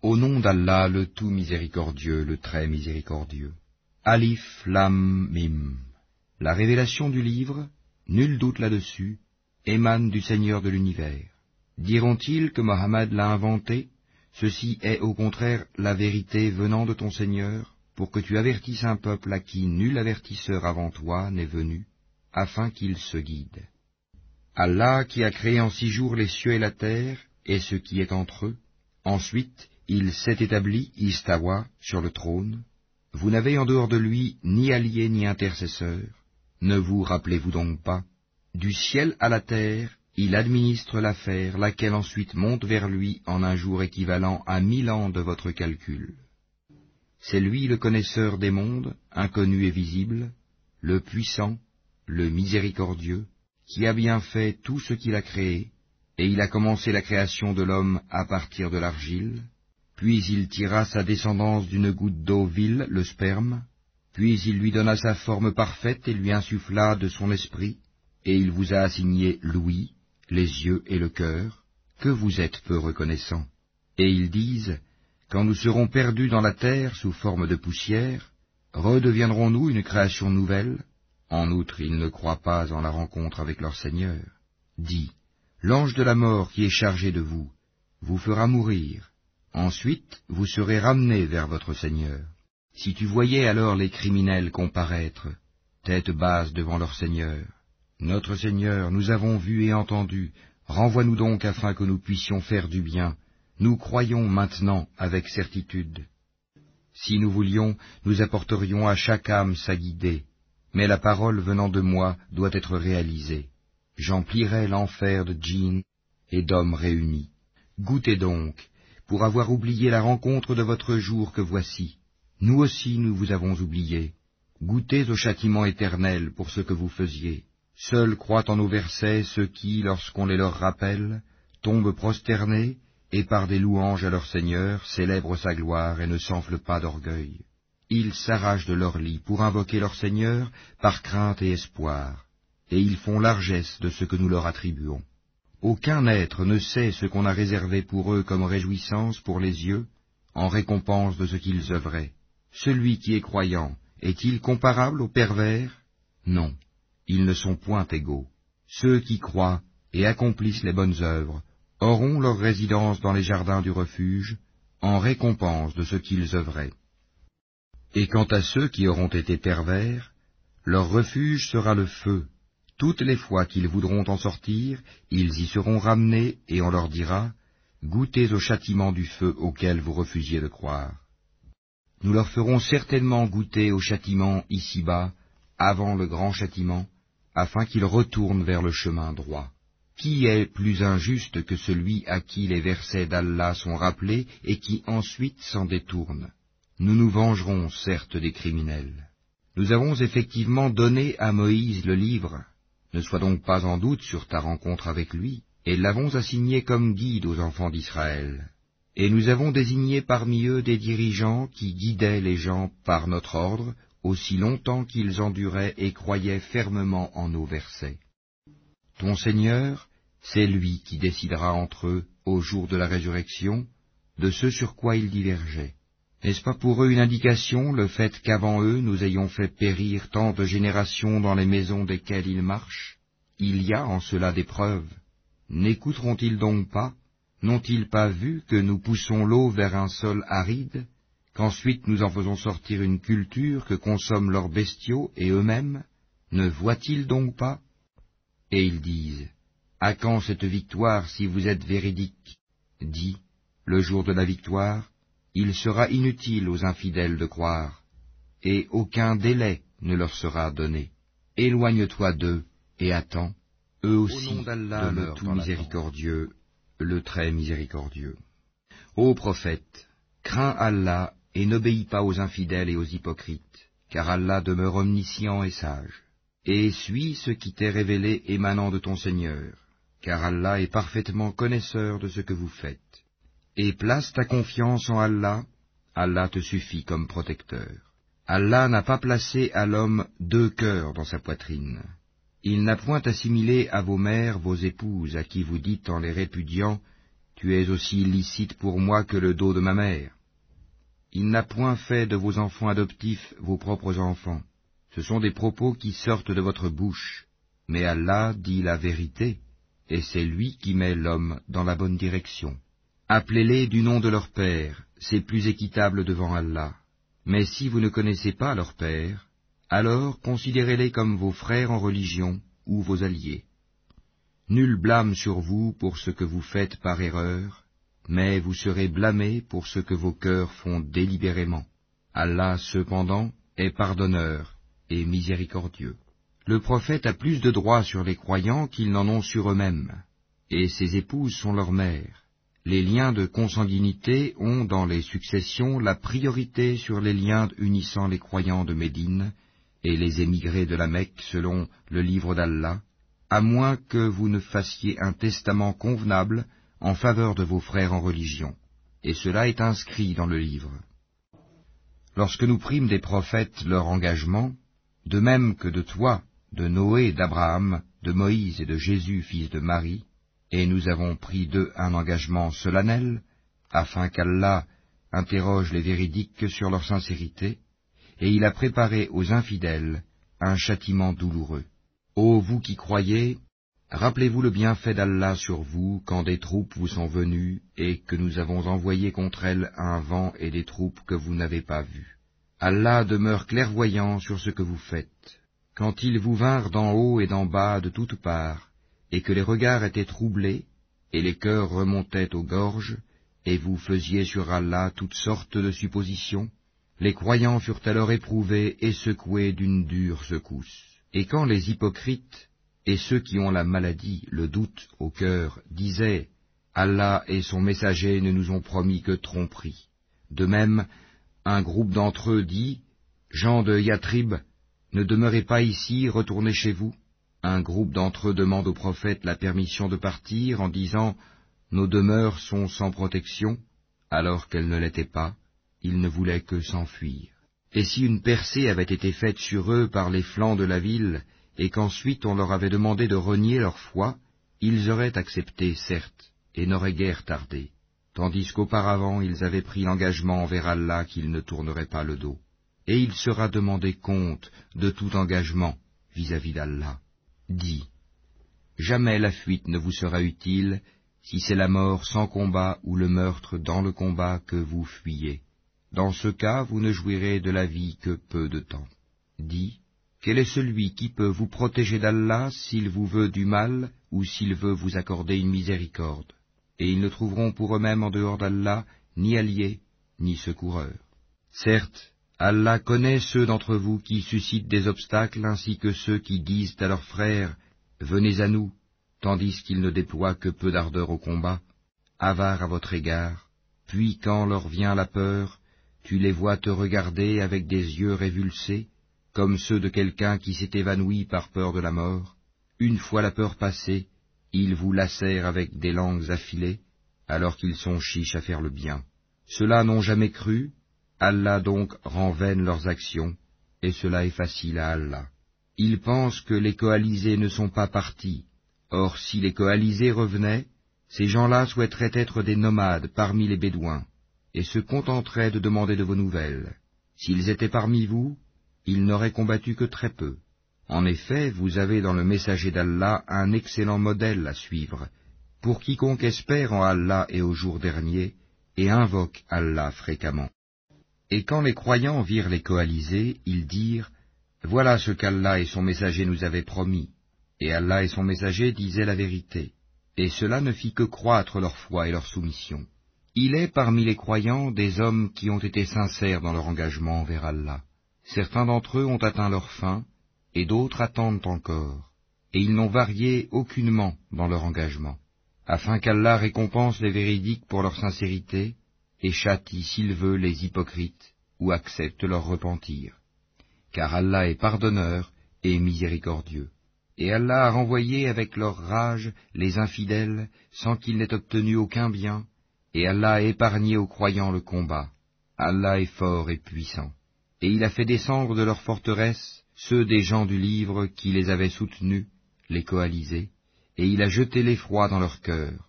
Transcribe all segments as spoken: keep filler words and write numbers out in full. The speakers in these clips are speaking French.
Au nom d'Allah, le tout miséricordieux, le très miséricordieux. Alif, Lam, Mim. La révélation du livre, nul doute là-dessus, émane du Seigneur de l'univers. Diront-ils que Mohammed l'a inventé? Ceci est au contraire la vérité venant de ton Seigneur, pour que tu avertisses un peuple à qui nul avertisseur avant toi n'est venu, afin qu'il se guide. Allah qui a créé en six jours les cieux et la terre, et ce qui est entre eux, ensuite il s'est établi, Istawa, sur le trône. Vous n'avez en dehors de lui ni allié ni intercesseur. Ne vous rappelez-vous donc pas? Du ciel à la terre, il administre l'affaire, laquelle ensuite monte vers lui en un jour équivalent à mille ans de votre calcul. C'est lui le connaisseur des mondes, inconnu et visible, le puissant, le miséricordieux, qui a bien fait tout ce qu'il a créé, et il a commencé la création de l'homme à partir de l'argile, puis il tira sa descendance d'une goutte d'eau vile, le sperme, puis il lui donna sa forme parfaite et lui insuffla de son esprit, et il vous a assigné l'ouïe, les yeux et le cœur, que vous êtes peu reconnaissants. Et ils disent, quand nous serons perdus dans la terre sous forme de poussière, redeviendrons-nous une création nouvelle? En outre, ils ne croient pas en la rencontre avec leur Seigneur. Dis, l'ange de la mort qui est chargé de vous, vous fera mourir. Ensuite, vous serez ramenés vers votre Seigneur. Si tu voyais alors les criminels comparaître, tête basse devant leur Seigneur, notre Seigneur, nous avons vu et entendu, renvoie-nous donc afin que nous puissions faire du bien, nous croyons maintenant avec certitude. Si nous voulions, nous apporterions à chaque âme sa guidée, mais la parole venant de moi doit être réalisée. J'emplirai l'enfer de djinns et d'hommes réunis. Goûtez donc, pour avoir oublié la rencontre de votre jour que voici. Nous aussi nous vous avons oublié. Goûtez au châtiment éternel pour ce que vous faisiez. Seuls croient en nos versets ceux qui, lorsqu'on les leur rappelle, tombent prosternés, et par des louanges à leur Seigneur, célèbrent sa gloire et ne s'enflent pas d'orgueil. Ils s'arrachent de leur lit pour invoquer leur Seigneur par crainte et espoir, et ils font largesse de ce que nous leur attribuons. Aucun être ne sait ce qu'on a réservé pour eux comme réjouissance pour les yeux, en récompense de ce qu'ils œuvraient. Celui qui est croyant, est-il comparable aux pervers? Non, ils ne sont point égaux. Ceux qui croient et accomplissent les bonnes œuvres auront leur résidence dans les jardins du refuge, en récompense de ce qu'ils œuvraient. Et quant à ceux qui auront été pervers, leur refuge sera le feu. Toutes les fois qu'ils voudront en sortir, ils y seront ramenés, et on leur dira, « Goûtez au châtiment du feu auquel vous refusiez de croire. » Nous leur ferons certainement goûter au châtiment ici-bas, avant le grand châtiment, afin qu'ils retournent vers le chemin droit. Qui est plus injuste que celui à qui les versets d'Allah sont rappelés et qui ensuite s'en détourne? Nous nous vengerons certes des criminels. Nous avons effectivement donné à Moïse le livre. Ne sois donc pas en doute sur ta rencontre avec lui, et l'avons assigné comme guide aux enfants d'Israël. Et nous avons désigné parmi eux des dirigeants qui guidaient les gens par notre ordre, aussi longtemps qu'ils enduraient et croyaient fermement en nos versets. Ton Seigneur, c'est lui qui décidera entre eux, au jour de la résurrection, de ce sur quoi ils divergeaient. N'est-ce pas pour eux une indication, le fait qu'avant eux nous ayons fait périr tant de générations dans les maisons desquelles ils marchent? Il y a en cela des preuves. N'écouteront-ils donc pas? N'ont-ils pas vu que nous poussons l'eau vers un sol aride, qu'ensuite nous en faisons sortir une culture que consomment leurs bestiaux et eux-mêmes? Ne voient-ils donc pas? Et ils disent, à quand cette victoire si vous êtes véridique? Dis, le jour de la victoire, il sera inutile aux infidèles de croire, et aucun délai ne leur sera donné. Éloigne-toi d'eux et attends, eux aussi demeurent le tout miséricordieux, le très miséricordieux. Ô prophète, crains Allah et n'obéis pas aux infidèles et aux hypocrites, car Allah demeure omniscient et sage. Et suis ce qui t'est révélé émanant de ton Seigneur, car Allah est parfaitement connaisseur de ce que vous faites. Et place ta confiance en Allah, Allah te suffit comme protecteur. Allah n'a pas placé à l'homme deux cœurs dans sa poitrine. Il n'a point assimilé à vos mères vos épouses, à qui vous dites en les répudiant, Tu es aussi licite pour moi que le dos de ma mère. Il n'a point fait de vos enfants adoptifs vos propres enfants. Ce sont des propos qui sortent de votre bouche, mais Allah dit la vérité, et c'est lui qui met l'homme dans la bonne direction. Appelez-les du nom de leur père, c'est plus équitable devant Allah. Mais si vous ne connaissez pas leur père, alors considérez-les comme vos frères en religion ou vos alliés. Nul blâme sur vous pour ce que vous faites par erreur, mais vous serez blâmés pour ce que vos cœurs font délibérément. Allah, cependant, est pardonneur et miséricordieux. Le prophète a plus de droits sur les croyants qu'ils n'en ont sur eux-mêmes, et ses épouses sont leurs mères. Les liens de consanguinité ont, dans les successions, la priorité sur les liens unissant les croyants de Médine et les émigrés de la Mecque selon le livre d'Allah, à moins que vous ne fassiez un testament convenable en faveur de vos frères en religion. Et cela est inscrit dans le livre. Lorsque nous prîmes des prophètes leur engagement, de même que de toi, de Noé, d'Abraham, de Moïse et de Jésus, fils de Marie, et nous avons pris d'eux un engagement solennel, afin qu'Allah interroge les véridiques sur leur sincérité, et il a préparé aux infidèles un châtiment douloureux. Ô vous qui croyez, rappelez-vous le bienfait d'Allah sur vous quand des troupes vous sont venues, et que nous avons envoyé contre elles un vent et des troupes que vous n'avez pas vues. Allah demeure clairvoyant sur ce que vous faites. Quand ils vous vinrent d'en haut et d'en bas de toutes parts, et que les regards étaient troublés, et les cœurs remontaient aux gorges, et vous faisiez sur Allah toutes sortes de suppositions, les croyants furent alors éprouvés et secoués d'une dure secousse. Et quand les hypocrites, et ceux qui ont la maladie, le doute au cœur, disaient « Allah et son messager ne nous ont promis que tromperie », de même, un groupe d'entre eux dit « Gens de Yatrib, ne demeurez pas ici, retournez chez vous ». Un groupe d'entre eux demande au prophète la permission de partir en disant « Nos demeures sont sans protection », alors qu'elles ne l'étaient pas, ils ne voulaient que s'enfuir. Et si une percée avait été faite sur eux par les flancs de la ville, et qu'ensuite on leur avait demandé de renier leur foi, ils auraient accepté, certes, et n'auraient guère tardé, tandis qu'auparavant ils avaient pris l'engagement envers Allah qu'ils ne tourneraient pas le dos. Et il sera demandé compte de tout engagement vis-à-vis d'Allah. Dis, jamais la fuite ne vous sera utile si c'est la mort sans combat ou le meurtre dans le combat que vous fuyez. Dans ce cas, vous ne jouirez de la vie que peu de temps. Dis, quel est celui qui peut vous protéger d'Allah s'il vous veut du mal ou s'il veut vous accorder une miséricorde? Et ils ne trouveront pour eux-mêmes en dehors d'Allah ni alliés, ni secoureurs. Certes, Allah connaît ceux d'entre vous qui suscitent des obstacles ainsi que ceux qui disent à leurs frères « Venez à nous », tandis qu'ils ne déploient que peu d'ardeur au combat, avares à votre égard, puis quand leur vient la peur, tu les vois te regarder avec des yeux révulsés, comme ceux de quelqu'un qui s'est évanoui par peur de la mort. Une fois la peur passée, ils vous lacèrent avec des langues affilées, alors qu'ils sont chiches à faire le bien. Ceux-là n'ont jamais cru, Allah donc rend vaines leurs actions, et cela est facile à Allah. Ils pensent que les coalisés ne sont pas partis. Or, si les coalisés revenaient, ces gens-là souhaiteraient être des nomades parmi les Bédouins, et se contenteraient de demander de vos nouvelles. S'ils étaient parmi vous, ils n'auraient combattu que très peu. En effet, vous avez dans le messager d'Allah un excellent modèle à suivre, pour quiconque espère en Allah et au jour dernier, et invoque Allah fréquemment. Et quand les croyants virent les coalisés, ils dirent « Voilà ce qu'Allah et son messager nous avaient promis. » Et Allah et son messager disaient la vérité. Et cela ne fit que croître leur foi et leur soumission. Il est parmi les croyants des hommes qui ont été sincères dans leur engagement envers Allah. Certains d'entre eux ont atteint leur fin, et d'autres attendent encore, et ils n'ont varié aucunement dans leur engagement, afin qu'Allah récompense les véridiques pour leur sincérité, et châtie s'il veut les hypocrites, ou accepte leur repentir. Car Allah est pardonneur et miséricordieux. Et Allah a renvoyé avec leur rage les infidèles, sans qu'ils n'aient obtenu aucun bien, et Allah a épargné aux croyants le combat. Allah est fort et puissant. Et il a fait descendre de leurs forteresses ceux des gens du livre qui les avaient soutenus, les coalisés, et il a jeté l'effroi dans leur cœur.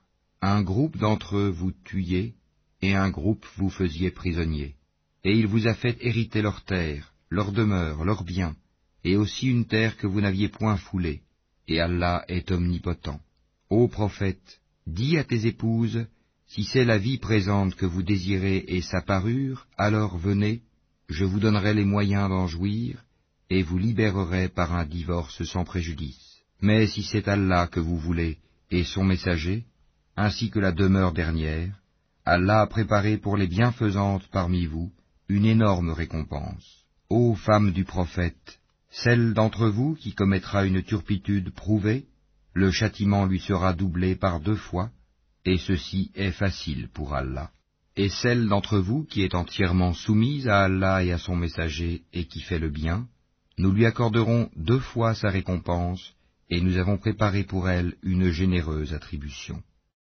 un groupe d'entre eux vous tuiez, et un groupe vous faisiez prisonnier. Et il vous a fait hériter leurs terres, leurs demeures, leurs biens, et aussi une terre que vous n'aviez point foulée, et Allah est omnipotent. Ô prophète, dis à tes épouses, si c'est la vie présente que vous désirez et sa parure, alors venez, je vous donnerai les moyens d'en jouir, et vous libérerai par un divorce sans préjudice. Mais si c'est Allah que vous voulez, et son messager, ainsi que la demeure dernière, Allah a préparé pour les bienfaisantes parmi vous une énorme récompense. Ô femmes du prophète, celle d'entre vous qui commettra une turpitude prouvée, le châtiment lui sera doublé par deux fois, et ceci est facile pour Allah. Et celle d'entre vous qui est entièrement soumise à Allah et à son messager et qui fait le bien, nous lui accorderons deux fois sa récompense, et nous avons préparé pour elle une généreuse attribution.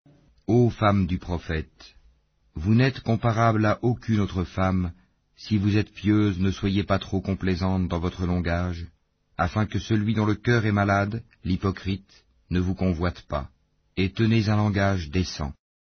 Ô femmes du prophète, vous n'êtes comparables à aucune autre femme. Si vous êtes pieuses, ne soyez pas trop complaisantes dans votre langage, afin que celui dont le cœur est malade, l'hypocrite, ne vous convoite pas, et tenez un langage décent.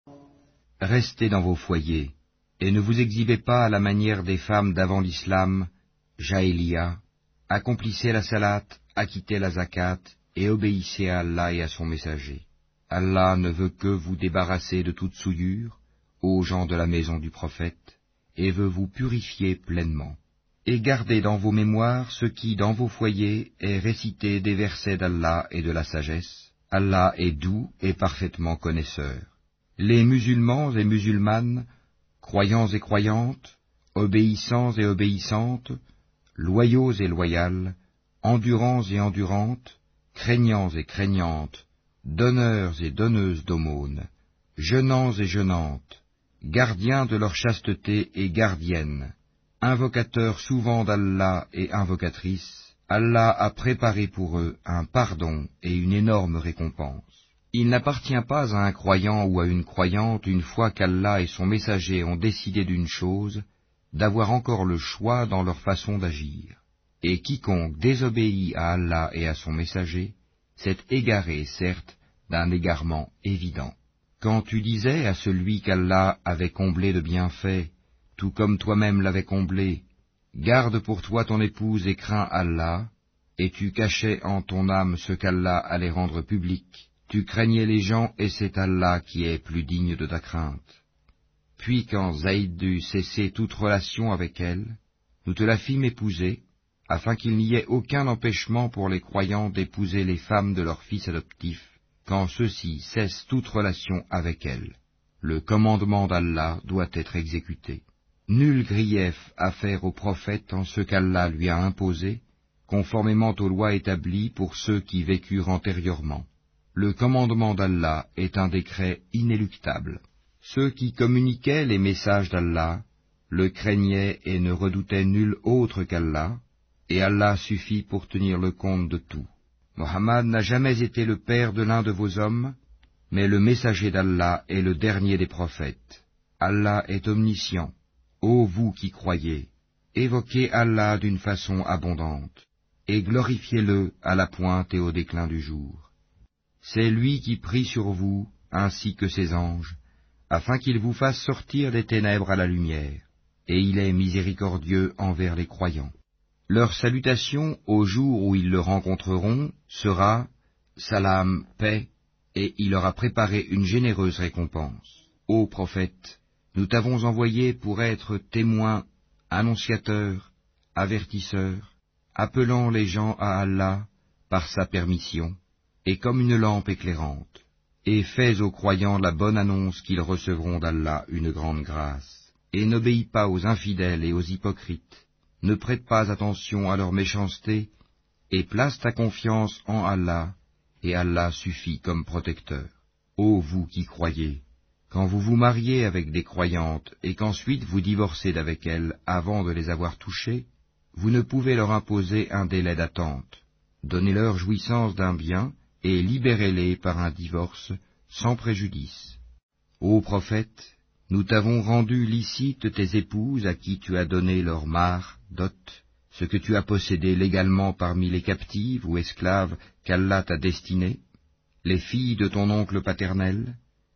Restez dans vos foyers, et ne vous exhibez pas à la manière des femmes d'avant l'islam, Jaélia, accomplissez la salat, acquittez la zakat, et obéissez à Allah et à son messager. Allah ne veut que vous débarrasser de toute souillure, ô gens de la maison du prophète, et veut vous purifier pleinement. Et gardez dans vos mémoires ce qui, dans vos foyers, est récité des versets d'Allah et de la sagesse. Allah est doux et parfaitement connaisseur. Les musulmans et musulmanes, croyants et croyantes, obéissants et obéissantes, loyaux et loyales, endurants et endurantes, craignants et craignantes, donneurs et donneuses d'aumônes, jeûnants et jeûnantes, gardiens de leur chasteté et gardiennes, invocateurs souvent d'Allah et invocatrices, Allah a préparé pour eux un pardon et une énorme récompense. Il n'appartient pas à un croyant ou à une croyante, une fois qu'Allah et son messager ont décidé d'une chose, d'avoir encore le choix dans leur façon d'agir. Et quiconque désobéit à Allah et à son messager, s'est égaré, certes, d'un égarement évident. Quand tu disais à celui qu'Allah avait comblé de bienfaits, tout comme toi-même l'avais comblé, garde pour toi ton épouse et crains Allah, et tu cachais en ton âme ce qu'Allah allait rendre public, tu craignais les gens et c'est Allah qui est plus digne de ta crainte. Puis quand Zaïd dut cesser toute relation avec elle, nous te la fîmes épouser, afin qu'il n'y ait aucun empêchement pour les croyants d'épouser les femmes de leurs fils adoptifs, quand ceux-ci cessent toute relation avec elles. Le commandement d'Allah doit être exécuté. Nul grief à faire au prophète en ce qu'Allah lui a imposé, conformément aux lois établies pour ceux qui vécurent antérieurement. Le commandement d'Allah est un décret inéluctable. Ceux qui communiquaient les messages d'Allah le craignaient et ne redoutaient nul autre qu'Allah, et Allah suffit pour tenir le compte de tout. Mohammed n'a jamais été le père de l'un de vos hommes, mais le messager d'Allah est le dernier des prophètes. Allah est omniscient. Ô vous qui croyez, évoquez Allah d'une façon abondante, et glorifiez-le à la pointe et au déclin du jour. C'est lui qui prie sur vous, ainsi que ses anges, afin qu'il vous fasse sortir des ténèbres à la lumière, et il est miséricordieux envers les croyants. Leur salutation au jour où ils le rencontreront sera « Salam, paix », et il leur a préparé une généreuse récompense. Ô prophète, nous t'avons envoyé pour être témoin, annonciateur, avertisseur, appelant les gens à Allah par sa permission, et comme une lampe éclairante, et fais aux croyants la bonne annonce qu'ils recevront d'Allah une grande grâce, et n'obéis pas aux infidèles et aux hypocrites, ne prête pas attention à leur méchanceté, et place ta confiance en Allah, et Allah suffit comme protecteur. Ô vous qui croyez, quand vous vous mariez avec des croyantes, et qu'ensuite vous divorcez d'avec elles avant de les avoir touchées, vous ne pouvez leur imposer un délai d'attente. Donnez-leur jouissance d'un bien, et libérez-les par un divorce, sans préjudice. Ô prophète, nous t'avons rendu licite tes épouses à qui tu as donné leur mar, dot, ce que tu as possédé légalement parmi les captives ou esclaves qu'Allah t'a destinées, les filles de ton oncle paternel,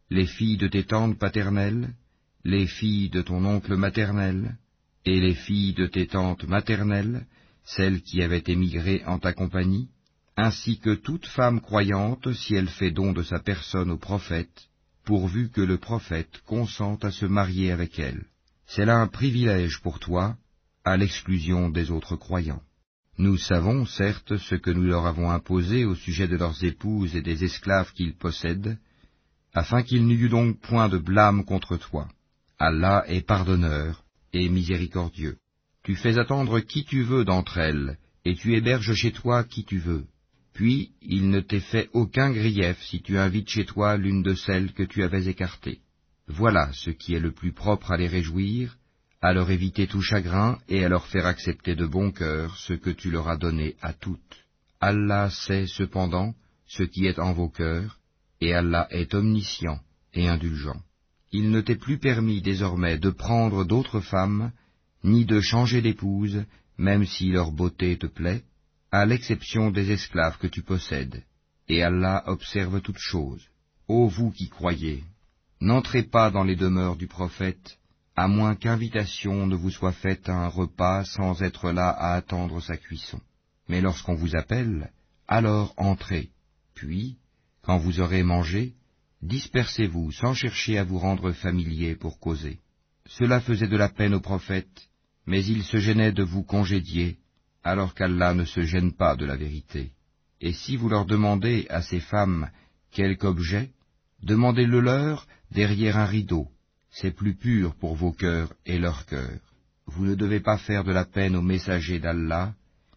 les filles de tes tantes paternelles, les filles de ton oncle maternel, et les filles de tes tantes maternelles, celles qui avaient émigré en ta compagnie, ainsi que toute femme croyante si elle fait don de sa personne au prophète, pourvu que le prophète consente à se marier avec elle. C'est là un privilège pour toi, à l'exclusion des autres croyants. Nous savons, certes, ce que nous leur avons imposé au sujet de leurs épouses et des esclaves qu'ils possèdent, afin qu'il n'y eût donc point de blâme contre toi. Allah est pardonneur et miséricordieux. Tu fais attendre qui tu veux d'entre elles, et tu héberges chez toi qui tu veux. Puis il ne t'est fait aucun grief si tu invites chez toi l'une de celles que tu avais écartées. Voilà ce qui est le plus propre à les réjouir, à leur éviter tout chagrin et à leur faire accepter de bon cœur ce que tu leur as donné à toutes. Allah sait cependant ce qui est en vos cœurs, et Allah est omniscient et indulgent. Il ne t'est plus permis désormais de prendre d'autres femmes, ni de changer d'épouse, même si leur beauté te plaît, à l'exception des esclaves que tu possèdes, et Allah observe toutes choses. Ô vous qui croyez, n'entrez pas dans les demeures du prophète, à moins qu'invitation ne vous soit faite à un repas sans être là à attendre sa cuisson. Mais lorsqu'on vous appelle, alors entrez, puis, quand vous aurez mangé, dispersez-vous sans chercher à vous rendre familier pour causer. Cela faisait de la peine au prophète, mais il se gênait de vous congédier, alors qu'Allah ne se gêne pas de la vérité. Et si vous leur demandez à ces femmes quelque objet, demandez-le leur derrière un rideau, c'est plus pur pour vos cœurs et leurs cœurs. Vous ne devez pas faire de la peine aux messagers d'Allah,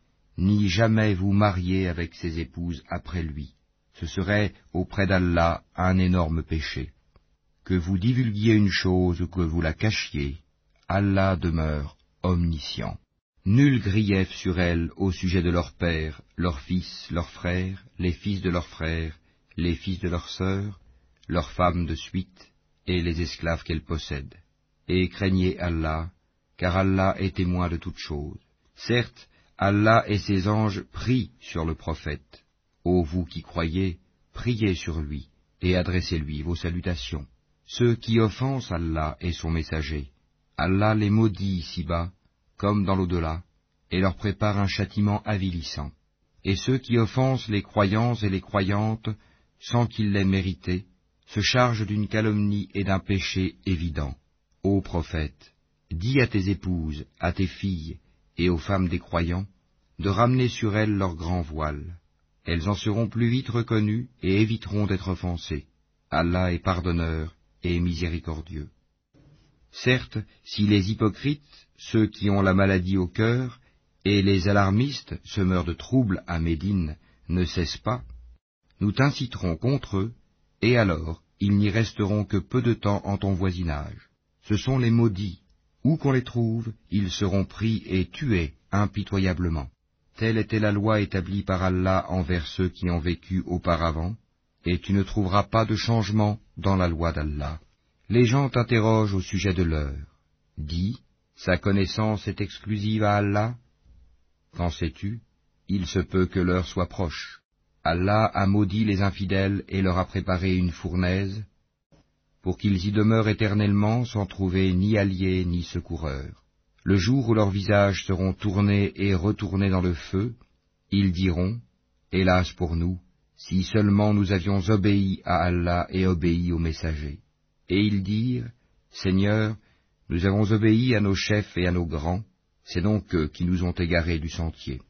ni jamais vous marier avec ses épouses après lui. Ce serait, auprès d'Allah, un énorme péché. Que vous divulguiez une chose ou que vous la cachiez, Allah demeure omniscient. Nul grief sur elles au sujet de leurs pères, leurs fils, leurs frères, les fils de leurs frères, les fils de leurs sœurs, leurs femmes de suite, et les esclaves qu'elles possèdent. Et craignez Allah, car Allah est témoin de toutes choses. Certes, Allah et ses anges prient sur le prophète. Ô vous qui croyez, priez sur lui, et adressez-lui vos salutations. Ceux qui offensent Allah et son messager, Allah les maudit ici-bas, comme dans l'au-delà, et leur prépare un châtiment avilissant. Et ceux qui offensent les croyants et les croyantes, sans qu'ils l'aient mérité, se chargent d'une calomnie et d'un péché évident. Ô prophète, dis à tes épouses, à tes filles et aux femmes des croyants, de ramener sur elles leur grand voile. Elles en seront plus vite reconnues et éviteront d'être offensées. Allah est pardonneur et miséricordieux. Certes, si les hypocrites, ceux qui ont la maladie au cœur, et les alarmistes, semeurs de troubles à Médine, ne cessent pas, nous t'inciterons contre eux, et alors ils n'y resteront que peu de temps en ton voisinage. Ce sont les maudits. Où qu'on les trouve, ils seront pris et tués impitoyablement. Telle était la loi établie par Allah envers ceux qui ont vécu auparavant, et tu ne trouveras pas de changement dans la loi d'Allah. Les gens t'interrogent au sujet de l'heure. Dis, sa connaissance est exclusive à Allah. Qu'en sais-tu? Il se peut que l'heure soit proche. Allah a maudit les infidèles et leur a préparé une fournaise, pour qu'ils y demeurent éternellement sans trouver ni alliés ni secoureurs. Le jour où leurs visages seront tournés et retournés dans le feu, ils diront, hélas pour nous, si seulement nous avions obéi à Allah et obéi aux messagers. Et ils dirent, Seigneur, nous avons obéi à nos chefs et à nos grands, c'est donc eux qui nous ont égarés du sentier.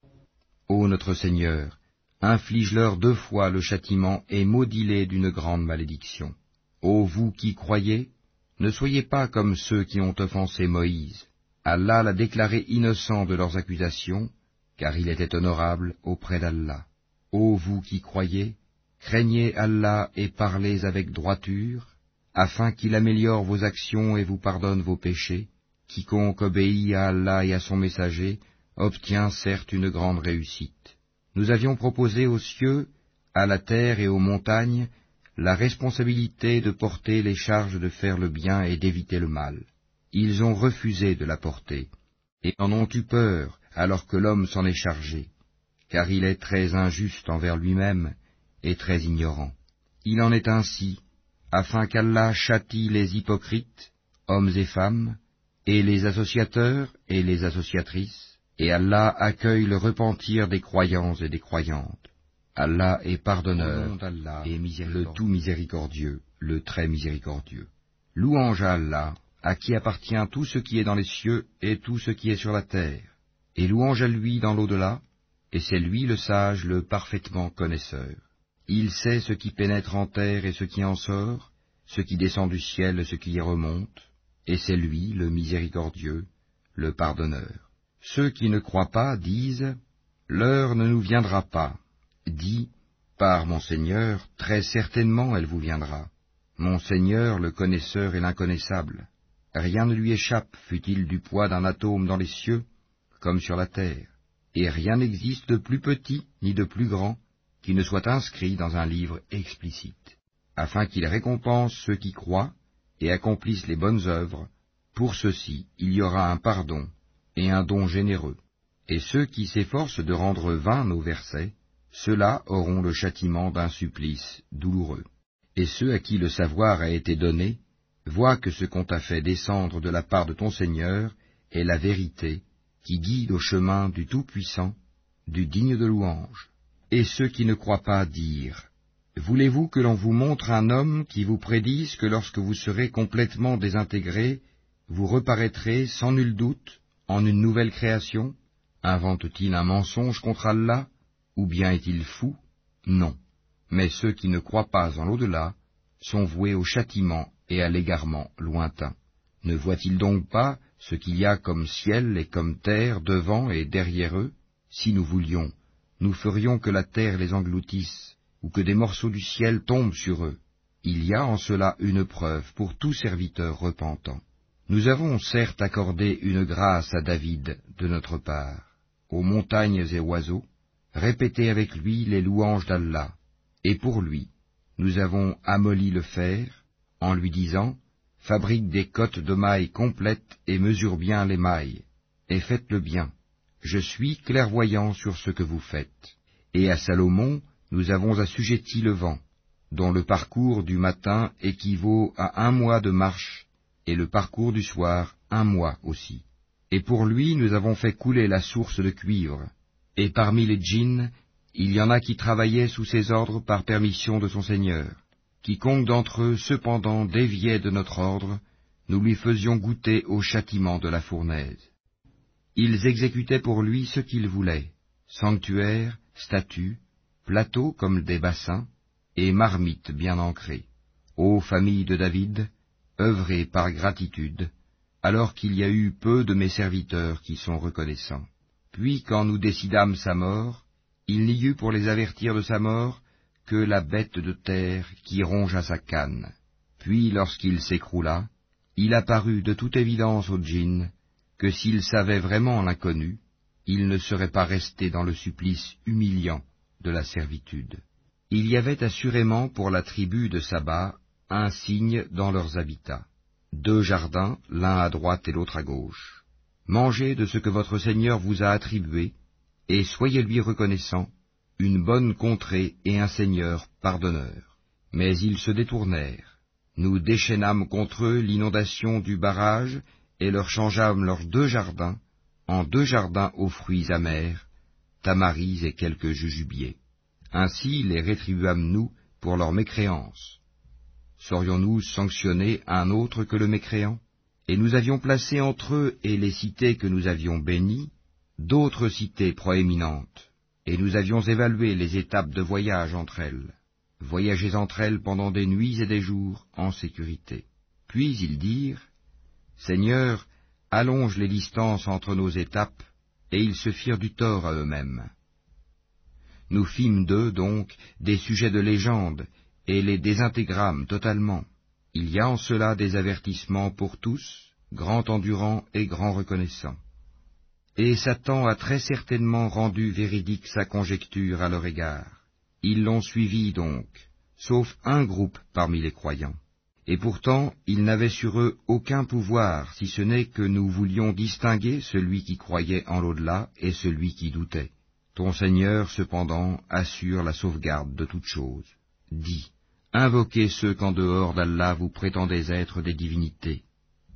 Ô notre Seigneur, inflige-leur deux fois le châtiment et maudis-les d'une grande malédiction. Ô vous qui croyez, ne soyez pas comme ceux qui ont offensé Moïse. Allah l'a déclaré innocent de leurs accusations, car il était honorable auprès d'Allah. Ô vous qui croyez, craignez Allah et parlez avec droiture, afin qu'il améliore vos actions et vous pardonne vos péchés. Quiconque obéit à Allah et à son messager obtient certes une grande réussite. Nous avions proposé aux cieux, à la terre et aux montagnes, la responsabilité de porter les charges de faire le bien et d'éviter le mal. Ils ont refusé de la porter, et en ont eu peur alors que l'homme s'en est chargé, car il est très injuste envers lui-même et très ignorant. Il en est ainsi, afin qu'Allah châtie les hypocrites, hommes et femmes, et les associateurs et les associatrices, et Allah accueille le repentir des croyants et des croyantes. Allah est pardonneur et le tout miséricordieux, le très miséricordieux. Louange à Allah, à qui appartient tout ce qui est dans les cieux et tout ce qui est sur la terre, et louange à lui dans l'au-delà, et c'est lui le sage, le parfaitement connaisseur. Il sait ce qui pénètre en terre et ce qui en sort, ce qui descend du ciel et ce qui y remonte, et c'est lui le miséricordieux, le pardonneur. Ceux qui ne croient pas disent « L'heure ne nous viendra pas ». Dis « Par mon Seigneur, très certainement elle vous viendra. Mon Seigneur, le connaisseur et l'inconnaissable. Rien ne lui échappe, fût-il du poids d'un atome dans les cieux, comme sur la terre. Et rien n'existe de plus petit ni de plus grand qui ne soit inscrit dans un livre explicite, afin qu'il récompense ceux qui croient et accomplissent les bonnes œuvres. Pour ceux-ci, il y aura un pardon et un don généreux. Et ceux qui s'efforcent de rendre vains nos versets, ceux-là auront le châtiment d'un supplice douloureux. Et ceux à qui le savoir a été donné, voient que ce qu'on t'a fait descendre de la part de ton Seigneur est la vérité, qui guide au chemin du Tout-Puissant, du digne de louange. Et ceux qui ne croient pas dirent, « Voulez-vous que l'on vous montre un homme qui vous prédise que lorsque vous serez complètement désintégrés, vous reparaîtrez sans nul doute en une nouvelle création? Invente-t-il un mensonge contre Allah? Ou bien est-il fou? Non. Mais ceux qui ne croient pas en l'au-delà sont voués au châtiment et à l'égarement lointain. Ne voient-ils donc pas ce qu'il y a comme ciel et comme terre devant et derrière eux? Si nous voulions, nous ferions que la terre les engloutisse, ou que des morceaux du ciel tombent sur eux. Il y a en cela une preuve pour tout serviteur repentant. Nous avons certes accordé une grâce à David de notre part, aux montagnes et oiseaux, répétez avec lui les louanges d'Allah, et pour lui, nous avons amolli le fer, en lui disant, fabrique des cottes de mailles complètes et mesure bien les mailles, et faites-le bien. Je suis clairvoyant sur ce que vous faites. Et à Salomon, nous avons assujetti le vent, dont le parcours du matin équivaut à un mois de marche, et le parcours du soir un mois aussi. Et pour lui, nous avons fait couler la source de cuivre. Et parmi les djinns, il y en a qui travaillaient sous ses ordres par permission de son Seigneur. Quiconque d'entre eux, cependant, déviait de notre ordre, nous lui faisions goûter au châtiment de la fournaise. Ils exécutaient pour lui ce qu'ils voulaient, sanctuaires, statues, plateaux comme des bassins, et marmites bien ancrées. Ô famille de David, œuvrez par gratitude, alors qu'il y a eu peu de mes serviteurs qui sont reconnaissants. Puis quand nous décidâmes sa mort, il n'y eut pour les avertir de sa mort que la bête de terre qui rongea sa canne. Puis lorsqu'il s'écroula, il apparut de toute évidence aux djinns que s'ils savaient vraiment l'inconnu, ils ne seraient pas restés dans le supplice humiliant de la servitude. Il y avait assurément pour la tribu de Saba un signe dans leurs habitats, deux jardins, l'un à droite et l'autre à gauche. Mangez de ce que votre Seigneur vous a attribué, et soyez-lui reconnaissants, une bonne contrée et un Seigneur pardonneur. Mais ils se détournèrent. Nous déchaînâmes contre eux l'inondation du barrage, et leur changeâmes leurs deux jardins, en deux jardins aux fruits amers, tamaris et quelques jujubiers. Ainsi les rétribuâmes-nous pour leur mécréance. Saurions-nous sanctionner un autre que le mécréant? Et nous avions placé entre eux et les cités que nous avions bénies, d'autres cités proéminentes, et nous avions évalué les étapes de voyage entre elles. Voyagez entre elles pendant des nuits et des jours en sécurité. Puis ils dirent, Seigneur, allonge les distances entre nos étapes, et ils se firent du tort à eux-mêmes. Nous fîmes d'eux, donc, des sujets de légende, et les désintégrâmes totalement. Il y a en cela des avertissements pour tous, grand endurant et grand reconnaissant. Et Satan a très certainement rendu véridique sa conjecture à leur égard. Ils l'ont suivi donc, sauf un groupe parmi les croyants. Et pourtant, ils n'avaient sur eux aucun pouvoir, si ce n'est que nous voulions distinguer celui qui croyait en l'au-delà et celui qui doutait. Ton Seigneur, cependant, assure la sauvegarde de toutes choses. Dis, Invoquez ceux qu'en dehors d'Allah vous prétendez être des divinités.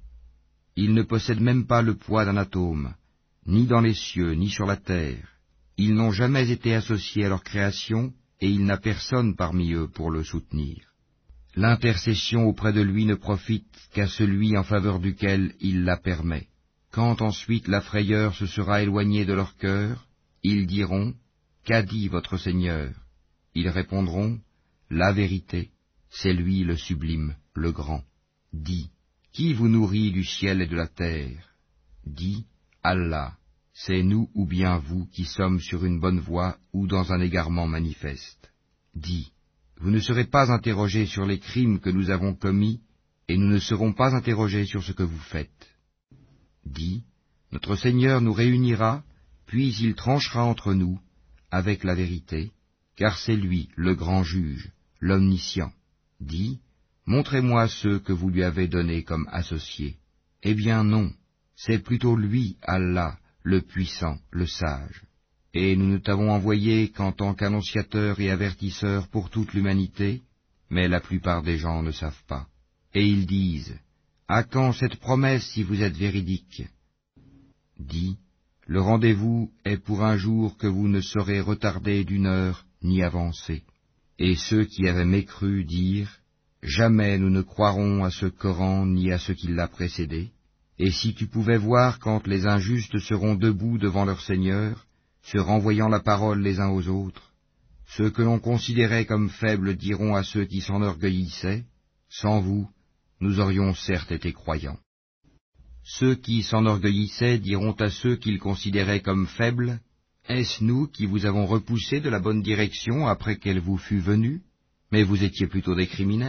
Ils ne possèdent même pas le poids d'un atome, ni dans les cieux, ni sur la terre. Ils n'ont jamais été associés à leur création, et il n'a personne parmi eux pour le soutenir. L'intercession auprès de lui ne profite qu'à celui en faveur duquel il la permet. Quand ensuite la frayeur se sera éloignée de leur cœur, ils diront « Qu'a dit votre Seigneur ?» Ils répondront « La vérité, c'est lui le sublime, le grand. » Dis « Qui vous nourrit du ciel et de la terre ?» Dis « Allah, c'est nous ou bien vous qui sommes sur une bonne voie ou dans un égarement manifeste. » Dis « Vous ne serez pas interrogés sur les crimes que nous avons commis, et nous ne serons pas interrogés sur ce que vous faites. » Dis « Notre Seigneur nous réunira, puis il tranchera entre nous, avec la vérité, car c'est lui le grand juge, l'omniscient. Dis « Montrez-moi ceux que vous lui avez donnés comme associés. » Eh bien non, c'est plutôt lui, Allah, le puissant, le sage. Et nous ne t'avons envoyé qu'en tant qu'annonciateur et avertisseur pour toute l'humanité, mais la plupart des gens ne savent pas. Et ils disent, « À quand cette promesse si vous êtes véridique ?» Dis, « Le rendez-vous est pour un jour que vous ne saurez retarder d'une heure ni avancer. » Et ceux qui avaient mécru dirent, « Jamais nous ne croirons à ce Coran ni à ce qui l'a précédé. Et si tu pouvais voir quand les injustes seront debout devant leur Seigneur, se renvoyant la parole les uns aux autres, ceux que l'on considérait comme faibles diront à ceux qui s'enorgueillissaient, « Sans vous, nous aurions certes été croyants. » Ceux qui s'enorgueillissaient diront à ceux qu'ils considéraient comme faibles, « Est-ce nous qui vous avons repoussé de la bonne direction après qu'elle vous fût venue? Mais vous étiez plutôt des criminels. »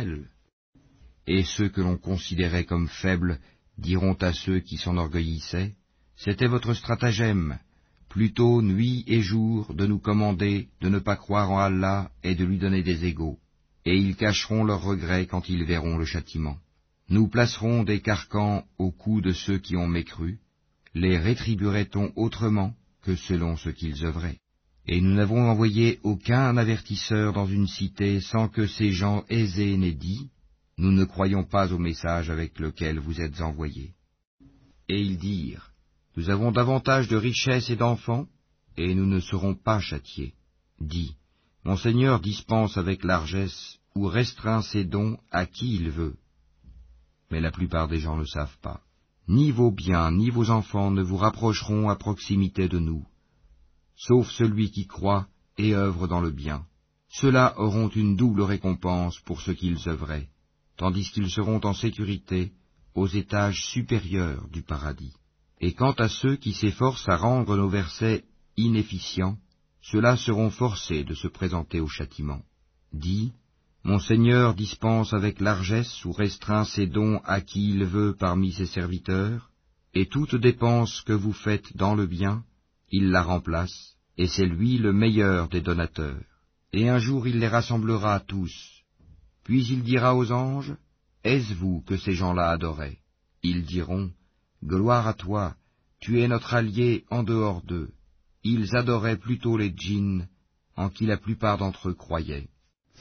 Et ceux que l'on considérait comme faibles diront à ceux qui s'enorgueillissaient, « C'était votre stratagème, plutôt nuit et jour de nous commander de ne pas croire en Allah et de lui donner des égaux, et ils cacheront leurs regrets quand ils verront le châtiment. Nous placerons des carcans au cou de ceux qui ont mécru, les rétribuerait-on autrement que selon ce qu'ils œuvraient? Et nous n'avons envoyé aucun avertisseur dans une cité sans que ces gens aisés n'aient dit, « Nous ne croyons pas au message avec lequel vous êtes envoyés. » Et ils dirent, « Nous avons davantage de richesses et d'enfants, et nous ne serons pas châtiés. » Dis, « Mon Seigneur dispense avec largesse ou restreint ses dons à qui il veut. » Mais la plupart des gens ne savent pas. Ni vos biens, ni vos enfants ne vous rapprocheront à proximité de nous, sauf celui qui croit et œuvre dans le bien. Ceux-là auront une double récompense pour ce qu'ils œuvraient, tandis qu'ils seront en sécurité aux étages supérieurs du paradis. Et quant à ceux qui s'efforcent à rendre nos versets inefficients, ceux-là seront forcés de se présenter au châtiment. Dis, mon Seigneur dispense avec largesse ou restreint ses dons à qui il veut parmi ses serviteurs, et toute dépense que vous faites dans le bien, il la remplace, et c'est lui le meilleur des donateurs. Et un jour il les rassemblera tous. Puis il dira aux anges, « Est-ce vous que ces gens-là adoraient ?» Ils diront, « Gloire à toi, tu es notre allié en dehors d'eux. » Ils adoraient plutôt les djinns, en qui la plupart d'entre eux croyaient.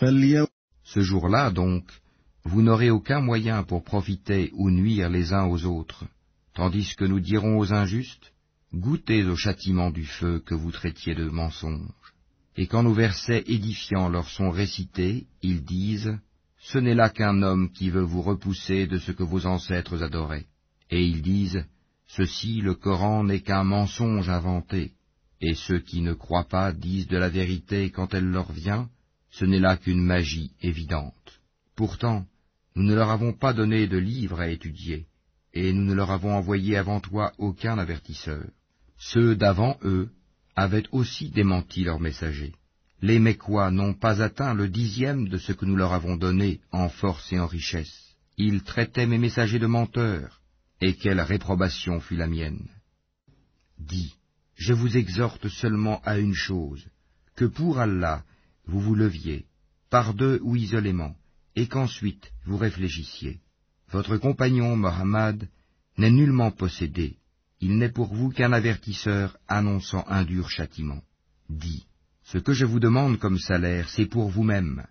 Ce jour-là, donc, vous n'aurez aucun moyen pour profiter ou nuire les uns aux autres, tandis que nous dirons aux injustes, « Goûtez au châtiment du feu que vous traitiez de mensonge. » Et quand nos versets édifiants leur sont récités, ils disent, « Ce n'est là qu'un homme qui veut vous repousser de ce que vos ancêtres adoraient. » Et ils disent, « Ceci, le Coran, n'est qu'un mensonge inventé. » Et ceux qui ne croient pas disent de la vérité quand elle leur vient, ce n'est là qu'une magie évidente. Pourtant, nous ne leur avons pas donné de livre à étudier, et nous ne leur avons envoyé avant toi aucun avertisseur. Ceux d'avant eux avaient aussi démenti leurs messagers. Les Mécois n'ont pas atteint le dixième de ce que nous leur avons donné en force et en richesse. Ils traitaient mes messagers de menteurs, et quelle réprobation fut la mienne. Dis, je vous exhorte seulement à une chose, que pour Allah, vous vous leviez, par deux ou isolément, et qu'ensuite vous réfléchissiez. Votre compagnon Mohammed n'est nullement possédé, il n'est pour vous qu'un avertisseur annonçant un dur châtiment. Dis, ce que je vous demande comme salaire, c'est pour vous-même,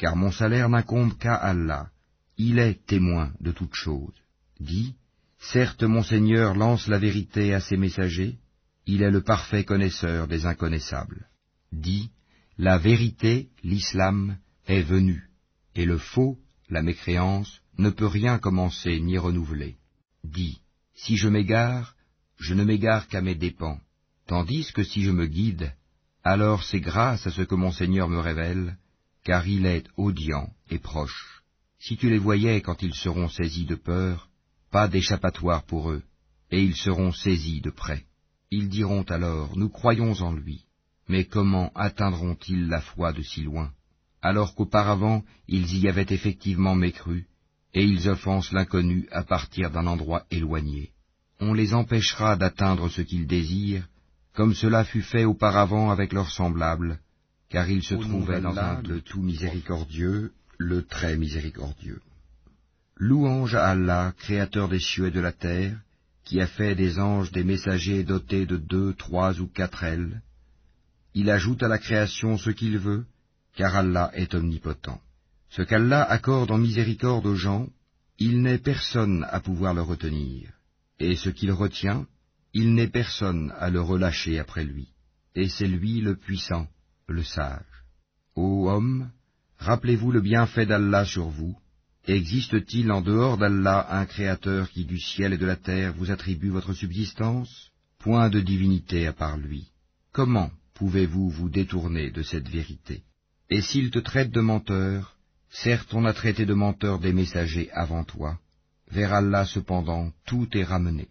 car mon salaire n'incombe qu'à Allah, il est témoin de toutes choses. Dis, certes mon Seigneur lance la vérité à ses messagers, il est le parfait connaisseur des inconnaissables. Dis, la vérité, l'islam, est venue, et le faux, la mécréance, ne peut rien commencer ni renouveler. Dis, si je m'égare, je ne m'égare qu'à mes dépens, tandis que si je me guide, alors c'est grâce à ce que mon Seigneur me révèle, car il est audient et proche. Si tu les voyais quand ils seront saisis de peur, pas d'échappatoire pour eux, et ils seront saisis de près. Ils diront alors, nous croyons en lui, mais comment atteindront-ils la foi de si loin, alors qu'auparavant ils y avaient effectivement mécru, et ils offensent l'inconnu à partir d'un endroit éloigné. On les empêchera d'atteindre ce qu'ils désirent, comme cela fut fait auparavant avec leurs semblables, car ils se trouvaient dans un le tout miséricordieux, le très miséricordieux. Louange à Allah, créateur des cieux et de la terre, qui a fait des anges des messagers dotés de deux, trois ou quatre ailes. Il ajoute à la création ce qu'il veut, car Allah est omnipotent. Ce qu'Allah accorde en miséricorde aux gens, il n'est personne à pouvoir le retenir, et ce qu'il retient, il n'est personne à le relâcher après lui, et c'est lui le puissant, le sage. Ô hommes, rappelez-vous le bienfait d'Allah sur vous. Existe-t-il en dehors d'Allah un créateur qui du ciel et de la terre vous attribue votre subsistance? Point de divinité à part lui. Comment pouvez-vous vous détourner de cette vérité? Et s'il te traite de menteur, certes on a traité de menteur des messagers avant toi, vers Allah cependant tout est ramené.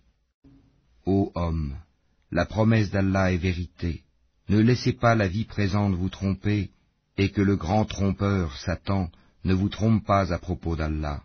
Ô homme, la promesse d'Allah est vérité, ne laissez pas la vie présente vous tromper, et que le grand trompeur, Satan, ne vous trompe pas à propos d'Allah.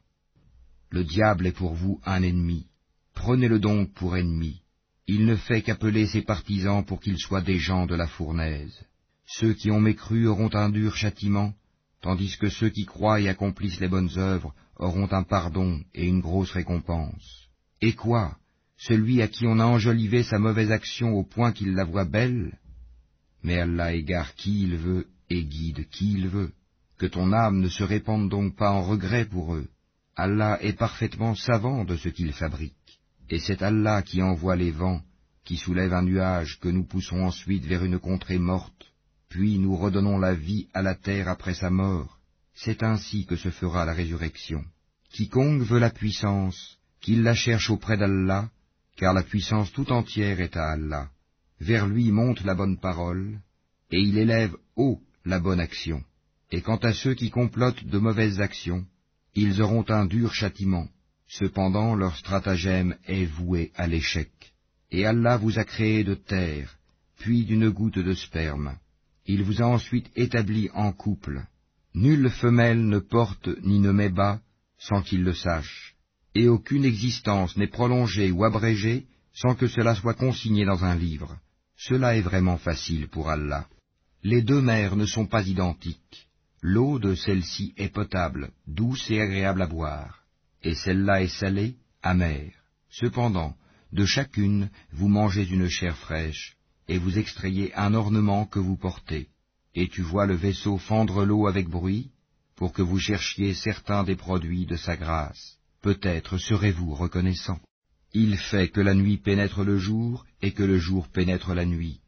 Le diable est pour vous un ennemi, prenez-le donc pour ennemi. Il ne fait qu'appeler ses partisans pour qu'ils soient des gens de la fournaise. Ceux qui ont mécru auront un dur châtiment, tandis que ceux qui croient et accomplissent les bonnes œuvres auront un pardon et une grosse récompense. Et quoi? Celui à qui on a enjolivé sa mauvaise action au point qu'il la voit belle? Mais Allah égare qui il veut et guide qui il veut. Que ton âme ne se répande donc pas en regret pour eux. Allah est parfaitement savant de ce qu'il fabrique. Et c'est Allah qui envoie les vents, qui soulève un nuage que nous poussons ensuite vers une contrée morte, puis nous redonnons la vie à la terre après sa mort. C'est ainsi que se fera la résurrection. Quiconque veut la puissance, qu'il la cherche auprès d'Allah, car la puissance tout entière est à Allah. Vers lui monte la bonne parole, et il élève haut la bonne action. Et quant à ceux qui complotent de mauvaises actions, ils auront un dur châtiment. Cependant leur stratagème est voué à l'échec. Et Allah vous a créé de terre, puis d'une goutte de sperme. Il vous a ensuite établi en couple. Nulle femelle ne porte ni ne met bas sans qu'il le sache. Et aucune existence n'est prolongée ou abrégée sans que cela soit consigné dans un livre. Cela est vraiment facile pour Allah. Les deux mers ne sont pas identiques. L'eau de celle-ci est potable, douce et agréable à boire, et celle-là est salée, amère. Cependant, de chacune, vous mangez une chair fraîche, et vous extrayez un ornement que vous portez, et tu vois le vaisseau fendre l'eau avec bruit, pour que vous cherchiez certains des produits de sa grâce. Peut-être serez-vous reconnaissant. Il fait que la nuit pénètre le jour, et que le jour pénètre la nuit.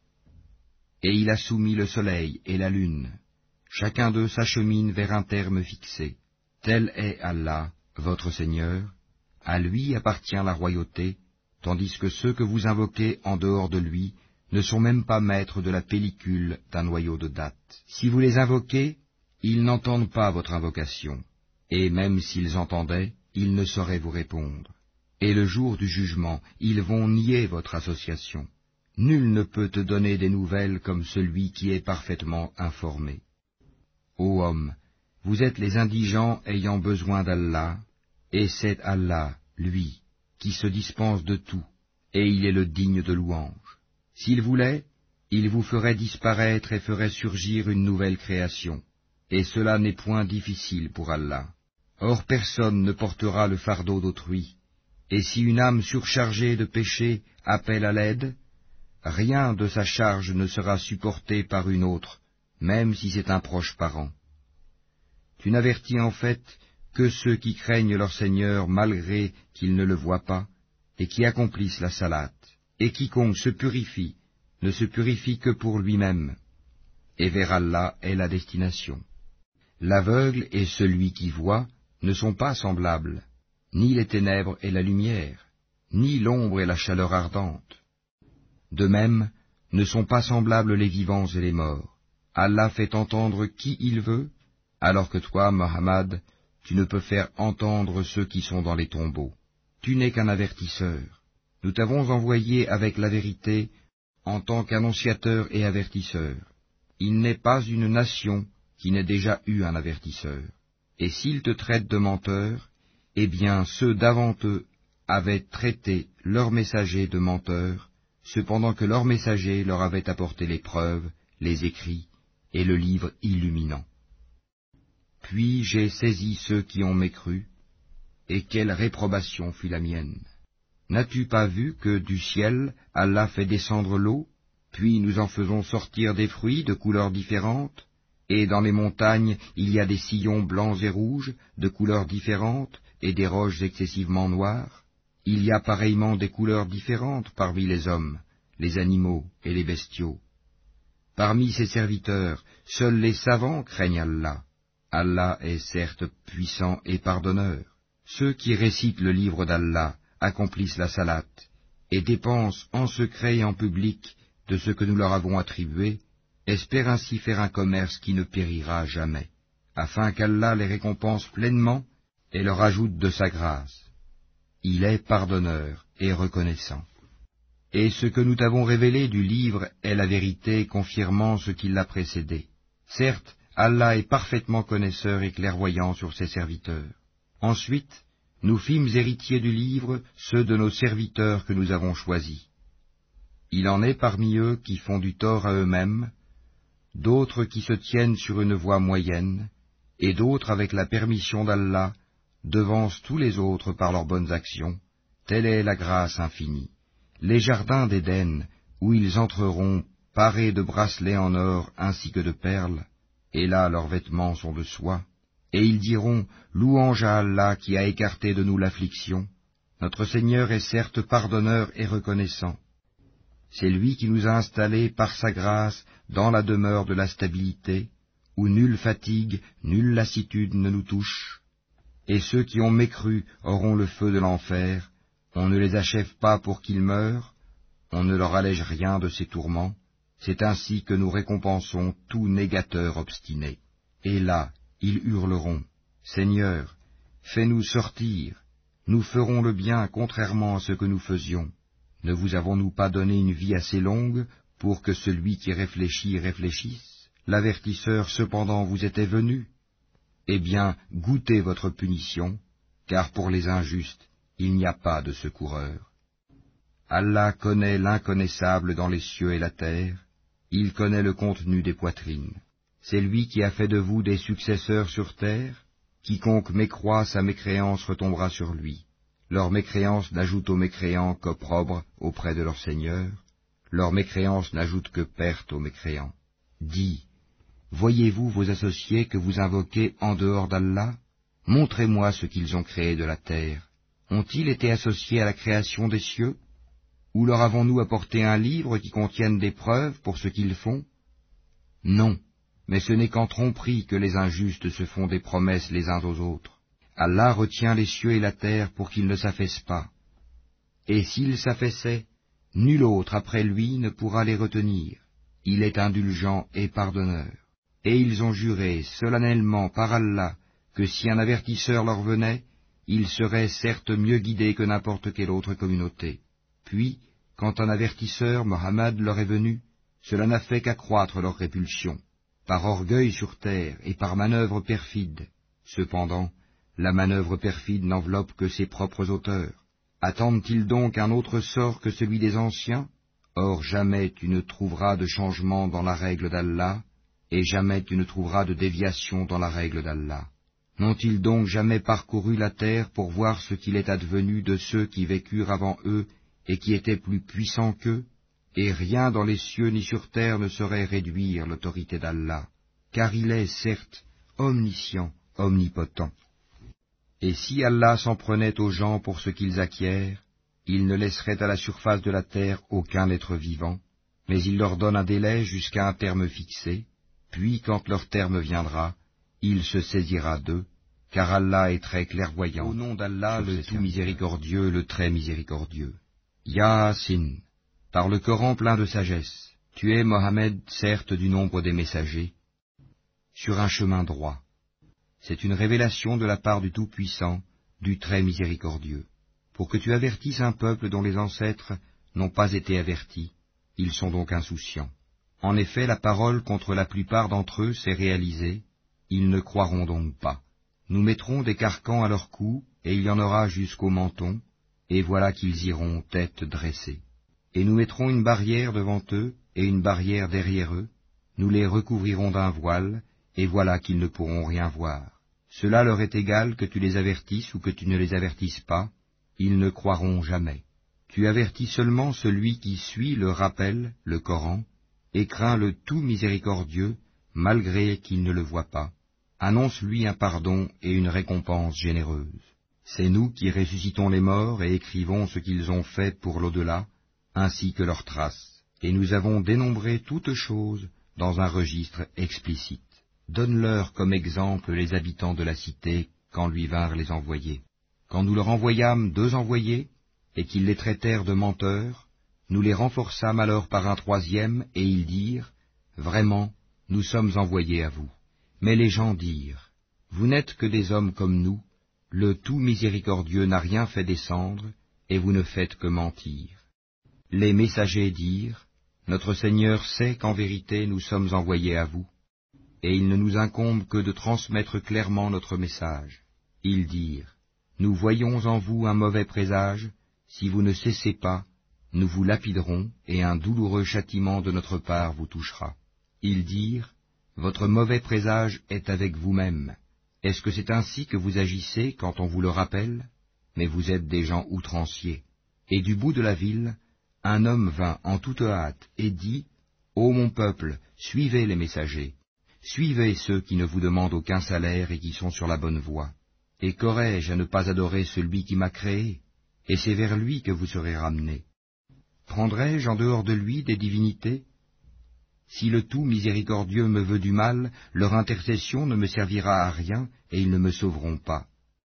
Et il a soumis le soleil et la lune. Chacun d'eux s'achemine vers un terme fixé. Tel est Allah, votre Seigneur. À lui appartient la royauté, tandis que ceux que vous invoquez en dehors de lui ne sont même pas maîtres de la pellicule d'un noyau de date. Si vous les invoquez, ils n'entendent pas votre invocation, et même s'ils entendaient, ils ne sauraient vous répondre. Et le jour du jugement, ils vont nier votre association. Nul ne peut te donner des nouvelles comme celui qui est parfaitement informé. Ô homme, vous êtes les indigents ayant besoin d'Allah, et c'est Allah, lui, qui se dispense de tout, et il est le digne de louange. S'il voulait, il vous ferait disparaître et ferait surgir une nouvelle création, et cela n'est point difficile pour Allah. Or personne ne portera le fardeau d'autrui, et si une âme surchargée de péché appelle à l'aide, rien de sa charge ne sera supporté par une autre, même si c'est un proche parent. Tu n'avertis en fait que ceux qui craignent leur Seigneur malgré qu'ils ne le voient pas, et qui accomplissent la salate. Et quiconque se purifie, ne se purifie que pour lui-même, et vers Allah est la destination. L'aveugle et celui qui voit ne sont pas semblables, ni les ténèbres et la lumière, ni l'ombre et la chaleur ardente. De même, ne sont pas semblables les vivants et les morts. Allah fait entendre qui il veut, alors que toi, Mohammed, tu ne peux faire entendre ceux qui sont dans les tombeaux. Tu n'es qu'un avertisseur. Nous t'avons envoyé avec la vérité en tant qu'annonciateur et avertisseur. Il n'est pas une nation qui n'ait déjà eu un avertisseur. Et s'ils te traitent de menteur, eh bien ceux d'avant eux avaient traité leurs messagers de menteurs, cependant que leurs messagers leur avaient apporté les preuves, les écrits et le livre illuminant. Puis j'ai saisi ceux qui ont mécru, et quelle réprobation fut la mienne. N'as-tu pas vu que du ciel Allah fait descendre l'eau, puis nous en faisons sortir des fruits de couleurs différentes, et dans les montagnes il y a des sillons blancs et rouges, de couleurs différentes, et des roches excessivement noires? Il y a pareillement des couleurs différentes parmi les hommes, les animaux et les bestiaux. Parmi ses serviteurs, seuls les savants craignent Allah. Allah est certes puissant et pardonneur. Ceux qui récitent le livre d'Allah accomplissent la salate, et dépensent en secret et en public de ce que nous leur avons attribué, espèrent ainsi faire un commerce qui ne périra jamais, afin qu'Allah les récompense pleinement et leur ajoute de sa grâce. Il est pardonneur et reconnaissant. Et ce que nous t'avons révélé du livre est la vérité confirmant ce qui l'a précédé. Certes, Allah est parfaitement connaisseur et clairvoyant sur ses serviteurs. Ensuite, nous fîmes héritiers du livre ceux de nos serviteurs que nous avons choisis. Il en est parmi eux qui font du tort à eux-mêmes, d'autres qui se tiennent sur une voie moyenne, et d'autres avec la permission d'Allah devancent tous les autres par leurs bonnes actions. Telle est la grâce infinie. Les jardins d'Éden, où ils entreront parés de bracelets en or ainsi que de perles, et là leurs vêtements sont de soie. Et ils diront, louange à Allah qui a écarté de nous l'affliction. Notre Seigneur est certes pardonneur et reconnaissant. C'est lui qui nous a installés par sa grâce dans la demeure de la stabilité, où nulle fatigue, nulle lassitude ne nous touche. Et ceux qui ont mécru auront le feu de l'enfer. On ne les achève pas pour qu'ils meurent, on ne leur allège rien de ces tourments. C'est ainsi que nous récompensons tout négateur obstiné. Et là, ils hurleront, « Seigneur, fais-nous sortir, nous ferons le bien contrairement à ce que nous faisions. Ne vous avons-nous pas donné une vie assez longue pour que celui qui réfléchit réfléchisse? L'avertisseur cependant vous était venu. Eh bien, goûtez votre punition, car pour les injustes, il n'y a pas de secoureur. Allah connaît l'inconnaissable dans les cieux et la terre, il connaît le contenu des poitrines. C'est lui qui a fait de vous des successeurs sur terre. Quiconque mécroit, sa mécréance retombera sur lui. Leur mécréance n'ajoute aux mécréants qu'opprobre auprès de leur Seigneur. Leur mécréance n'ajoute que perte aux mécréants. Dis, voyez-vous vos associés que vous invoquez en dehors d'Allah? Montrez-moi ce qu'ils ont créé de la terre. Ont-ils été associés à la création des cieux? Ou leur avons-nous apporté un livre qui contienne des preuves pour ce qu'ils font? Non. Mais ce n'est qu'en tromperie que les injustes se font des promesses les uns aux autres. Allah retient les cieux et la terre pour qu'ils ne s'affaissent pas. Et s'ils s'affaissaient, nul autre après lui ne pourra les retenir. Il est indulgent et pardonneur. Et ils ont juré solennellement par Allah que si un avertisseur leur venait, ils seraient certes mieux guidés que n'importe quelle autre communauté. Puis, quand un avertisseur, Mohammed, leur est venu, cela n'a fait qu'accroître leur répulsion, par orgueil sur terre et par manœuvre perfide. Cependant, la manœuvre perfide n'enveloppe que ses propres auteurs. Attendent-ils donc un autre sort que celui des anciens? Or jamais tu ne trouveras de changement dans la règle d'Allah, et jamais tu ne trouveras de déviation dans la règle d'Allah. N'ont-ils donc jamais parcouru la terre pour voir ce qu'il est advenu de ceux qui vécurent avant eux et qui étaient plus puissants qu'eux? Et rien dans les cieux ni sur terre ne saurait réduire l'autorité d'Allah, car il est, certes, omniscient, omnipotent. Et si Allah s'en prenait aux gens pour ce qu'ils acquièrent, il ne laisserait à la surface de la terre aucun être vivant, mais il leur donne un délai jusqu'à un terme fixé, puis quand leur terme viendra, il se saisira d'eux, car Allah est très clairvoyant. Au nom d'Allah, le tout miséricordieux, le très miséricordieux. Yasin, par le Coran plein de sagesse, tu es, Mohammed, certes du nombre des messagers, sur un chemin droit. C'est une révélation de la part du Tout-Puissant, du très miséricordieux, pour que tu avertisses un peuple dont les ancêtres n'ont pas été avertis, ils sont donc insouciants. En effet, la parole contre la plupart d'entre eux s'est réalisée, ils ne croiront donc pas. Nous mettrons des carcans à leur cou, et il y en aura jusqu'au menton, et voilà qu'ils iront tête dressée. Et nous mettrons une barrière devant eux, et une barrière derrière eux, nous les recouvrirons d'un voile, et voilà qu'ils ne pourront rien voir. Cela leur est égal que tu les avertisses ou que tu ne les avertisses pas, ils ne croiront jamais. Tu avertis seulement celui qui suit le rappel, le Coran, et craint le tout miséricordieux, malgré qu'il ne le voie pas. Annonce-lui un pardon et une récompense généreuse. C'est nous qui ressuscitons les morts et écrivons ce qu'ils ont fait pour l'au-delà, ainsi que leurs traces, et nous avons dénombré toutes choses dans un registre explicite. Donne-leur comme exemple les habitants de la cité quand lui vinrent les envoyés. Quand nous leur envoyâmes deux envoyés, et qu'ils les traitèrent de menteurs, nous les renforçâmes alors par un troisième, et ils dirent, « Vraiment, nous sommes envoyés à vous. » Mais les gens dirent, « Vous n'êtes que des hommes comme nous, le tout miséricordieux n'a rien fait descendre, et vous ne faites que mentir. » Les messagers dirent, « Notre Seigneur sait qu'en vérité nous sommes envoyés à vous, et il ne nous incombe que de transmettre clairement notre message. » Ils dirent, « Nous voyons en vous un mauvais présage, si vous ne cessez pas, nous vous lapiderons, et un douloureux châtiment de notre part vous touchera. » Ils dirent, « Votre mauvais présage est avec vous-même. Est-ce que c'est ainsi que vous agissez quand on vous le rappelle? Mais vous êtes des gens outranciers. » Et du bout de la ville, un homme vint en toute hâte et dit, « Ô mon peuple, suivez les messagers. Suivez ceux qui ne vous demandent aucun salaire et qui sont sur la bonne voie. Et qu'aurais-je à ne pas adorer celui qui m'a créé? Et c'est vers lui que vous serez ramenés. Prendrai-je en dehors de lui des divinités? Si le tout miséricordieux me veut du mal, leur intercession ne me servira à rien et ils ne me sauveront pas.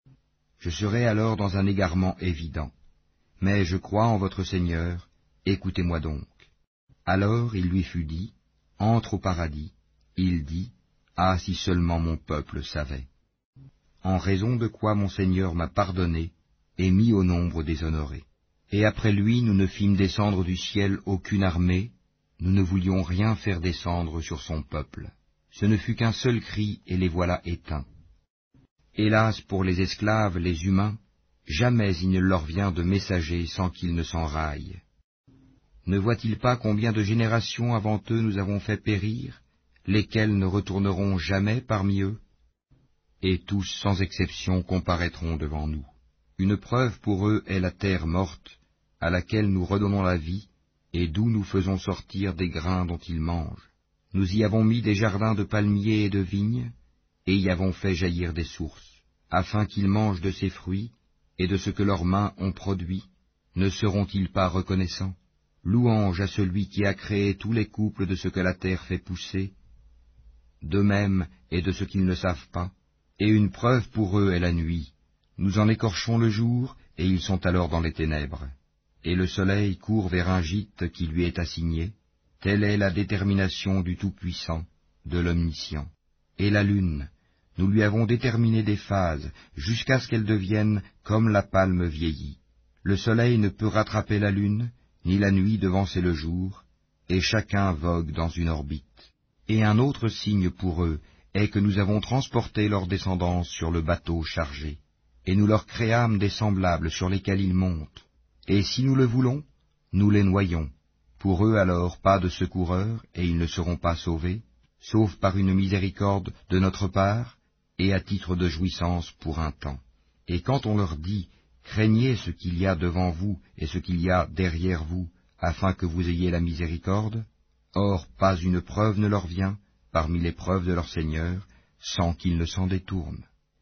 Je serai alors dans un égarement évident. Mais je crois en votre Seigneur, écoutez-moi donc. » Alors il lui fut dit, « Entre au paradis. » Il dit, « Ah, si seulement mon peuple savait. » En raison de quoi mon Seigneur m'a pardonné et mis au nombre des honorés. Et après lui nous ne fîmes descendre du ciel aucune armée, nous ne voulions rien faire descendre sur son peuple. Ce ne fut qu'un seul cri et les voilà éteints. Hélas pour les esclaves, les humains, jamais il ne leur vient de messager sans qu'ils ne s'enraillent. Ne voient-ils pas combien de générations avant eux nous avons fait périr, lesquels ne retourneront jamais parmi eux? Et tous sans exception comparaîtront devant nous. Une preuve pour eux est la terre morte, à laquelle nous redonnons la vie, et d'où nous faisons sortir des grains dont ils mangent. Nous y avons mis des jardins de palmiers et de vignes, et y avons fait jaillir des sources, afin qu'ils mangent de ces fruits, et de ce que leurs mains ont produit. Ne seront-ils pas reconnaissants? Louange à celui qui a créé tous les couples de ce que la terre fait pousser, d'eux-mêmes et de ce qu'ils ne savent pas. Et une preuve pour eux est la nuit. Nous en écorchons le jour, et ils sont alors dans les ténèbres. Et le soleil court vers un gîte qui lui est assigné. Telle est la détermination du Tout-Puissant, de l'Omniscient. Et la lune, nous lui avons déterminé des phases, jusqu'à ce qu'elle devienne comme la palme vieillie. Le soleil ne peut rattraper la lune, ni la nuit devancer le jour, et chacun vogue dans une orbite. Et un autre signe pour eux est que nous avons transporté leur descendance sur le bateau chargé, et nous leur créâmes des semblables sur lesquels ils montent. Et si nous le voulons, nous les noyons. Pour eux alors pas de secoureur, et ils ne seront pas sauvés, sauf par une miséricorde de notre part, et à titre de jouissance pour un temps. Et quand on leur dit, craignez ce qu'il y a devant vous et ce qu'il y a derrière vous, afin que vous ayez la miséricorde, or pas une preuve ne leur vient, parmi les preuves de leur Seigneur, sans qu'ils ne s'en détournent.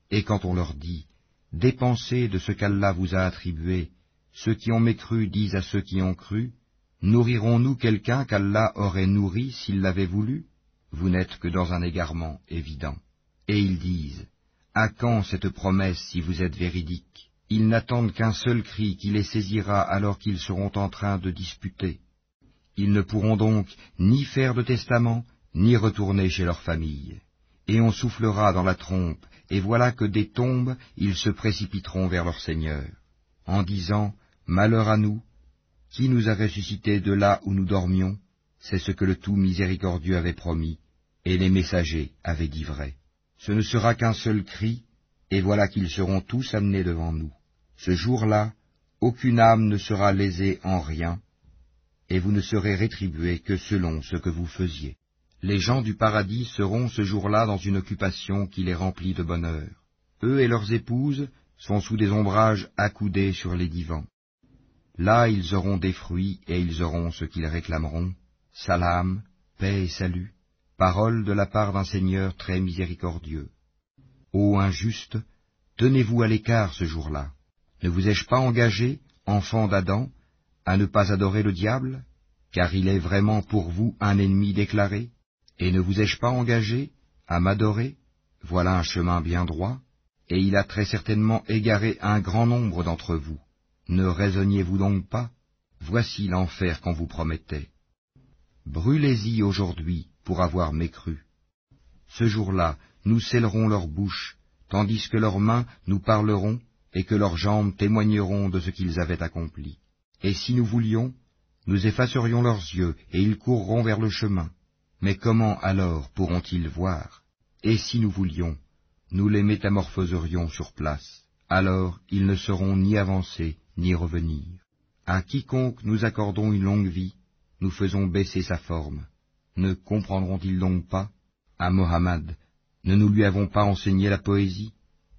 Et quand on leur dit, « Dépensez de ce qu'Allah vous a attribué, ceux qui ont mécru disent à ceux qui ont cru, « Nourrirons-nous quelqu'un qu'Allah aurait nourri s'il l'avait voulu ?» Vous n'êtes que dans un égarement évident. Et ils disent, « À quand cette promesse si vous êtes véridiques ? Ils n'attendent qu'un seul cri qui les saisira alors qu'ils seront en train de disputer. Ils ne pourront donc ni faire de testament, ni retourner chez leur famille. Et on soufflera dans la trompe, et voilà que des tombes, ils se précipiteront vers leur Seigneur, en disant, « Malheur à nous, qui nous a ressuscités de là où nous dormions ?» C'est ce que le tout miséricordieux avait promis, et les messagers avaient dit vrai. Ce ne sera qu'un seul cri, et voilà qu'ils seront tous amenés devant nous. Ce jour-là, aucune âme ne sera lésée en rien, et vous ne serez rétribués que selon ce que vous faisiez. Les gens du paradis seront ce jour-là dans une occupation qui les remplit de bonheur. Eux et leurs épouses sont sous des ombrages accoudés sur les divans. Là ils auront des fruits et ils auront ce qu'ils réclameront. Salam, paix et salut, parole de la part d'un Seigneur très miséricordieux. Ô injustes, tenez-vous à l'écart ce jour-là. Ne vous ai-je pas engagé, enfants d'Adam, à ne pas adorer le diable, car il est vraiment pour vous un ennemi déclaré? Et ne vous ai-je pas engagé à m'adorer? Voilà un chemin bien droit, et il a très certainement égaré un grand nombre d'entre vous. Ne raisonniez-vous donc pas? Voici l'enfer qu'on vous promettait. Brûlez-y aujourd'hui pour avoir mécru. Ce jour-là, nous scellerons leurs bouches, tandis que leurs mains nous parleront et que leurs jambes témoigneront de ce qu'ils avaient accompli. Et si nous voulions, nous effacerions leurs yeux et ils courront vers le chemin. Mais comment alors pourront-ils voir? Et si nous voulions, nous les métamorphoserions sur place. Alors ils ne sauront ni avancer ni revenir. À quiconque nous accordons une longue vie, nous faisons baisser sa forme. Ne comprendront-ils donc pas? À Mohammed, ne nous lui avons pas enseigné la poésie?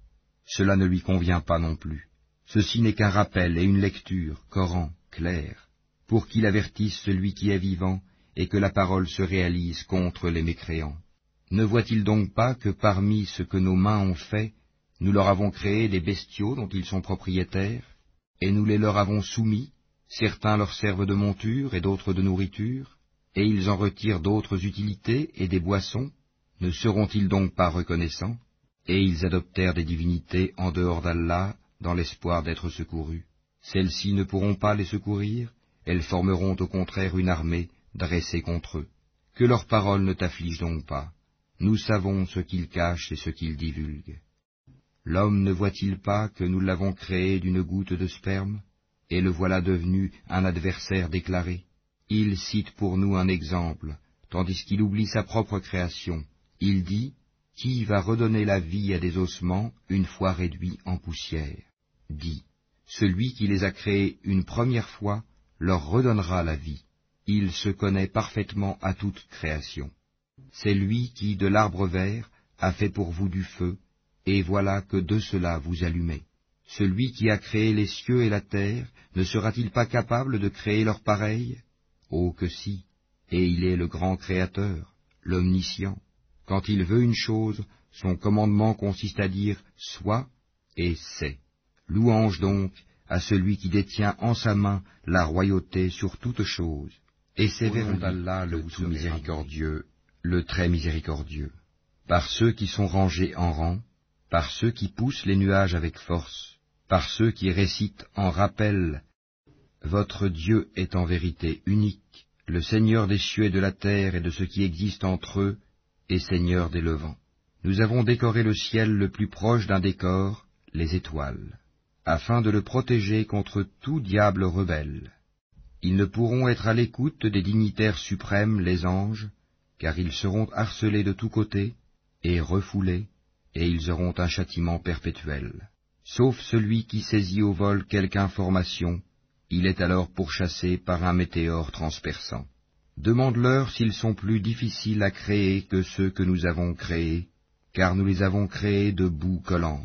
Cela ne lui convient pas non plus. Ceci n'est qu'un rappel et une lecture, Coran, clair, pour qu'il avertisse celui qui est vivant et que la parole se réalise contre les mécréants. Ne voit-il donc pas que parmi ce que nos mains ont fait, nous leur avons créé des bestiaux dont ils sont propriétaires, et nous les leur avons soumis, certains leur servent de monture et d'autres de nourriture, et ils en retirent d'autres utilités et des boissons, ne seront-ils donc pas reconnaissants? Et ils adoptèrent des divinités en dehors d'Allah, dans l'espoir d'être secourus. Celles-ci ne pourront pas les secourir, elles formeront au contraire une armée dressée contre eux. Que leurs paroles ne t'affligent donc pas. Nous savons ce qu'ils cachent et ce qu'ils divulguent. L'homme ne voit-il pas que nous l'avons créé d'une goutte de sperme, et le voilà devenu un adversaire déclaré? Il cite pour nous un exemple, tandis qu'il oublie sa propre création. Il dit, « Qui va redonner la vie à des ossements une fois réduits en poussière ?» Dit, « Celui qui les a créés une première fois leur redonnera la vie. Il se connaît parfaitement à toute création. C'est lui qui, de l'arbre vert, a fait pour vous du feu, et voilà que de cela vous allumez. Celui qui a créé les cieux et la terre, ne sera-t-il pas capable de créer leur pareil? Oh que si, et il est le grand Créateur, l'Omniscient. Quand il veut une chose, son commandement consiste à dire « soit » et « c'est ». Louange donc à celui qui détient en sa main la royauté sur toute chose. Et c'est vers d'Allah le tout miséricordieux, le très miséricordieux. Par ceux qui sont rangés en rang, par ceux qui poussent les nuages avec force, par ceux qui récitent en rappel « Votre Dieu est en vérité unique, le Seigneur des cieux et de la terre et de ce qui existe entre eux, et Seigneur des levants. Nous avons décoré le ciel le plus proche d'un décor, les étoiles, afin de le protéger contre tout diable rebelle. Ils ne pourront être à l'écoute des dignitaires suprêmes, les anges, car ils seront harcelés de tous côtés, et refoulés, et ils auront un châtiment perpétuel. Sauf celui qui saisit au vol quelque information, il est alors pourchassé par un météore transperçant. Demande-leur s'ils sont plus difficiles à créer que ceux que nous avons créés, car nous les avons créés de boue collante.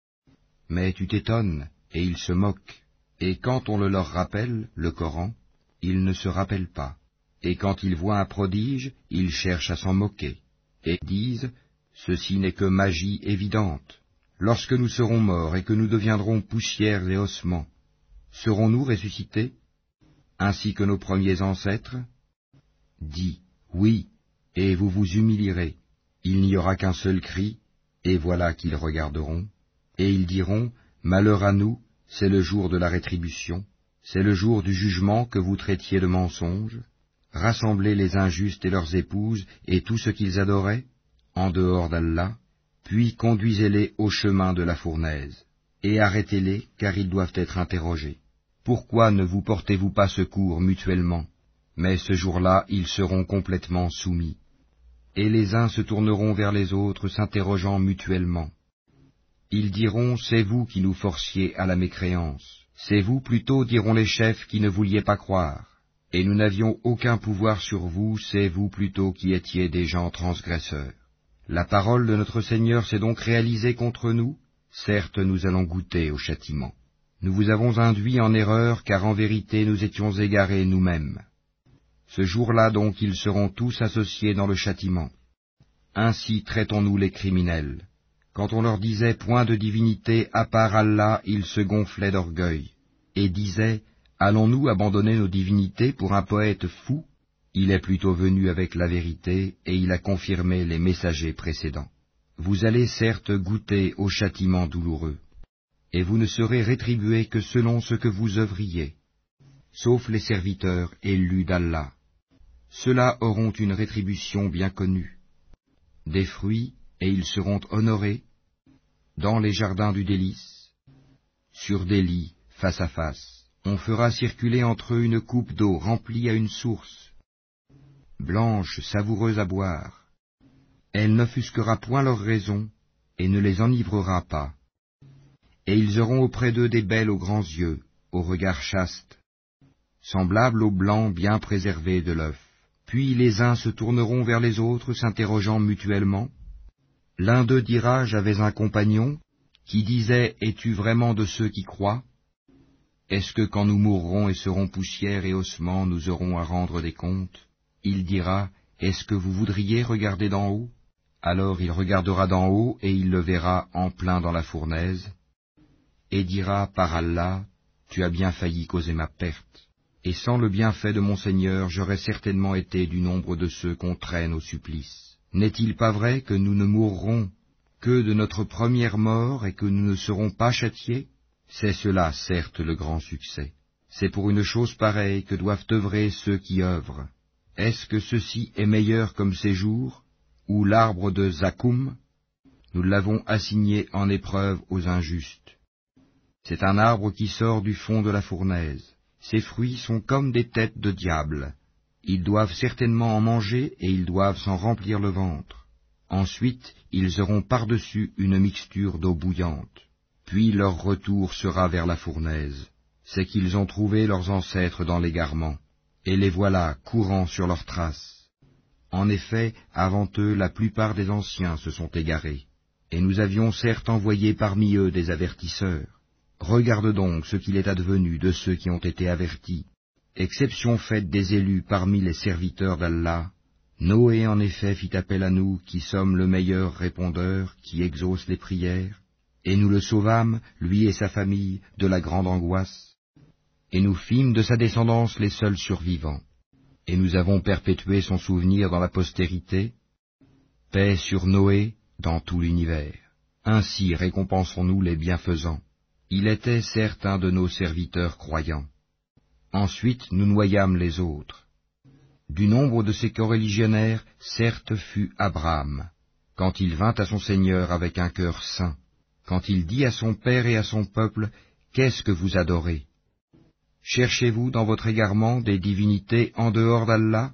Mais tu t'étonnes, et ils se moquent, et quand on le leur rappelle, le Coran, ils ne se rappellent pas, et quand ils voient un prodige, ils cherchent à s'en moquer, et disent, ceci n'est que magie évidente. Lorsque nous serons morts et que nous deviendrons poussière et ossements, serons-nous ressuscités, ainsi que nos premiers ancêtres? Dis, oui, et vous vous humilierez. Il n'y aura qu'un seul cri, et voilà qu'ils regarderont. Et ils diront, malheur à nous, c'est le jour de la rétribution, c'est le jour du jugement que vous traitiez de mensonge. Rassemblez les injustes et leurs épouses et tout ce qu'ils adoraient, en dehors d'Allah, puis conduisez-les au chemin de la fournaise, et arrêtez-les, car ils doivent être interrogés. Pourquoi ne vous portez-vous pas secours mutuellement? Mais ce jour-là, ils seront complètement soumis. Et les uns se tourneront vers les autres, s'interrogeant mutuellement. Ils diront, c'est vous qui nous forciez à la mécréance. C'est vous plutôt, diront les chefs, qui ne vouliez pas croire. Et nous n'avions aucun pouvoir sur vous, c'est vous plutôt qui étiez des gens transgresseurs. La parole de notre Seigneur s'est donc réalisée contre nous. Certes, nous allons goûter au châtiment. Nous vous avons induits en erreur, car en vérité nous étions égarés nous-mêmes. Ce jour-là donc ils seront tous associés dans le châtiment. Ainsi traitons-nous les criminels. Quand on leur disait point de divinité à part Allah, ils se gonflaient d'orgueil, et disaient, allons-nous abandonner nos divinités pour un poète fou? Il est plutôt venu avec la vérité, et il a confirmé les messagers précédents. Vous allez certes goûter au châtiment douloureux, et vous ne serez rétribués que selon ce que vous œuvriez, sauf les serviteurs élus d'Allah. Ceux-là auront une rétribution bien connue, des fruits, et ils seront honorés, dans les jardins du délice, sur des lits, face à face. On fera circuler entre eux une coupe d'eau remplie à une source, blanche, savoureuse à boire. Elle n'offusquera point leur raison, et ne les enivrera pas. Et ils auront auprès d'eux des belles aux grands yeux, au regard chaste, semblables au blanc bien préservé de l'œuf. Puis les uns se tourneront vers les autres, s'interrogeant mutuellement. L'un d'eux dira, j'avais un compagnon, qui disait, es-tu vraiment de ceux qui croient? Est-ce que quand nous mourrons et serons poussière et ossements, nous aurons à rendre des comptes? Il dira, est-ce que vous voudriez regarder d'en haut? Alors il regardera d'en haut, et il le verra en plein dans la fournaise, et dira, par Allah, tu as bien failli causer ma perte. Et sans le bienfait de mon Seigneur, j'aurais certainement été du nombre de ceux qu'on traîne au supplice. N'est-il pas vrai que nous ne mourrons que de notre première mort et que nous ne serons pas châtiés? C'est cela, certes, le grand succès. C'est pour une chose pareille que doivent œuvrer ceux qui œuvrent. Est-ce que ceci est meilleur comme séjour, ou l'arbre de Zakoum? Nous l'avons assigné en épreuve aux injustes. C'est un arbre qui sort du fond de la fournaise. Ses fruits sont comme des têtes de diable. Ils doivent certainement en manger et ils doivent s'en remplir le ventre. Ensuite, ils auront par-dessus une mixture d'eau bouillante. Puis leur retour sera vers la fournaise. C'est qu'ils ont trouvé leurs ancêtres dans l'égarement, et les voilà courant sur leurs traces. En effet, avant eux, la plupart des anciens se sont égarés, et nous avions certes envoyé parmi eux des avertisseurs. Regarde donc ce qu'il est advenu de ceux qui ont été avertis. Exception faite des élus parmi les serviteurs d'Allah, Noé en effet fit appel à nous qui sommes le meilleur répondeur qui exauce les prières, et nous le sauvâmes, lui et sa famille, de la grande angoisse, et nous fîmes de sa descendance les seuls survivants, et nous avons perpétué son souvenir dans la postérité. Paix sur Noé dans tout l'univers. Ainsi récompensons-nous les bienfaisants. Il était certes un de nos serviteurs croyants. Ensuite nous noyâmes les autres. Du nombre de ces coreligionnaires, certes fut Abraham, quand il vint à son Seigneur avec un cœur saint, quand il dit à son père et à son peuple, « Qu'est-ce que vous adorez? Cherchez-vous dans votre égarement des divinités en dehors d'Allah?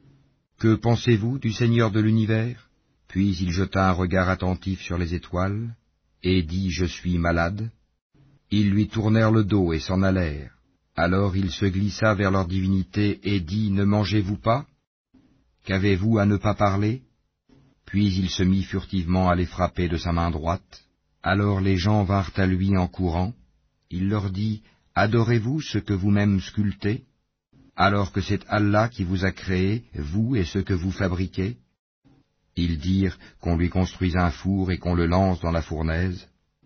Que pensez-vous du Seigneur de l'univers ?» Puis il jeta un regard attentif sur les étoiles, et dit, « Je suis malade. » Ils lui tournèrent le dos et s'en allèrent. Alors il se glissa vers leur divinité et dit, « Ne mangez-vous pas? Qu'avez-vous à ne pas parler ?» Puis il se mit furtivement à les frapper de sa main droite. Alors les gens vinrent à lui en courant. Il leur dit, « Adorez-vous ce que vous-même sculptez, alors que c'est Allah qui vous a créé, vous et ce que vous fabriquez ?» Ils dirent qu'on lui construise un four et qu'on le lance dans la fournaise.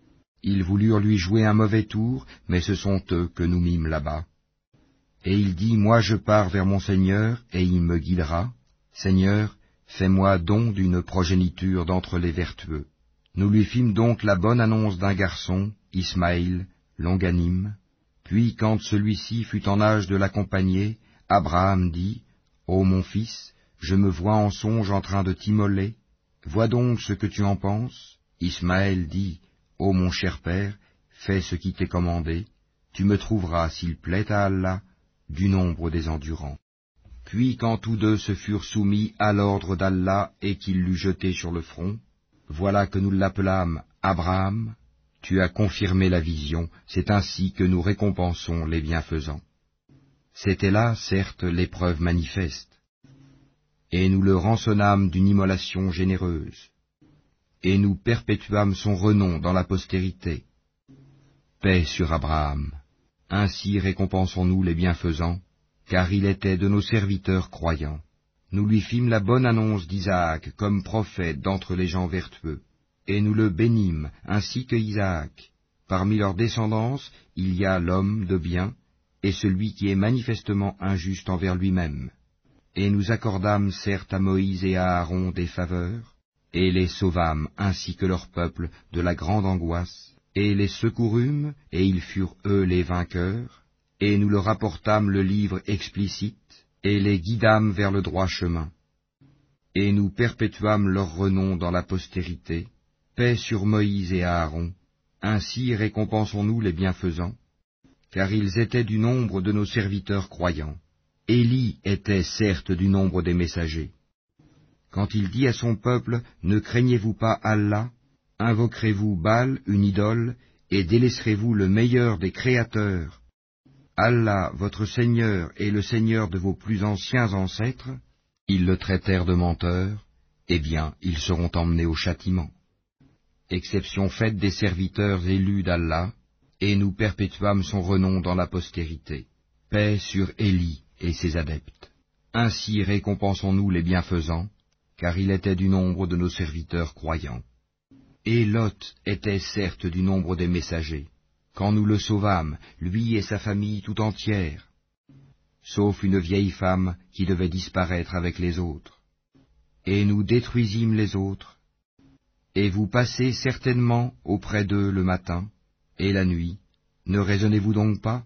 Ils voulurent lui jouer un mauvais tour, mais ce sont eux que nous mîmes là-bas. Et il dit, moi je pars vers mon Seigneur, et il me guidera. Seigneur, fais-moi don d'une progéniture d'entre les vertueux. Nous lui fîmes donc la bonne annonce d'un garçon, Ismaël, longanime. Puis quand celui-ci fut en âge de l'accompagner, Abraham dit, ô mon fils, je me vois en songe en train de t'immoler. Vois donc ce que tu en penses. Ismaël dit, ô mon cher père, fais ce qui t'est commandé. Tu me trouveras, s'il plaît à Allah, du nombre des endurants. Puis quand tous deux se furent soumis à l'ordre d'Allah et qu'il l'eut jeté sur le front, voilà que nous l'appelâmes Abraham. Tu as confirmé la vision, c'est ainsi que nous récompensons les bienfaisants. C'était là, certes, l'épreuve manifeste. Et nous le rançonnâmes d'une immolation généreuse. Et nous perpétuâmes son renom dans la postérité. Paix sur Abraham. Ainsi récompensons-nous les bienfaisants, car il était de nos serviteurs croyants. Nous lui fîmes la bonne annonce d'Isaac comme prophète d'entre les gens vertueux, et nous le bénîmes ainsi que Isaac. Parmi leur descendance, il y a l'homme de bien, et celui qui est manifestement injuste envers lui-même. Et nous accordâmes certes à Moïse et à Aaron des faveurs, et les sauvâmes ainsi que leur peuple de la grande angoisse, et les secourûmes, et ils furent eux les vainqueurs, et nous leur apportâmes le livre explicite, et les guidâmes vers le droit chemin. Et nous perpétuâmes leur renom dans la postérité, paix sur Moïse et Aaron, ainsi récompensons-nous les bienfaisants, car ils étaient du nombre de nos serviteurs croyants. Élie était certes du nombre des messagers. Quand il dit à son peuple, ne craignez-vous pas Allah, invoquerez-vous Baal, une idole, et délaisserez-vous le meilleur des créateurs, Allah, votre Seigneur, est le Seigneur de vos plus anciens ancêtres, ils le traitèrent de menteur, eh bien, ils seront emmenés au châtiment. Exception faite des serviteurs élus d'Allah, et nous perpétuâmes son renom dans la postérité. Paix sur Élie et ses adeptes. Ainsi récompensons-nous les bienfaisants, car il était du nombre de nos serviteurs croyants. Et Lot était certes du nombre des messagers, quand nous le sauvâmes, lui et sa famille tout entière, sauf une vieille femme qui devait disparaître avec les autres. Et nous détruisîmes les autres, et vous passez certainement auprès d'eux le matin et la nuit, ne raisonnez-vous donc pas?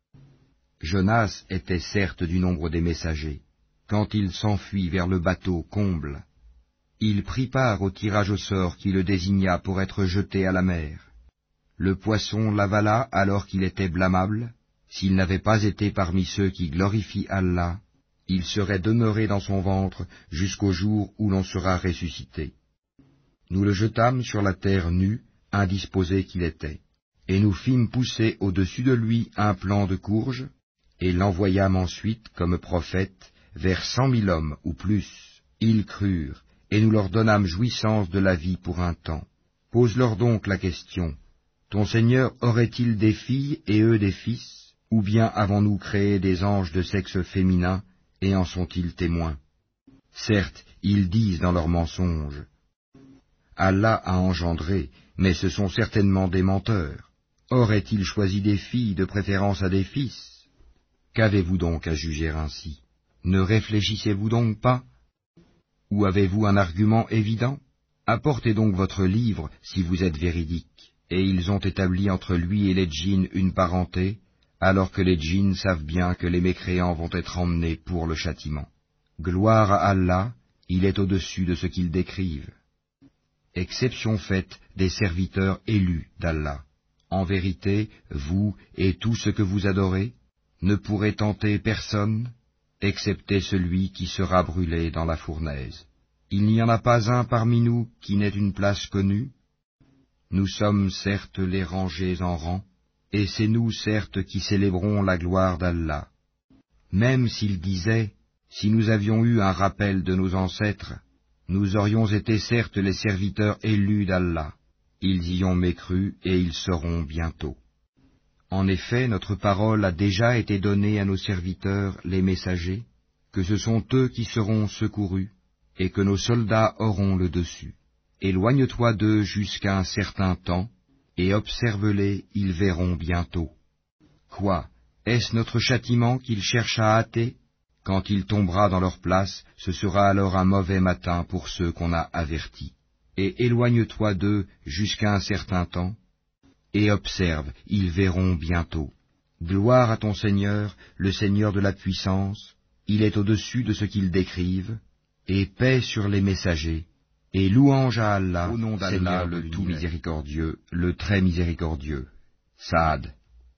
Jonas était certes du nombre des messagers, quand il s'enfuit vers le bateau comble. Il prit part au tirage au sort qui le désigna pour être jeté à la mer. Le poisson l'avala alors qu'il était blâmable. S'il n'avait pas été parmi ceux qui glorifient Allah, il serait demeuré dans son ventre jusqu'au jour où l'on sera ressuscité. Nous le jetâmes sur la terre nue, indisposé qu'il était, et nous fîmes pousser au-dessus de lui un plant de courge, et l'envoyâmes ensuite comme prophète vers cent mille hommes ou plus. Ils crurent, et nous leur donnâmes jouissance de la vie pour un temps. Pose-leur donc la question, ton Seigneur aurait-il des filles et eux des fils, ou bien avons-nous créé des anges de sexe féminin, et en sont-ils témoins? Certes, ils disent dans leurs mensonges, Allah a engendré, mais ce sont certainement des menteurs. Aurait-il choisi des filles de préférence à des fils? Qu'avez-vous donc à juger ainsi? Ne réfléchissez-vous donc pas? Ou avez-vous un argument évident? Apportez donc votre livre si vous êtes véridique. Et ils ont établi entre lui et les djinns une parenté, alors que les djinns savent bien que les mécréants vont être emmenés pour le châtiment. Gloire à Allah, il est au-dessus de ce qu'ils décrivent. Exception faite des serviteurs élus d'Allah. En vérité, vous et tout ce que vous adorez ne pourrez tenter personne, excepté celui qui sera brûlé dans la fournaise. Il n'y en a pas un parmi nous qui n'ait une place connue. Nous sommes certes les rangés en rang, et c'est nous certes qui célébrons la gloire d'Allah. Même s'ils disaient, si nous avions eu un rappel de nos ancêtres, nous aurions été certes les serviteurs élus d'Allah. Ils y ont mécru et ils seront bientôt. En effet, notre parole a déjà été donnée à nos serviteurs, les messagers, que ce sont eux qui seront secourus, et que nos soldats auront le dessus. Éloigne-toi d'eux jusqu'à un certain temps, et observe-les, ils verront bientôt. Quoi? Est-ce notre châtiment qu'ils cherchent à hâter? Quand il tombera dans leur place, ce sera alors un mauvais matin pour ceux qu'on a avertis. Et éloigne-toi d'eux jusqu'à un certain temps, et observe, ils verront bientôt. Gloire à ton Seigneur, le Seigneur de la puissance, il est au-dessus de ce qu'ils décrivent, et paix sur les messagers, et louange à Allah, au nom d'Allah, le tout miséricordieux, le très miséricordieux. Saad.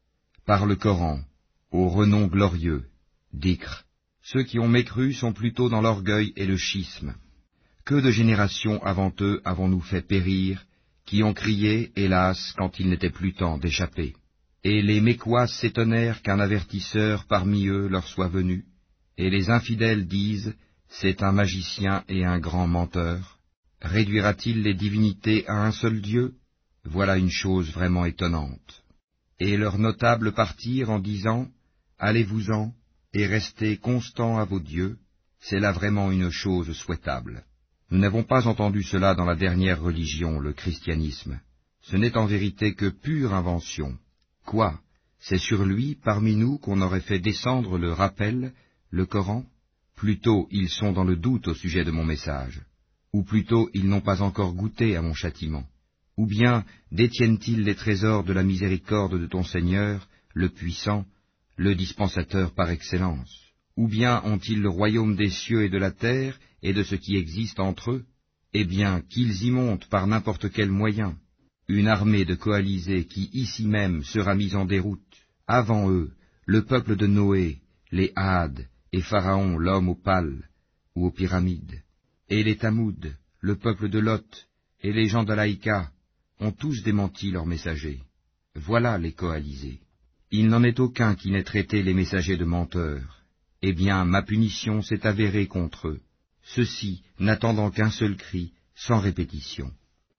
Par le Coran, au renom glorieux, Dhikr. Ceux qui ont mécru sont plutôt dans l'orgueil et le schisme. Que de générations avant eux avons-nous fait périr, qui ont crié, hélas, quand il n'était plus temps d'échapper. Et les Mécois s'étonnèrent qu'un avertisseur parmi eux leur soit venu, et les infidèles disent, c'est un magicien et un grand menteur. Réduira-t-il les divinités à un seul Dieu? Voilà une chose vraiment étonnante. Et leurs notables partirent en disant, allez-vous-en, et restez constants à vos dieux, c'est là vraiment une chose souhaitable. Nous n'avons pas entendu cela dans la dernière religion, le christianisme. Ce n'est en vérité que pure invention. Quoi? C'est sur lui, parmi nous, qu'on aurait fait descendre le rappel, le Coran? Plutôt ils sont dans le doute au sujet de mon message, ou plutôt ils n'ont pas encore goûté à mon châtiment. Ou bien détiennent-ils les trésors de la miséricorde de ton Seigneur, le puissant, le dispensateur par excellence? Ou bien ont-ils le royaume des cieux et de la terre, et de ce qui existe entre eux? Eh bien, qu'ils y montent par n'importe quel moyen. Une armée de coalisés qui ici même sera mise en déroute. Avant eux, le peuple de Noé, les Hades, et Pharaon, l'homme aux pales, ou aux pyramides. Et les Tamoud, le peuple de Lot, et les gens d'Alaïka, ont tous démenti leurs messagers. Voilà les coalisés. Il n'en est aucun qui n'ait traité les messagers de menteurs. Eh bien, ma punition s'est avérée contre eux, ceux-ci n'attendant qu'un seul cri, sans répétition.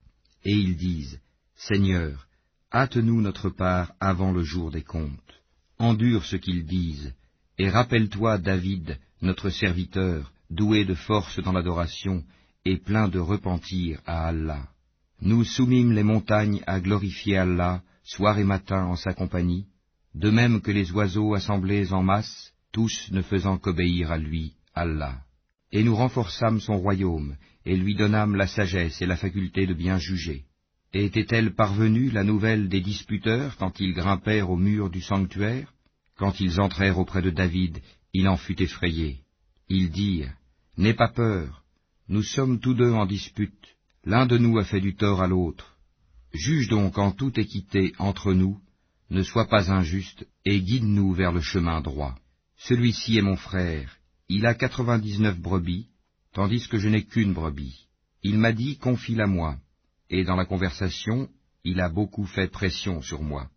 Et ils disent, Seigneur, hâte-nous notre part avant le jour des comptes. Endure ce qu'ils disent, et rappelle-toi David, notre serviteur, doué de force dans l'adoration, et plein de repentir à Allah. Nous soumîmes les montagnes à glorifier Allah, soir et matin en sa compagnie, de même que les oiseaux assemblés en masse, tous ne faisant qu'obéir à lui, Allah. Et nous renforçâmes son royaume, et lui donnâmes la sagesse et la faculté de bien juger. Et était-elle parvenue la nouvelle des disputeurs quand ils grimpèrent au mur du sanctuaire? Quand ils entrèrent auprès de David, il en fut effrayé. Ils dirent, n'aie pas peur, nous sommes tous deux en dispute, l'un de nous a fait du tort à l'autre. Juge donc en toute équité entre nous, ne sois pas injuste, et guide-nous vers le chemin droit. Celui-ci est mon frère, il a quatre-vingt-dix-neuf brebis, tandis que je n'ai qu'une brebis. Il m'a dit, confie-la moi, et dans la conversation, il a beaucoup fait pression sur moi.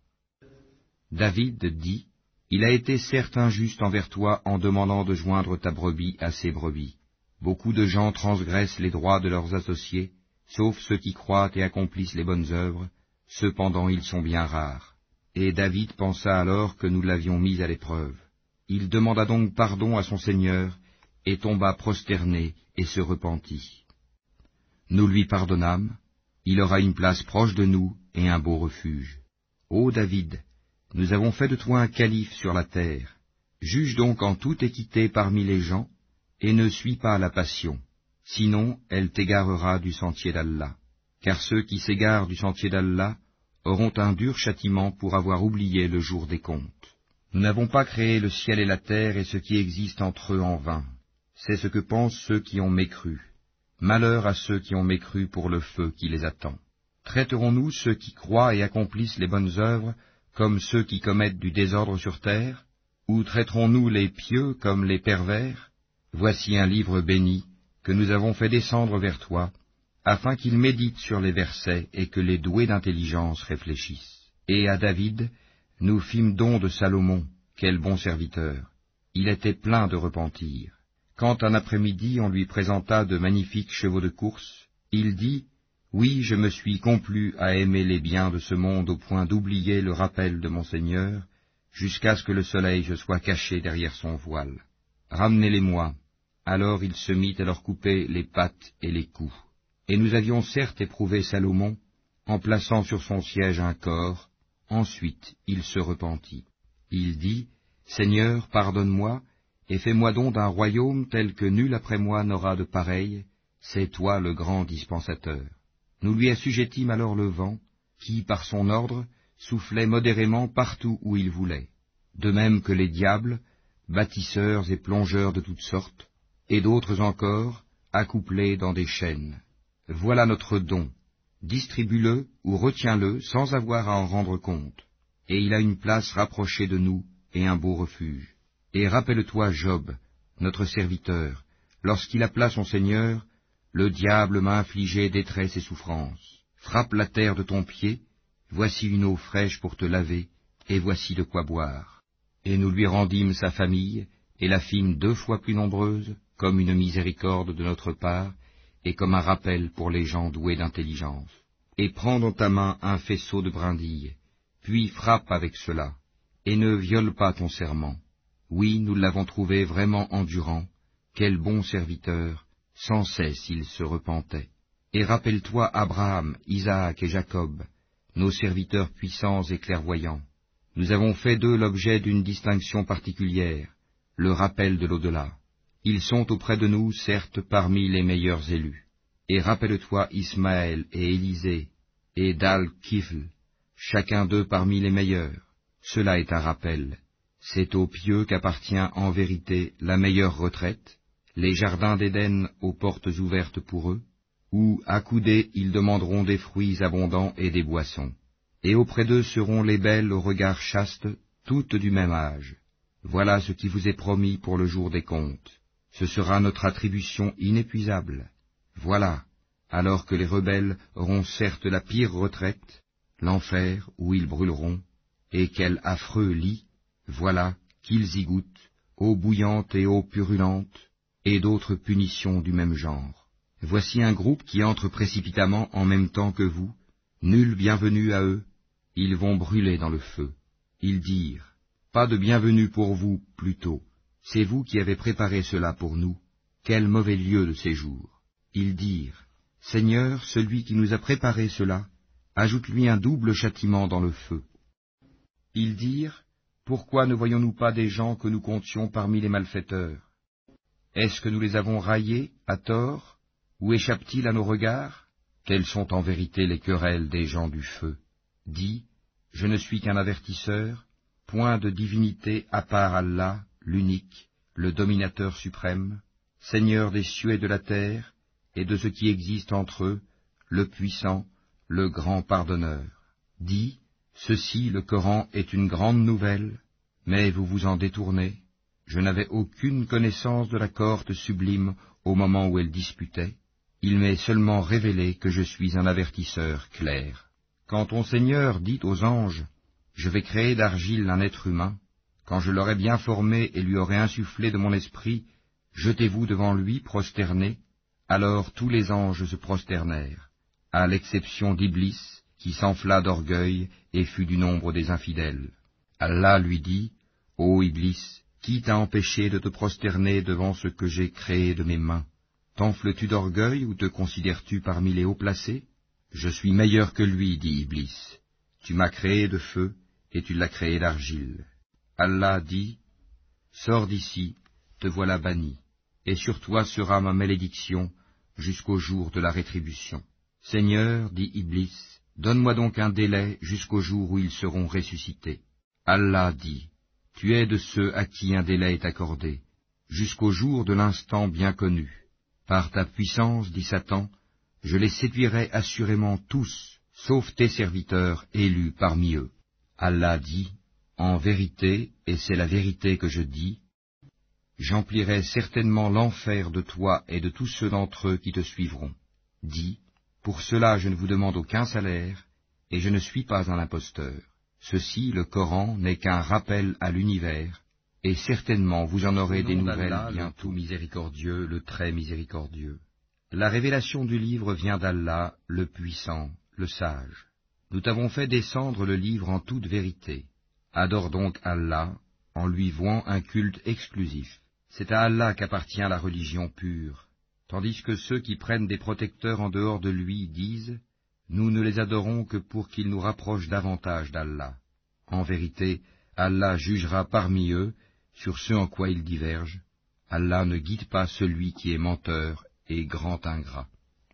David dit, il a été certes injuste envers toi en demandant de joindre ta brebis à ses brebis. Beaucoup de gens transgressent les droits de leurs associés, sauf ceux qui croient et accomplissent les bonnes œuvres, cependant ils sont bien rares. Et David pensa alors que nous l'avions mis à l'épreuve. Il demanda donc pardon à son Seigneur, et tomba prosterné et se repentit. Nous lui pardonnâmes, il aura une place proche de nous et un beau refuge. Ô David, nous avons fait de toi un calife sur la terre. Juge donc en toute équité parmi les gens, et ne suis pas la passion, sinon elle t'égarera du sentier d'Allah. Car ceux qui s'égarent du sentier d'Allah auront un dur châtiment pour avoir oublié le jour des comptes. Nous n'avons pas créé le ciel et la terre et ce qui existe entre eux en vain. C'est ce que pensent ceux qui ont mécru. Malheur à ceux qui ont mécru pour le feu qui les attend. Traiterons-nous ceux qui croient et accomplissent les bonnes œuvres comme ceux qui commettent du désordre sur terre? Ou traiterons-nous les pieux comme les pervers? Voici un livre béni que nous avons fait descendre vers toi, afin qu'ils méditent sur les versets et que les doués d'intelligence réfléchissent. Et à David, nous fîmes don de Salomon, quel bon serviteur. Il était plein de repentir. Quand un après-midi on lui présenta de magnifiques chevaux de course, il dit, « Oui, je me suis complu à aimer les biens de ce monde au point d'oublier le rappel de mon Seigneur, jusqu'à ce que le soleil se soit caché derrière son voile. Ramenez-les-moi. » Alors il se mit à leur couper les pattes et les coups. Et nous avions certes éprouvé Salomon, en plaçant sur son siège un corps. Ensuite il se repentit. Il dit, Seigneur, pardonne-moi, et fais-moi don d'un royaume tel que nul après moi n'aura de pareil, c'est toi le grand dispensateur. Nous lui assujettîmes alors le vent, qui, par son ordre, soufflait modérément partout où il voulait, de même que les diables, bâtisseurs et plongeurs de toutes sortes, et d'autres encore, accouplés dans des chaînes. Voilà notre don, distribue-le ou retiens-le sans avoir à en rendre compte, et il a une place rapprochée de nous et un beau refuge. Et rappelle-toi Job, notre serviteur, lorsqu'il appela son Seigneur, le diable m'a infligé détresse et souffrance. Frappe la terre de ton pied, voici une eau fraîche pour te laver, et voici de quoi boire. Et nous lui rendîmes sa famille, et la fîmes deux fois plus nombreuse, comme une miséricorde de notre part, et comme un rappel pour les gens doués d'intelligence. Et prends dans ta main un faisceau de brindilles, puis frappe avec cela, et ne viole pas ton serment. Oui, nous l'avons trouvé vraiment endurant, quel bon serviteur, sans cesse il se repentait. Et rappelle-toi Abraham, Isaac et Jacob, nos serviteurs puissants et clairvoyants. Nous avons fait d'eux l'objet d'une distinction particulière, le rappel de l'au-delà. Ils sont auprès de nous, certes, parmi les meilleurs élus. Et rappelle-toi Ismaël et Élisée, et Dal-Kifl, chacun d'eux parmi les meilleurs. Cela est un rappel. C'est aux pieux qu'appartient en vérité la meilleure retraite, les jardins d'Éden aux portes ouvertes pour eux, où, accoudés, ils demanderont des fruits abondants et des boissons. Et auprès d'eux seront les belles au regard chaste, toutes du même âge. Voilà ce qui vous est promis pour le jour des comptes. Ce sera notre attribution inépuisable. Voilà, alors que les rebelles auront certes la pire retraite, l'enfer où ils brûleront, et quel affreux lit, voilà qu'ils y goûtent, eau bouillante et eau purulente, et d'autres punitions du même genre. Voici un groupe qui entre précipitamment en même temps que vous, nul bienvenu à eux, ils vont brûler dans le feu. Ils dirent, pas de bienvenue pour vous, plutôt, c'est vous qui avez préparé cela pour nous, quel mauvais lieu de séjour. Ils dirent, Seigneur, celui qui nous a préparé cela, ajoute-lui un double châtiment dans le feu. Ils dirent, pourquoi ne voyons-nous pas des gens que nous comptions parmi les malfaiteurs? Est-ce que nous les avons raillés, à tort, ou échappent-ils à nos regards? Quelles sont en vérité les querelles des gens du feu? Dis, je ne suis qu'un avertisseur, point de divinité à part Allah, l'unique, le dominateur suprême, Seigneur des cieux et de la terre, et de ce qui existe entre eux, le puissant, le grand pardonneur. Dis, ceci, le Coran, est une grande nouvelle, mais vous vous en détournez. Je n'avais aucune connaissance de la cohorte sublime au moment où elle disputait. Il m'est seulement révélé que je suis un avertisseur clair. Quand ton Seigneur dit aux anges, « Je vais créer d'argile un être humain », quand je l'aurai bien formé et lui aurai insufflé de mon esprit, jetez-vous devant lui prosternés. Alors tous les anges se prosternèrent, à l'exception d'Iblis, qui s'enfla d'orgueil et fut du nombre des infidèles. Allah lui dit, « Ô Iblis, qui t'a empêché de te prosterner devant ce que j'ai créé de mes mains? T'enfles-tu d'orgueil ou te considères-tu parmi les hauts placés? Je suis meilleur que lui, dit Iblis. Tu m'as créé de feu, et tu l'as créé d'argile. Allah dit, sors d'ici, te voilà banni, et sur toi sera ma malédiction jusqu'au jour de la rétribution. Seigneur, dit Iblis, donne-moi donc un délai jusqu'au jour où ils seront ressuscités. Allah dit, tu es de ceux à qui un délai est accordé, jusqu'au jour de l'instant bien connu. Par ta puissance, dit Satan, je les séduirai assurément tous, sauf tes serviteurs élus parmi eux. Allah dit, en vérité, et c'est la vérité que je dis, j'emplirai certainement l'enfer de toi et de tous ceux d'entre eux qui te suivront. Dis, pour cela je ne vous demande aucun salaire, et je ne suis pas un imposteur. Ceci, le Coran, n'est qu'un rappel à l'univers, et certainement vous en aurez des nouvelles bientôt. Miséricordieux, le très miséricordieux. La révélation du livre vient d'Allah, le puissant, le sage. Nous t'avons fait descendre le livre en toute vérité. Adore donc Allah, en lui vouant un culte exclusif. C'est à Allah qu'appartient la religion pure, tandis que ceux qui prennent des protecteurs en dehors de lui disent, nous ne les adorons que pour qu'ils nous rapprochent davantage d'Allah. En vérité, Allah jugera parmi eux sur ce en quoi ils divergent. Allah ne guide pas celui qui est menteur et grand ingrat.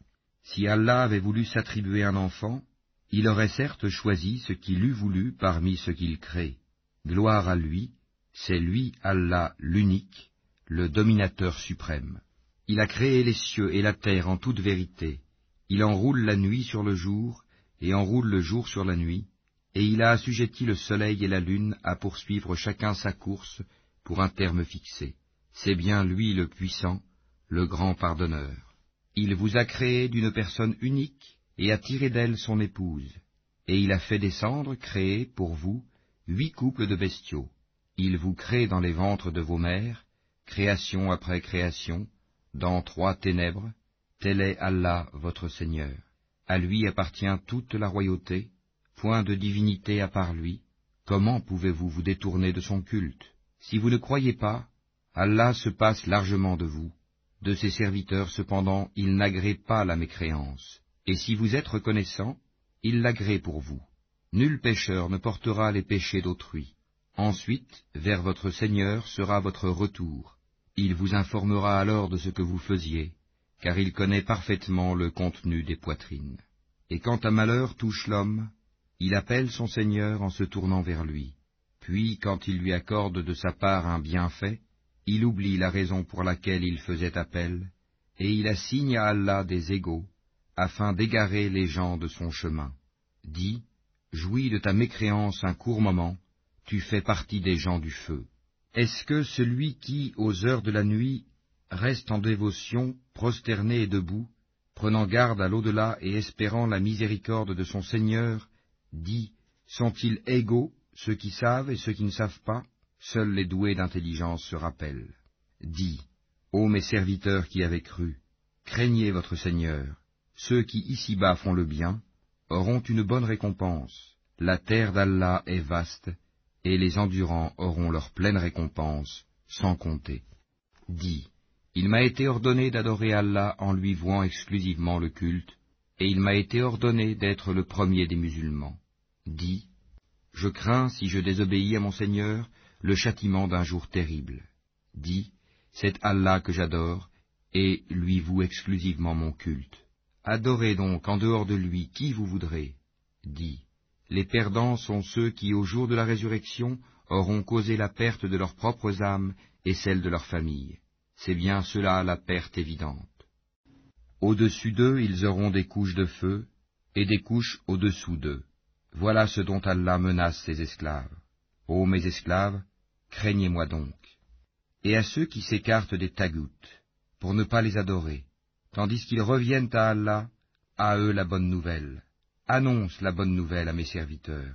Si Allah avait voulu s'attribuer un enfant, il aurait certes choisi ce qu'il eût voulu parmi ce qu'il crée. Gloire à lui, c'est lui, Allah, l'unique, le dominateur suprême. Il a créé les cieux et la terre en toute vérité. Il enroule la nuit sur le jour, et enroule le jour sur la nuit, et il a assujetti le soleil et la lune à poursuivre chacun sa course pour un terme fixé. C'est bien lui le puissant, le grand pardonneur. Il vous a créé d'une personne unique, et a tiré d'elle son épouse, et il a fait descendre, créer, pour vous, huit couples de bestiaux. Il vous crée dans les ventres de vos mères, création après création, dans trois ténèbres. Tel est Allah, votre Seigneur. À lui appartient toute la royauté, point de divinité à part lui. Comment pouvez-vous vous détourner de son culte? Si vous ne croyez pas, Allah se passe largement de vous. De ses serviteurs, cependant, il n'agrée pas la mécréance. Et si vous êtes reconnaissant, il l'agrée pour vous. Nul pécheur ne portera les péchés d'autrui. Ensuite, vers votre Seigneur sera votre retour. Il vous informera alors de ce que vous faisiez, car il connaît parfaitement le contenu des poitrines. Et quand un malheur touche l'homme, il appelle son Seigneur en se tournant vers lui. Puis, quand il lui accorde de sa part un bienfait, il oublie la raison pour laquelle il faisait appel, et il assigne à Allah des égaux, afin d'égarer les gens de son chemin. Dis, jouis de ta mécréance un court moment, tu fais partie des gens du feu. Est-ce que celui qui, aux heures de la nuit, reste en dévotion, prosterné et debout, prenant garde à l'au-delà et espérant la miséricorde de son Seigneur, dit, sont-ils égaux, ceux qui savent et ceux qui ne savent pas? Seuls les doués d'intelligence se rappellent. Dis, ô mes serviteurs qui avez cru, craignez votre Seigneur. Ceux qui ici-bas font le bien auront une bonne récompense. La terre d'Allah est vaste, et les endurants auront leur pleine récompense, sans compter. Dis, il m'a été ordonné d'adorer Allah en lui vouant exclusivement le culte, et il m'a été ordonné d'être le premier des musulmans. Dis, je crains, si je désobéis à mon Seigneur, le châtiment d'un jour terrible. Dis, c'est Allah que j'adore, et lui voue exclusivement mon culte. Adorez donc en dehors de lui qui vous voudrez. Dis, les perdants sont ceux qui, au jour de la résurrection, auront causé la perte de leurs propres âmes et celle de leur famille. C'est bien cela la perte évidente. Au-dessus d'eux, ils auront des couches de feu, et des couches au-dessous d'eux. Voilà ce dont Allah menace ses esclaves. Ô mes esclaves, craignez-moi donc. Et à ceux qui s'écartent des tagoutes, pour ne pas les adorer, tandis qu'ils reviennent à Allah, à eux la bonne nouvelle. Annonce la bonne nouvelle à mes serviteurs,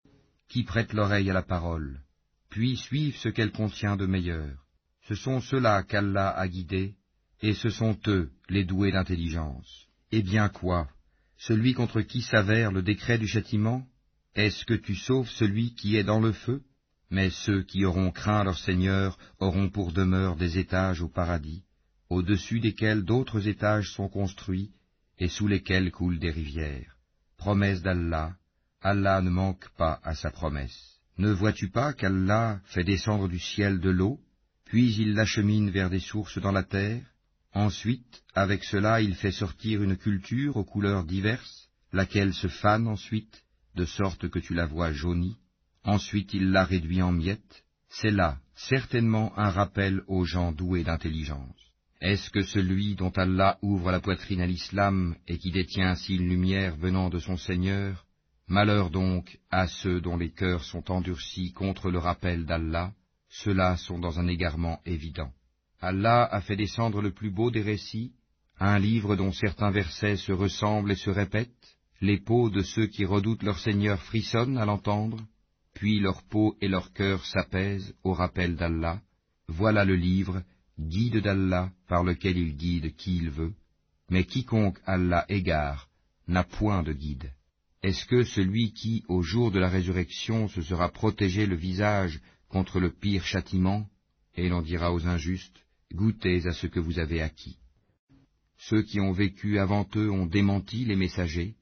qui prêtent l'oreille à la parole, puis suivent ce qu'elle contient de meilleur. Ce sont ceux-là qu'Allah a guidés, et ce sont eux, les doués d'intelligence. Eh bien quoi? Celui contre qui s'avère le décret du châtiment? Est-ce que tu sauves celui qui est dans le feu? Mais ceux qui auront craint leur Seigneur auront pour demeure des étages au paradis, au-dessus desquels d'autres étages sont construits, et sous lesquels coulent des rivières. Promesse d'Allah, Allah ne manque pas à sa promesse. Ne vois-tu pas qu'Allah fait descendre du ciel de l'eau, puis il l'achemine vers des sources dans la terre? Ensuite, avec cela, il fait sortir une culture aux couleurs diverses, laquelle se fane ensuite, de sorte que tu la vois jaunie. Ensuite, il la réduit en miettes. C'est là, certainement, un rappel aux gens doués d'intelligence. Est-ce que celui dont Allah ouvre la poitrine à l'islam et qui détient ainsi une lumière venant de son Seigneur? Malheur donc à ceux dont les cœurs sont endurcis contre le rappel d'Allah, ceux-là sont dans un égarement évident. Allah a fait descendre le plus beau des récits, un livre dont certains versets se ressemblent et se répètent, les peaux de ceux qui redoutent leur Seigneur frissonnent à l'entendre, puis leur peau et leur cœur s'apaisent au rappel d'Allah. Voilà le livre, guide d'Allah, par lequel il guide qui il veut, mais quiconque Allah égare n'a point de guide. Est-ce que celui qui, au jour de la résurrection, se sera protégé le visage contre le pire châtiment? Et l'on dira aux injustes, goûtez à ce que vous avez acquis. Ceux qui ont vécu avant eux ont démenti les messagers,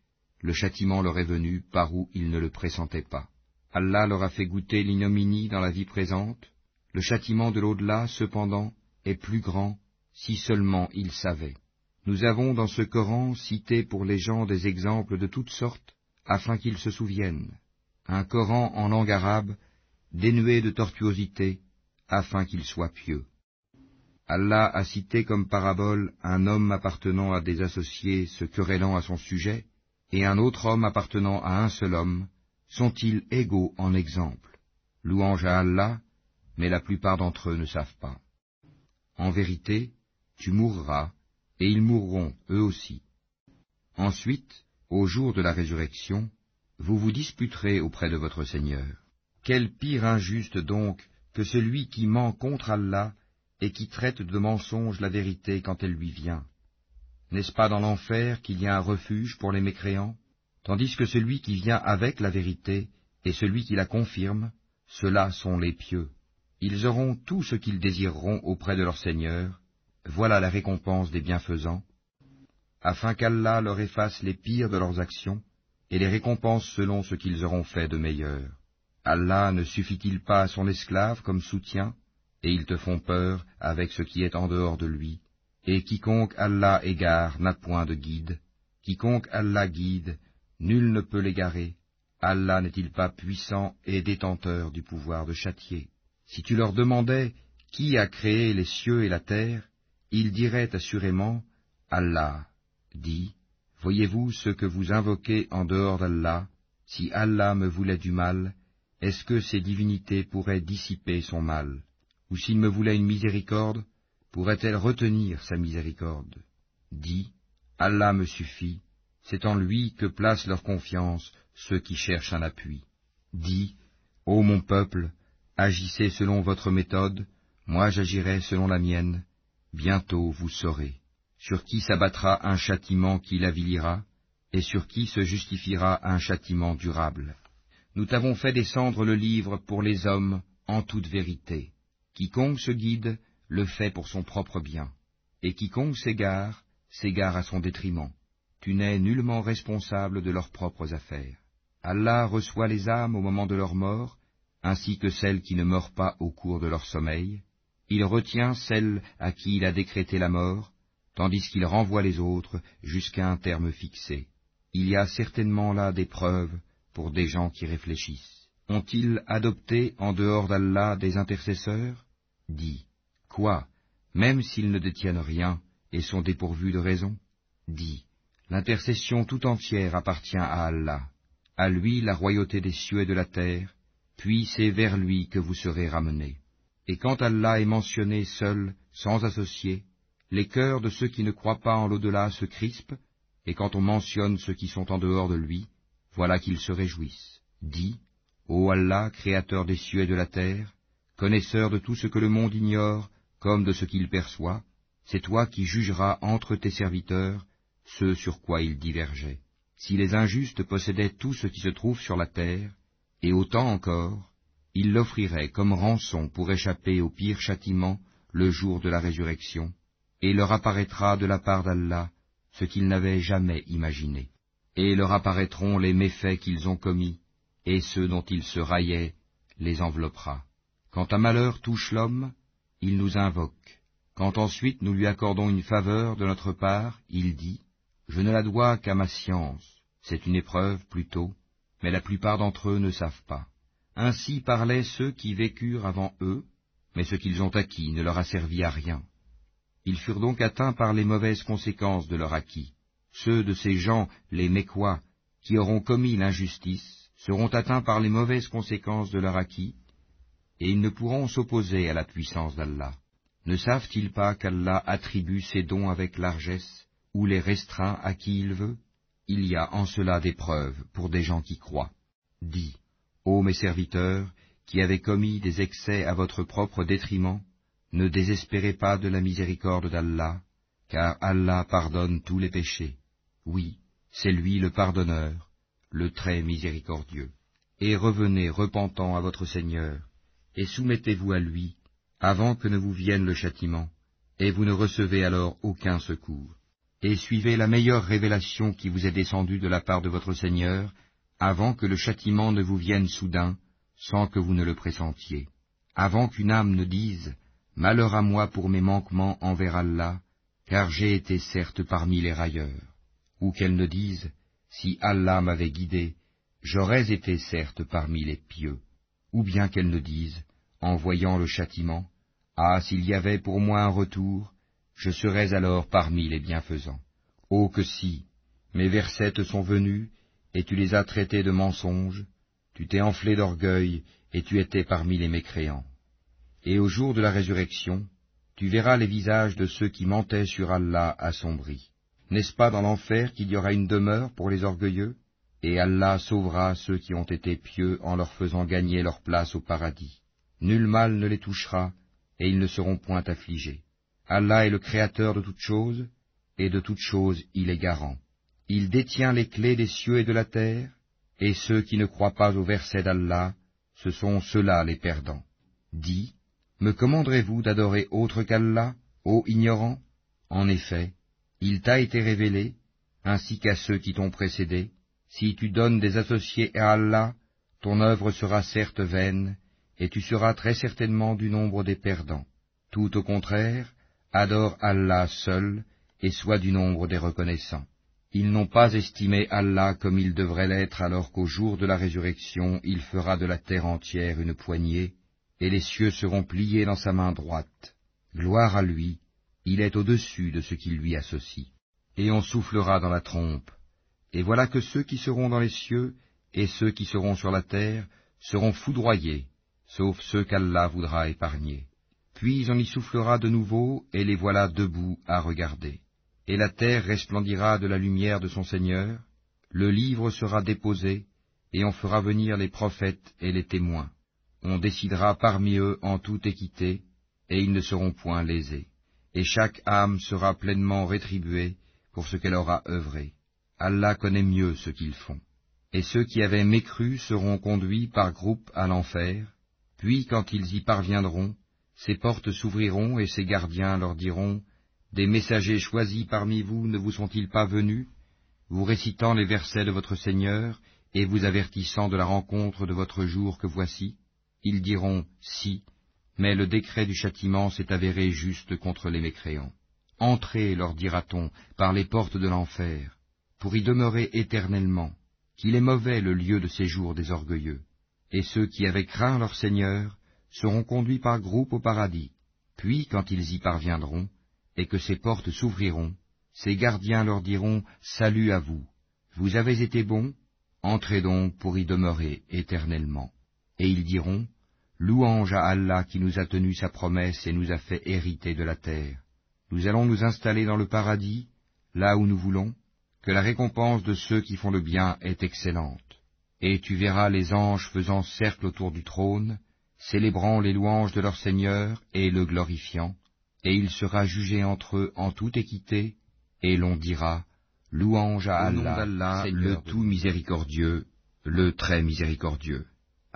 le châtiment leur est venu par où ils ne le pressentaient pas. Allah leur a fait goûter l'ignominie dans la vie présente, le châtiment de l'au-delà, cependant, est plus grand, si seulement ils savaient. Nous avons dans ce Coran cité pour les gens des exemples de toutes sortes, afin qu'ils se souviennent. Un Coran en langue arabe, dénué de tortuosité, afin qu'ils soient pieux. Allah a cité comme parabole un homme appartenant à des associés se querellant à son sujet, et un autre homme appartenant à un seul homme. Sont-ils égaux en exemple? Louange à Allah, mais la plupart d'entre eux ne savent pas. En vérité, tu mourras, et ils mourront eux aussi. Ensuite, au jour de la résurrection, vous vous disputerez auprès de votre Seigneur. Quel pire injuste donc que celui qui ment contre Allah et qui traite de mensonge la vérité quand elle lui vient. N'est-ce pas dans l'enfer qu'il y a un refuge pour les mécréants? Tandis que celui qui vient avec la vérité et celui qui la confirme, ceux-là sont les pieux. Ils auront tout ce qu'ils désireront auprès de leur Seigneur, voilà la récompense des bienfaisants, afin qu'Allah leur efface les pires de leurs actions et les récompense selon ce qu'ils auront fait de meilleur. Allah ne suffit-il pas à son esclave comme soutien, et ils te font peur avec ce qui est en dehors de lui, et quiconque Allah égare n'a point de guide, quiconque Allah guide, nul ne peut l'égarer. Allah n'est-il pas puissant et détenteur du pouvoir de châtier? Si tu leur demandais qui a créé les cieux et la terre, ils diraient assurément Allah. Dis, voyez-vous ce que vous invoquez en dehors d'Allah? Si Allah me voulait du mal, est-ce que ces divinités pourraient dissiper son mal? Ou s'il me voulait une miséricorde, pourrait-elle retenir sa miséricorde? Dis, Allah me suffit, c'est en lui que placent leur confiance ceux qui cherchent un appui. Dis, ô mon peuple, agissez selon votre méthode, moi j'agirai selon la mienne, bientôt vous saurez. Sur qui s'abattra un châtiment qui l'avilira, et sur qui se justifiera un châtiment durable. Nous t'avons fait descendre le livre pour les hommes en toute vérité. Quiconque se guide, le fait pour son propre bien, et quiconque s'égare, s'égare à son détriment. Tu n'es nullement responsable de leurs propres affaires. Allah reçoit les âmes au moment de leur mort, ainsi que celles qui ne meurent pas au cours de leur sommeil. Il retient celles à qui il a décrété la mort, tandis qu'il renvoie les autres jusqu'à un terme fixé. Il y a certainement là des preuves pour des gens qui réfléchissent. Ont-ils adopté en dehors d'Allah des intercesseurs? Dis, quoi, même s'ils ne détiennent rien et sont dépourvus de raison? Dis, l'intercession tout entière appartient à Allah. À lui la royauté des cieux et de la terre, puis c'est vers lui que vous serez ramenés. Et quand Allah est mentionné seul, sans associé, les cœurs de ceux qui ne croient pas en l'au-delà se crispent, et quand on mentionne ceux qui sont en dehors de lui, voilà qu'ils se réjouissent. Dis, ô Allah, créateur des cieux et de la terre, connaisseur de tout ce que le monde ignore, comme de ce qu'il perçoit, c'est toi qui jugeras entre tes serviteurs ce sur quoi ils divergeaient. Si les injustes possédaient tout ce qui se trouve sur la terre, et autant encore, ils l'offriraient comme rançon pour échapper au pire châtiment le jour de la résurrection, et leur apparaîtra de la part d'Allah ce qu'ils n'avaient jamais imaginé. Et leur apparaîtront les méfaits qu'ils ont commis, et ceux dont ils se raillaient les enveloppera. Quand un malheur touche l'homme, il nous invoque. Quand ensuite nous lui accordons une faveur de notre part, il dit, « Je ne la dois qu'à ma science, c'est une épreuve plutôt, mais la plupart d'entre eux ne savent pas. » Ainsi parlaient ceux qui vécurent avant eux, mais ce qu'ils ont acquis ne leur a servi à rien. Ils furent donc atteints par les mauvaises conséquences de leur acquis. Ceux de ces gens, les Mécois, qui auront commis l'injustice, seront atteints par les mauvaises conséquences de leur acquis, et ils ne pourront s'opposer à la puissance d'Allah. Ne savent-ils pas qu'Allah attribue ses dons avec largesse, ou les restreint à qui il veut? Il y a en cela des preuves pour des gens qui croient. Dis, ô mes serviteurs, qui avez commis des excès à votre propre détriment, ne désespérez pas de la miséricorde d'Allah, car Allah pardonne tous les péchés. Oui, c'est lui le pardonneur, le très miséricordieux. Et revenez repentant à votre Seigneur, et soumettez-vous à lui, avant que ne vous vienne le châtiment, et vous ne recevez alors aucun secours. et suivez la meilleure révélation qui vous est descendue de la part de votre Seigneur, avant que le châtiment ne vous vienne soudain, sans que vous ne le pressentiez. Avant qu'une âme ne dise « Malheur à moi pour mes manquements envers Allah, car j'ai été certes parmi les railleurs », ou qu'elle ne dise « Si Allah m'avait guidé, j'aurais été certes parmi les pieux », ou bien qu'elle ne dise, en voyant le châtiment, « Ah, s'il y avait pour moi un retour, je serais alors parmi les bienfaisants. » Oh que si, mes versets te sont venus, et tu les as traités de mensonges, tu t'es enflé d'orgueil, et tu étais parmi les mécréants. Et au jour de la résurrection, tu verras les visages de ceux qui mentaient sur Allah assombris. N'est-ce pas dans l'enfer qu'il y aura une demeure pour les orgueilleux? Et Allah sauvera ceux qui ont été pieux en leur faisant gagner leur place au paradis. Nul mal ne les touchera, et ils ne seront point affligés. Allah est le créateur de toutes choses, et de toutes choses il est garant. Il détient les clés des cieux et de la terre, et ceux qui ne croient pas au verset d'Allah, ce sont ceux-là les perdants. Dis, me commanderez-vous d'adorer autre qu'Allah, ô ignorant? En effet, il t'a été révélé, ainsi qu'à ceux qui t'ont précédé, si tu donnes des associés à Allah, ton œuvre sera certes vaine, et tu seras très certainement du nombre des perdants. Tout au contraire, adore Allah seul, et sois du nombre des reconnaissants. Ils n'ont pas estimé Allah comme il devrait l'être, alors qu'au jour de la résurrection, il fera de la terre entière une poignée, et les cieux seront pliés dans sa main droite. Gloire à lui, il est au-dessus de ce qui lui associe. Et on soufflera dans la trompe, et voilà que ceux qui seront dans les cieux, et ceux qui seront sur la terre, seront foudroyés, sauf ceux qu'Allah voudra épargner. Puis on y soufflera de nouveau, et les voilà debout à regarder. Et la terre resplendira de la lumière de son Seigneur, le livre sera déposé, et on fera venir les prophètes et les témoins. On décidera parmi eux en toute équité, et ils ne seront point lésés. Et chaque âme sera pleinement rétribuée pour ce qu'elle aura œuvré. Allah connaît mieux ce qu'ils font. Et ceux qui avaient mécru seront conduits par groupes à l'enfer, puis quand ils y parviendront, ces portes s'ouvriront et ces gardiens leur diront, « Des messagers choisis parmi vous ne vous sont-ils pas venus, vous récitant les versets de votre Seigneur et vous avertissant de la rencontre de votre jour que voici ?» Ils diront, « Si, mais le décret du châtiment s'est avéré juste contre les mécréants. Entrez, leur dira-t-on, par les portes de l'enfer, pour y demeurer éternellement, qu'il est mauvais le lieu de séjour des orgueilleux. Et ceux qui avaient craint leur Seigneur seront conduits par groupes au paradis. Puis, quand ils y parviendront, et que ces portes s'ouvriront, ces gardiens leur diront, « Salut à vous, vous avez été bons, entrez donc pour y demeurer éternellement. » Et ils diront, « Louange à Allah qui nous a tenu sa promesse et nous a fait hériter de la terre. Nous allons nous installer dans le paradis, là où nous voulons, que la récompense de ceux qui font le bien est excellente. Et tu verras les anges faisant cercle autour du trône, célébrant les louanges de leur Seigneur et le glorifiant, et il sera jugé entre eux en toute équité, et l'on dira, louange à Allah, le tout miséricordieux, le très miséricordieux.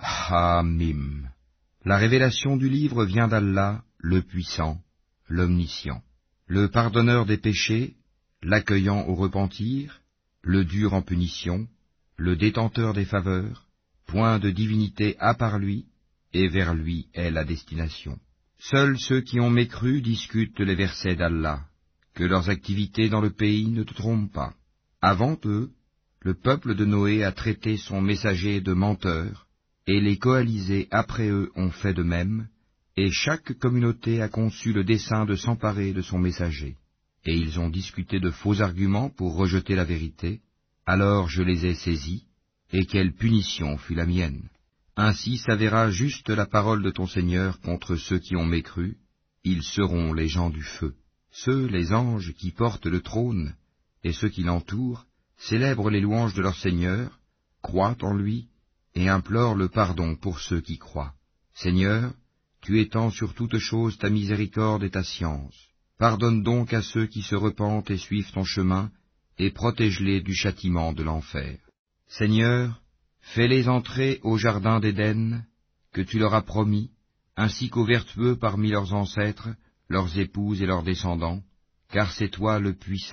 Hamim. La révélation du livre vient d'Allah, le puissant, l'omniscient, le pardonneur des péchés, l'accueillant au repentir, le dur en punition, le détenteur des faveurs, point de divinité à part lui, et vers lui est la destination. Seuls ceux qui ont mécru discutent les versets d'Allah, que leurs activités dans le pays ne te trompent pas. Avant eux, le peuple de Noé a traité son messager de menteur, et les coalisés après eux ont fait de même, et chaque communauté a conçu le dessein de s'emparer de son messager. Et ils ont discuté de faux arguments pour rejeter la vérité, alors je les ai saisis, et quelle punition fut la mienne. Ainsi s'avéra juste la parole de ton Seigneur contre ceux qui ont mécru, ils seront les gens du feu. Ceux, les anges, qui portent le trône, et ceux qui l'entourent, célèbrent les louanges de leur Seigneur, croient en lui, et implorent le pardon pour ceux qui croient. Seigneur, tu étends sur toute chose ta miséricorde et ta science. Pardonne donc à ceux qui se repentent et suivent ton chemin, et protège-les du châtiment de l'enfer. Seigneur, fais-les entrer au jardin d'Éden, que tu leur as promis, ainsi qu'aux vertueux parmi leurs ancêtres, leurs épouses et leurs descendants, car c'est toi le puissant,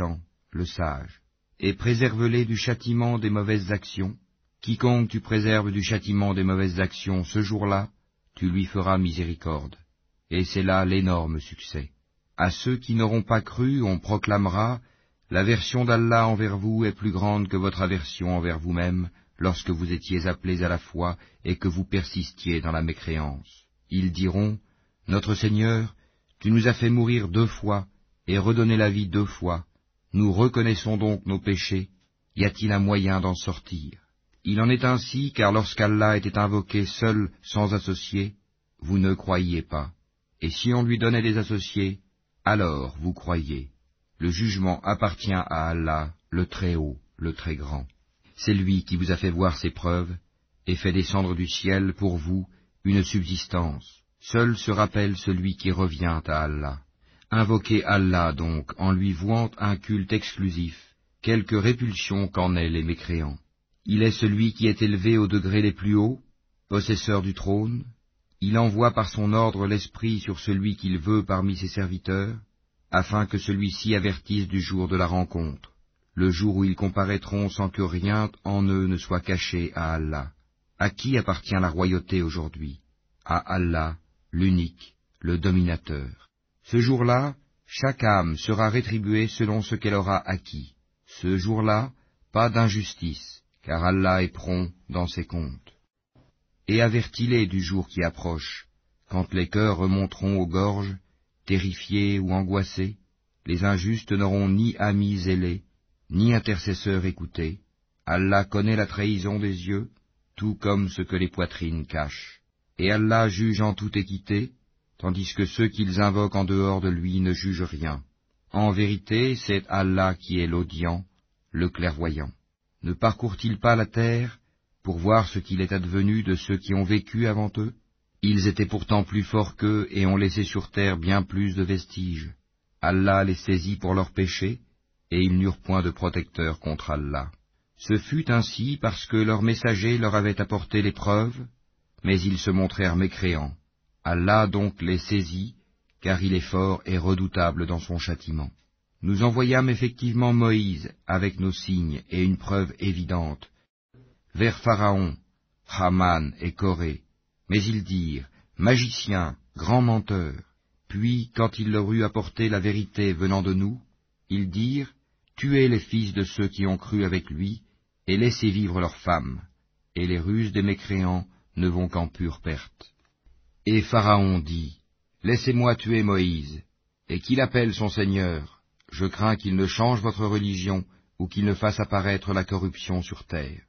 le sage, et préserve-les du châtiment des mauvaises actions. Quiconque tu préserves du châtiment des mauvaises actions ce jour-là, tu lui feras miséricorde. Et c'est là l'énorme succès. À ceux qui n'auront pas cru, on proclamera, l'aversion d'Allah envers vous est plus grande que votre aversion envers vous-même, lorsque vous étiez appelés à la foi et que vous persistiez dans la mécréance. Ils diront, notre Seigneur, tu nous as fait mourir deux fois et redonner la vie deux fois. Nous reconnaissons donc nos péchés. Y a-t-il un moyen d'en sortir? Il en est ainsi, car lorsqu'Allah était invoqué seul, sans associé, vous ne croyiez pas. Et si on lui donnait des associés, alors vous croyez. Le jugement appartient à Allah, le Très-Haut, le Très-Grand. C'est lui qui vous a fait voir ses preuves, et fait descendre du ciel pour vous une subsistance. Seul se rappelle celui qui revient à Allah. Invoquez Allah donc en lui vouant un culte exclusif, quelque répulsion qu'en aient les mécréants. Il est celui qui est élevé aux degrés les plus hauts, possesseur du trône. Il envoie par son ordre l'Esprit sur celui qu'il veut parmi ses serviteurs, afin que celui-ci avertisse du jour de la rencontre, le jour où ils comparaîtront sans que rien en eux ne soit caché à Allah. À qui appartient la royauté aujourd'hui? À Allah, l'unique, le dominateur. Ce jour-là, chaque âme sera rétribuée selon ce qu'elle aura acquis. Ce jour-là, pas d'injustice, car Allah est prompt dans ses comptes. Et avertis-les du jour qui approche, quand les cœurs remonteront aux gorges, terrifiés ou angoissés, les injustes n'auront ni amis zélés, ni intercesseurs écoutés. Allah connaît la trahison des yeux, tout comme ce que les poitrines cachent. Et Allah juge en toute équité, tandis que ceux qu'ils invoquent en dehors de lui ne jugent rien. En vérité, c'est Allah qui est l'audient, le clairvoyant. Ne parcourt-il pas la terre pour voir ce qu'il est advenu de ceux qui ont vécu avant eux? Ils étaient pourtant plus forts qu'eux et ont laissé sur terre bien plus de vestiges. Allah les saisit pour leurs péchés, et ils n'eurent point de protecteur contre Allah. Ce fut ainsi parce que leurs messagers leur avaient apporté les preuves, mais ils se montrèrent mécréants. Allah donc les saisit, car il est fort et redoutable dans son châtiment. Nous envoyâmes effectivement Moïse avec nos signes et une preuve évidente vers Pharaon, Haman et Corée. Mais ils dirent, magicien, grand menteur. Puis, quand il leur eut apporté la vérité venant de nous, ils dirent, tuez les fils de ceux qui ont cru avec lui, et laissez vivre leurs femmes, et les ruses des mécréants ne vont qu'en pure perte. Et Pharaon dit, laissez-moi tuer Moïse, et qu'il appelle son Seigneur. Je crains qu'il ne change votre religion, ou qu'il ne fasse apparaître la corruption sur terre.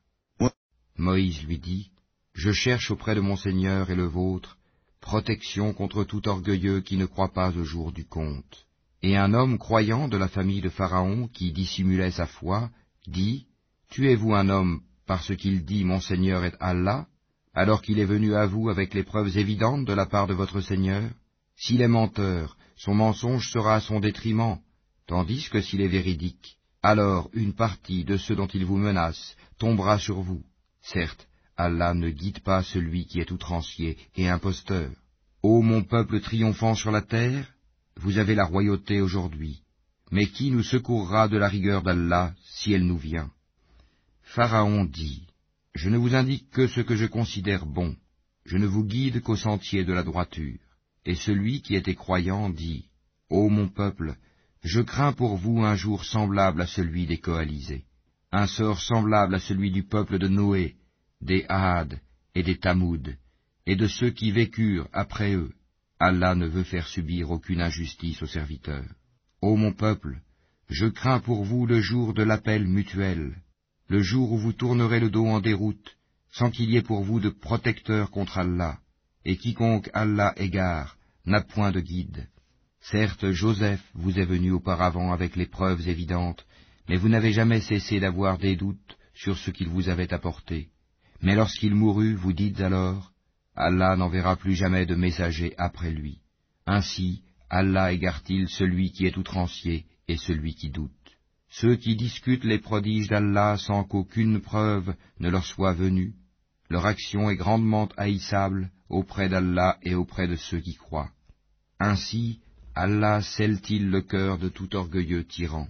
Moïse lui dit, je cherche auprès de mon Seigneur et le vôtre, protection contre tout orgueilleux qui ne croit pas au jour du compte. Et un homme croyant de la famille de Pharaon, qui dissimulait sa foi, dit, tuez-vous un homme parce qu'il dit mon Seigneur est Allah, alors qu'il est venu à vous avec les preuves évidentes de la part de votre Seigneur? S'il est menteur, son mensonge sera à son détriment, tandis que s'il est véridique, alors une partie de ceux dont il vous menace tombera sur vous. Certes, Allah ne guide pas celui qui est outrancier et imposteur. Ô mon peuple triomphant sur la terre, vous avez la royauté aujourd'hui, mais qui nous secourra de la rigueur d'Allah si elle nous vient? Pharaon dit, je ne vous indique que ce que je considère bon, je ne vous guide qu'au sentier de la droiture. Et celui qui était croyant dit, ô mon peuple, je crains pour vous un jour semblable à celui des coalisés, un sort semblable à celui du peuple de Noé, des Had et des Tamoud, et de ceux qui vécurent après eux. Allah ne veut faire subir aucune injustice aux serviteurs. Ô mon peuple, je crains pour vous le jour de l'appel mutuel, le jour où vous tournerez le dos en déroute, sans qu'il y ait pour vous de protecteur contre Allah, et quiconque Allah égare n'a point de guide. Certes, Joseph vous est venu auparavant avec les preuves évidentes, mais vous n'avez jamais cessé d'avoir des doutes sur ce qu'il vous avait apporté. Mais lorsqu'il mourut, vous dites alors, Allah n'enverra plus jamais de messager après lui. Ainsi, Allah égare-t-il celui qui est outrancier et celui qui doute. Ceux qui discutent les prodiges d'Allah sans qu'aucune preuve ne leur soit venue, leur action est grandement haïssable auprès d'Allah et auprès de ceux qui croient. Ainsi, Allah scelle-t-il le cœur de tout orgueilleux tyran.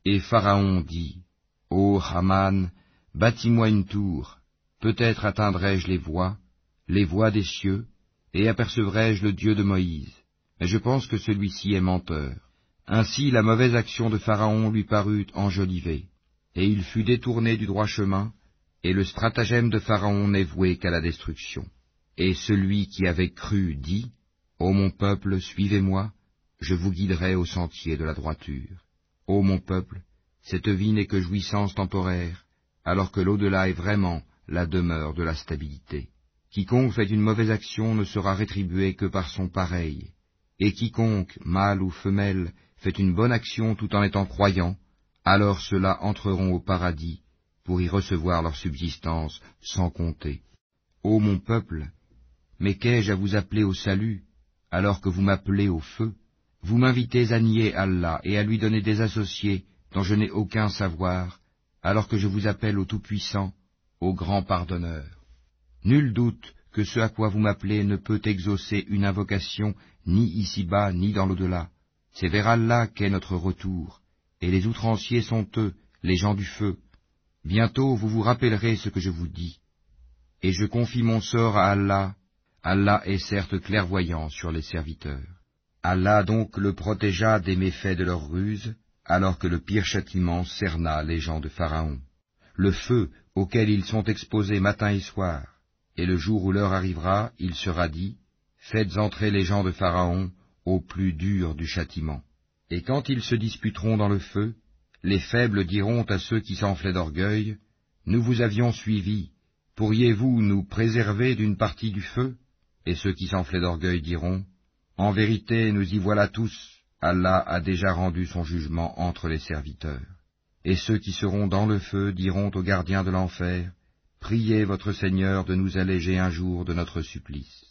Et Pharaon dit, Ô Haman, bâtis-moi une tour, peut-être atteindrai-je les voies, les voies des cieux, et apercevrai-je le Dieu de Moïse. Mais je pense que celui-ci est menteur. Ainsi la mauvaise action de Pharaon lui parut enjolivée, et il fut détourné du droit chemin, et le stratagème de Pharaon n'est voué qu'à la destruction. Et celui qui avait cru dit, Ô mon peuple, suivez-moi, je vous guiderai au sentier de la droiture. Ô mon peuple, cette vie n'est que jouissance temporaire, alors que l'au-delà est vraiment la demeure de la stabilité. Quiconque fait une mauvaise action ne sera rétribué que par son pareil, et quiconque, mâle ou femelle, fait une bonne action tout en étant croyant, alors ceux-là entreront au paradis pour y recevoir leur subsistance sans compter. Ô mon peuple, mais qu'ai-je à vous appeler au salut, alors que vous m'appelez au feu? Vous m'invitez à nier Allah et à lui donner des associés dont je n'ai aucun savoir, alors que je vous appelle au Tout-Puissant, au Grand Pardonneur. Nul doute que ce à quoi vous m'appelez ne peut exaucer une invocation ni ici-bas ni dans l'au-delà. C'est vers Allah qu'est notre retour, et les outranciers sont eux, les gens du feu. Bientôt vous vous rappellerez ce que je vous dis. Et je confie mon sort à Allah. Allah est certes clairvoyant sur les serviteurs. Allah donc le protégea des méfaits de leur ruse, alors que le pire châtiment cerna les gens de Pharaon. Le feu auquel ils sont exposés matin et soir, et le jour où l'heure arrivera, il sera dit, faites entrer les gens de Pharaon au plus dur du châtiment. Et quand ils se disputeront dans le feu, les faibles diront à ceux qui s'enflaient d'orgueil, nous vous avions suivis, pourriez-vous nous préserver d'une partie du feu? Et ceux qui s'enflaient d'orgueil diront, en vérité, nous y voilà tous, Allah a déjà rendu son jugement entre les serviteurs. Et ceux qui seront dans le feu diront aux gardiens de l'enfer, priez votre Seigneur de nous alléger un jour de notre supplice.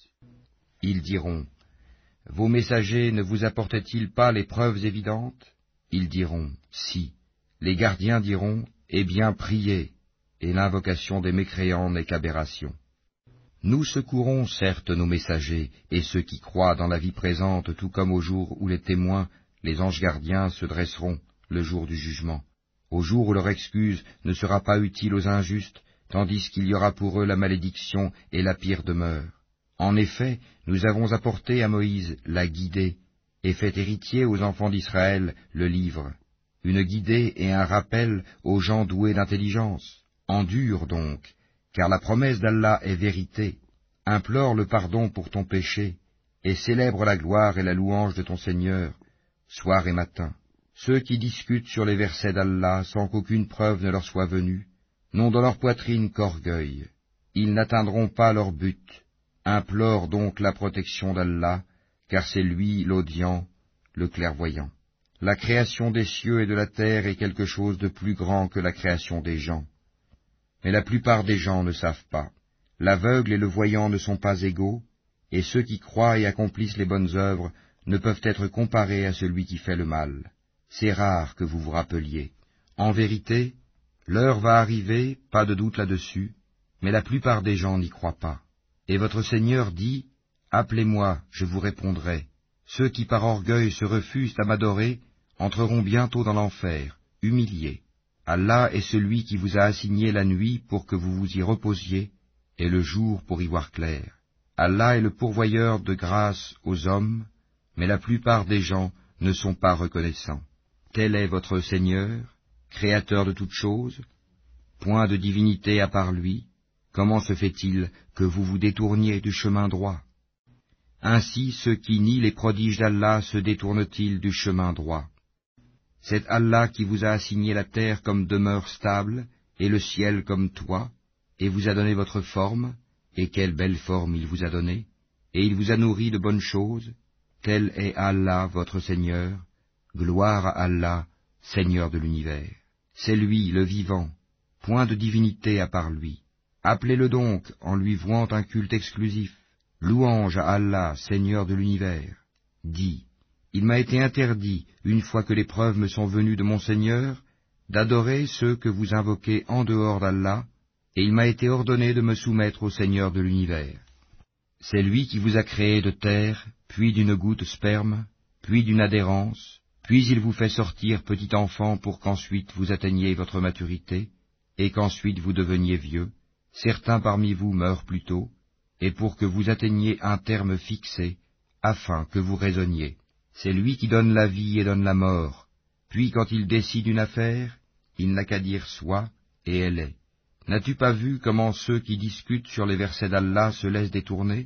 Ils diront, vos messagers ne vous apportaient-ils pas les preuves évidentes? Ils diront, si. Les gardiens diront, eh bien priez, et l'invocation des mécréants n'est qu'aberration. Nous secourons certes nos messagers et ceux qui croient dans la vie présente, tout comme au jour où les témoins, les anges gardiens, se dresseront, le jour du jugement, au jour où leur excuse ne sera pas utile aux injustes, tandis qu'il y aura pour eux la malédiction et la pire demeure. En effet, nous avons apporté à Moïse la guidée, et fait héritier aux enfants d'Israël le livre, une guidée et un rappel aux gens doués d'intelligence. Endure donc, car la promesse d'Allah est vérité. Implore le pardon pour ton péché, et célèbre la gloire et la louange de ton Seigneur, soir et matin. Ceux qui discutent sur les versets d'Allah sans qu'aucune preuve ne leur soit venue, n'ont dans leur poitrine qu'orgueil. Ils n'atteindront pas leur but. Implore donc la protection d'Allah, car c'est lui l'audient, le clairvoyant. La création des cieux et de la terre est quelque chose de plus grand que la création des gens. Mais la plupart des gens ne savent pas. L'aveugle et le voyant ne sont pas égaux, et ceux qui croient et accomplissent les bonnes œuvres ne peuvent être comparés à celui qui fait le mal. C'est rare que vous vous rappeliez. En vérité, l'heure va arriver, pas de doute là-dessus, mais la plupart des gens n'y croient pas. Et votre Seigneur dit, « Appelez-moi, je vous répondrai. Ceux qui par orgueil se refusent à m'adorer entreront bientôt dans l'enfer, humiliés. Allah est celui qui vous a assigné la nuit pour que vous vous y reposiez, et le jour pour y voir clair. Allah est le pourvoyeur de grâce aux hommes, mais la plupart des gens ne sont pas reconnaissants. Tel est votre Seigneur, créateur de toutes choses, point de divinité à part lui. Comment se fait-il que vous vous détourniez du chemin droit? Ainsi ceux qui nient les prodiges d'Allah se détournent-ils du chemin droit? C'est Allah qui vous a assigné la terre comme demeure stable, et le ciel comme toit, et vous a donné votre forme, et quelle belle forme il vous a donnée, et il vous a nourri de bonnes choses. Tel est Allah votre Seigneur, gloire à Allah, Seigneur de l'univers. C'est lui, le vivant, point de divinité à part lui. Appelez-le donc en lui vouant un culte exclusif. Louange à Allah, Seigneur de l'univers. Dis, il m'a été interdit, une fois que les preuves me sont venues de mon Seigneur, d'adorer ceux que vous invoquez en dehors d'Allah, et il m'a été ordonné de me soumettre au Seigneur de l'univers. C'est lui qui vous a créé de terre, puis d'une goutte sperme, puis d'une adhérence, Puis il vous fait sortir petit enfant pour qu'ensuite vous atteigniez votre maturité, et qu'ensuite vous deveniez vieux. Certains parmi vous meurent plus tôt, et pour que vous atteigniez un terme fixé, afin que vous raisonniez. C'est lui qui donne la vie et donne la mort. Puis quand il décide une affaire, il n'a qu'à dire soit, et elle est. N'as-tu pas vu comment ceux qui discutent sur les versets d'Allah se laissent détourner?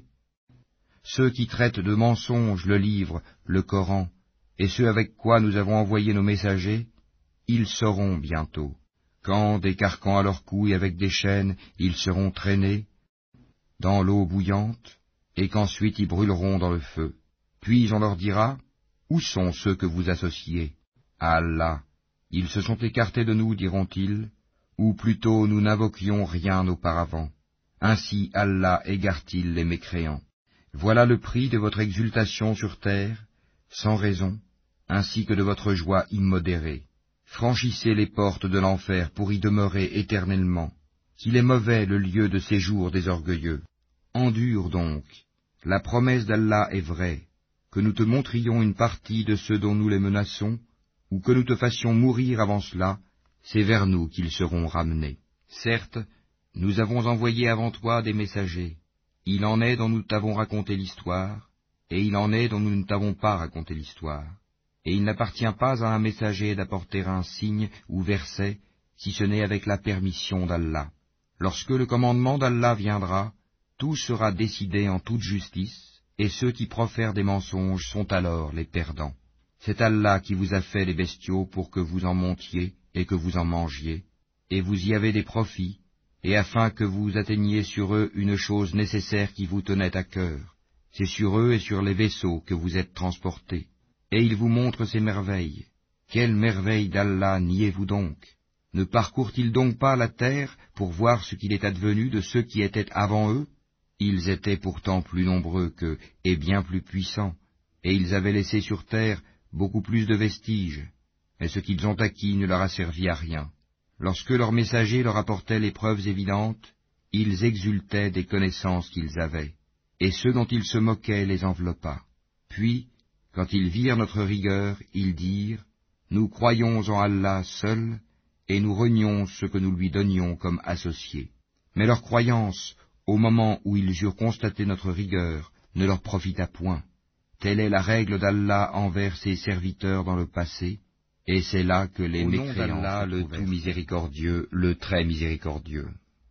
Ceux qui traitent de mensonges le livre, le Coran, et ceux avec quoi nous avons envoyé nos messagers, ils sauront bientôt, quand, des carcans à leurs couilles avec des chaînes, ils seront traînés dans l'eau bouillante, et qu'ensuite ils brûleront dans le feu. Puis on leur dira, où sont ceux que vous associez à Allah? Ils se sont écartés de nous, diront-ils, ou plutôt nous n'invoquions rien auparavant. Ainsi Allah égare-t-il les mécréants. Voilà le prix de votre exultation sur terre, sans raison, ainsi que de votre joie immodérée. Franchissez les portes de l'enfer pour y demeurer éternellement, qu'il est mauvais le lieu de séjour des orgueilleux. Endure donc, la promesse d'Allah est vraie, que nous te montrions une partie de ceux dont nous les menaçons, ou que nous te fassions mourir avant cela, c'est vers nous qu'ils seront ramenés. Certes, nous avons envoyé avant toi des messagers. Il en est dont nous t'avons raconté l'histoire, et il en est dont nous ne t'avons pas raconté l'histoire. Et il n'appartient pas à un messager d'apporter un signe ou verset, si ce n'est avec la permission d'Allah. Lorsque le commandement d'Allah viendra, tout sera décidé en toute justice, et ceux qui profèrent des mensonges sont alors les perdants. C'est Allah qui vous a fait les bestiaux pour que vous en montiez et que vous en mangiez, et vous y avez des profits, et afin que vous atteigniez sur eux une chose nécessaire qui vous tenait à cœur. C'est sur eux et sur les vaisseaux que vous êtes transportés. Et il vous montre ces merveilles. Quelles merveilles d'Allah niez-vous donc? Ne parcourent-ils donc pas la terre pour voir ce qu'il est advenu de ceux qui étaient avant eux? Ils étaient pourtant plus nombreux qu'eux et bien plus puissants, et ils avaient laissé sur terre beaucoup plus de vestiges, mais ce qu'ils ont acquis ne leur a servi à rien. Lorsque leurs messagers leur apportaient les preuves évidentes, ils exultaient des connaissances qu'ils avaient, et ceux dont ils se moquaient les enveloppa. Puis, quand ils virent notre rigueur, ils dirent, « Nous croyons en Allah seul, et nous renions ce que nous lui donnions comme associés. » Mais leur croyance, au moment où ils eurent constaté notre rigueur, ne leur profita point. Telle est la règle d'Allah envers ses serviteurs dans le passé, et c'est là que les mécréants d'Allah, le tout miséricordieux, le très miséricordieux.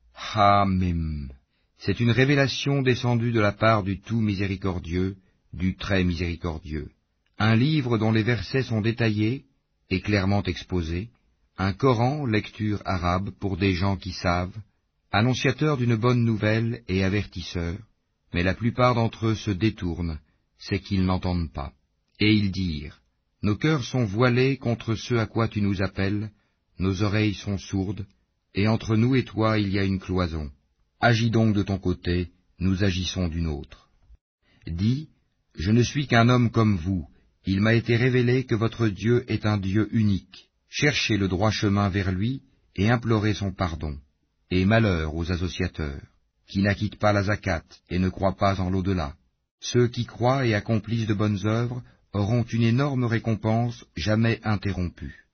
Hamim. C'est une révélation descendue de la part du tout miséricordieux, du très miséricordieux. Un livre dont les versets sont détaillés et clairement exposés, un Coran, lecture arabe pour des gens qui savent, annonciateur d'une bonne nouvelle et avertisseur, mais la plupart d'entre eux se détournent, c'est qu'ils n'entendent pas. Et ils dirent, nos cœurs sont voilés contre ce à quoi tu nous appelles, nos oreilles sont sourdes, et entre nous et toi il y a une cloison. Agis donc de ton côté, nous agissons d'une autre. Dis, je ne suis qu'un homme comme vous, il m'a été révélé que votre Dieu est un Dieu unique. Cherchez le droit chemin vers lui et implorez son pardon. Et malheur aux associateurs, qui n'acquittent pas la zakat et ne croient pas en l'au-delà. Ceux qui croient et accomplissent de bonnes œuvres auront une énorme récompense jamais interrompue.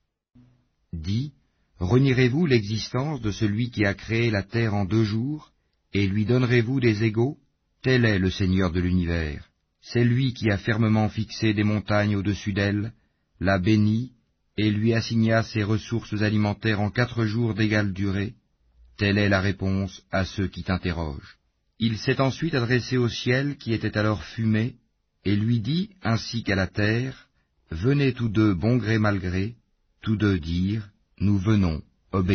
Dis, renierez-vous l'existence de celui qui a créé la terre en deux jours, et lui donnerez-vous des égaux? Tel est le Seigneur de l'univers. C'est lui qui a fermement fixé des montagnes au-dessus d'elle, l'a bénie, et lui assigna ses ressources alimentaires en quatre jours d'égale durée. Telle est la réponse à ceux qui t'interrogent. Il s'est ensuite adressé au ciel qui était alors fumé, et lui dit, ainsi qu'à la terre, « Venez tous deux bon gré mal gré, tous deux dire, nous venons, obéissants. »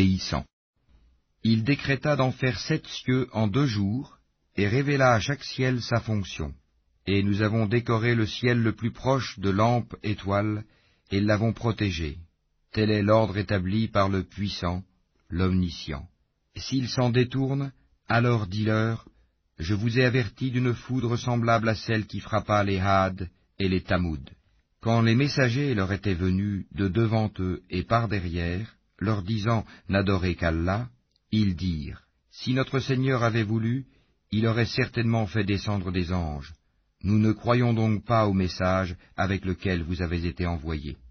Il décréta d'en faire sept cieux en deux jours, et révéla à chaque ciel sa fonction. Et nous avons décoré le ciel le plus proche de lampes étoiles, et l'avons protégé. Tel est l'ordre établi par le puissant, l'omniscient. S'ils s'en détournent, alors dis-leur, je vous ai averti d'une foudre semblable à celle qui frappa les Had et les Tamoud. Quand les messagers leur étaient venus de devant eux et par derrière, leur disant n'adorez qu'Allah, ils dirent, si notre Seigneur avait voulu, il aurait certainement fait descendre des anges. Nous ne croyons donc pas au message avec lequel vous avez été envoyés.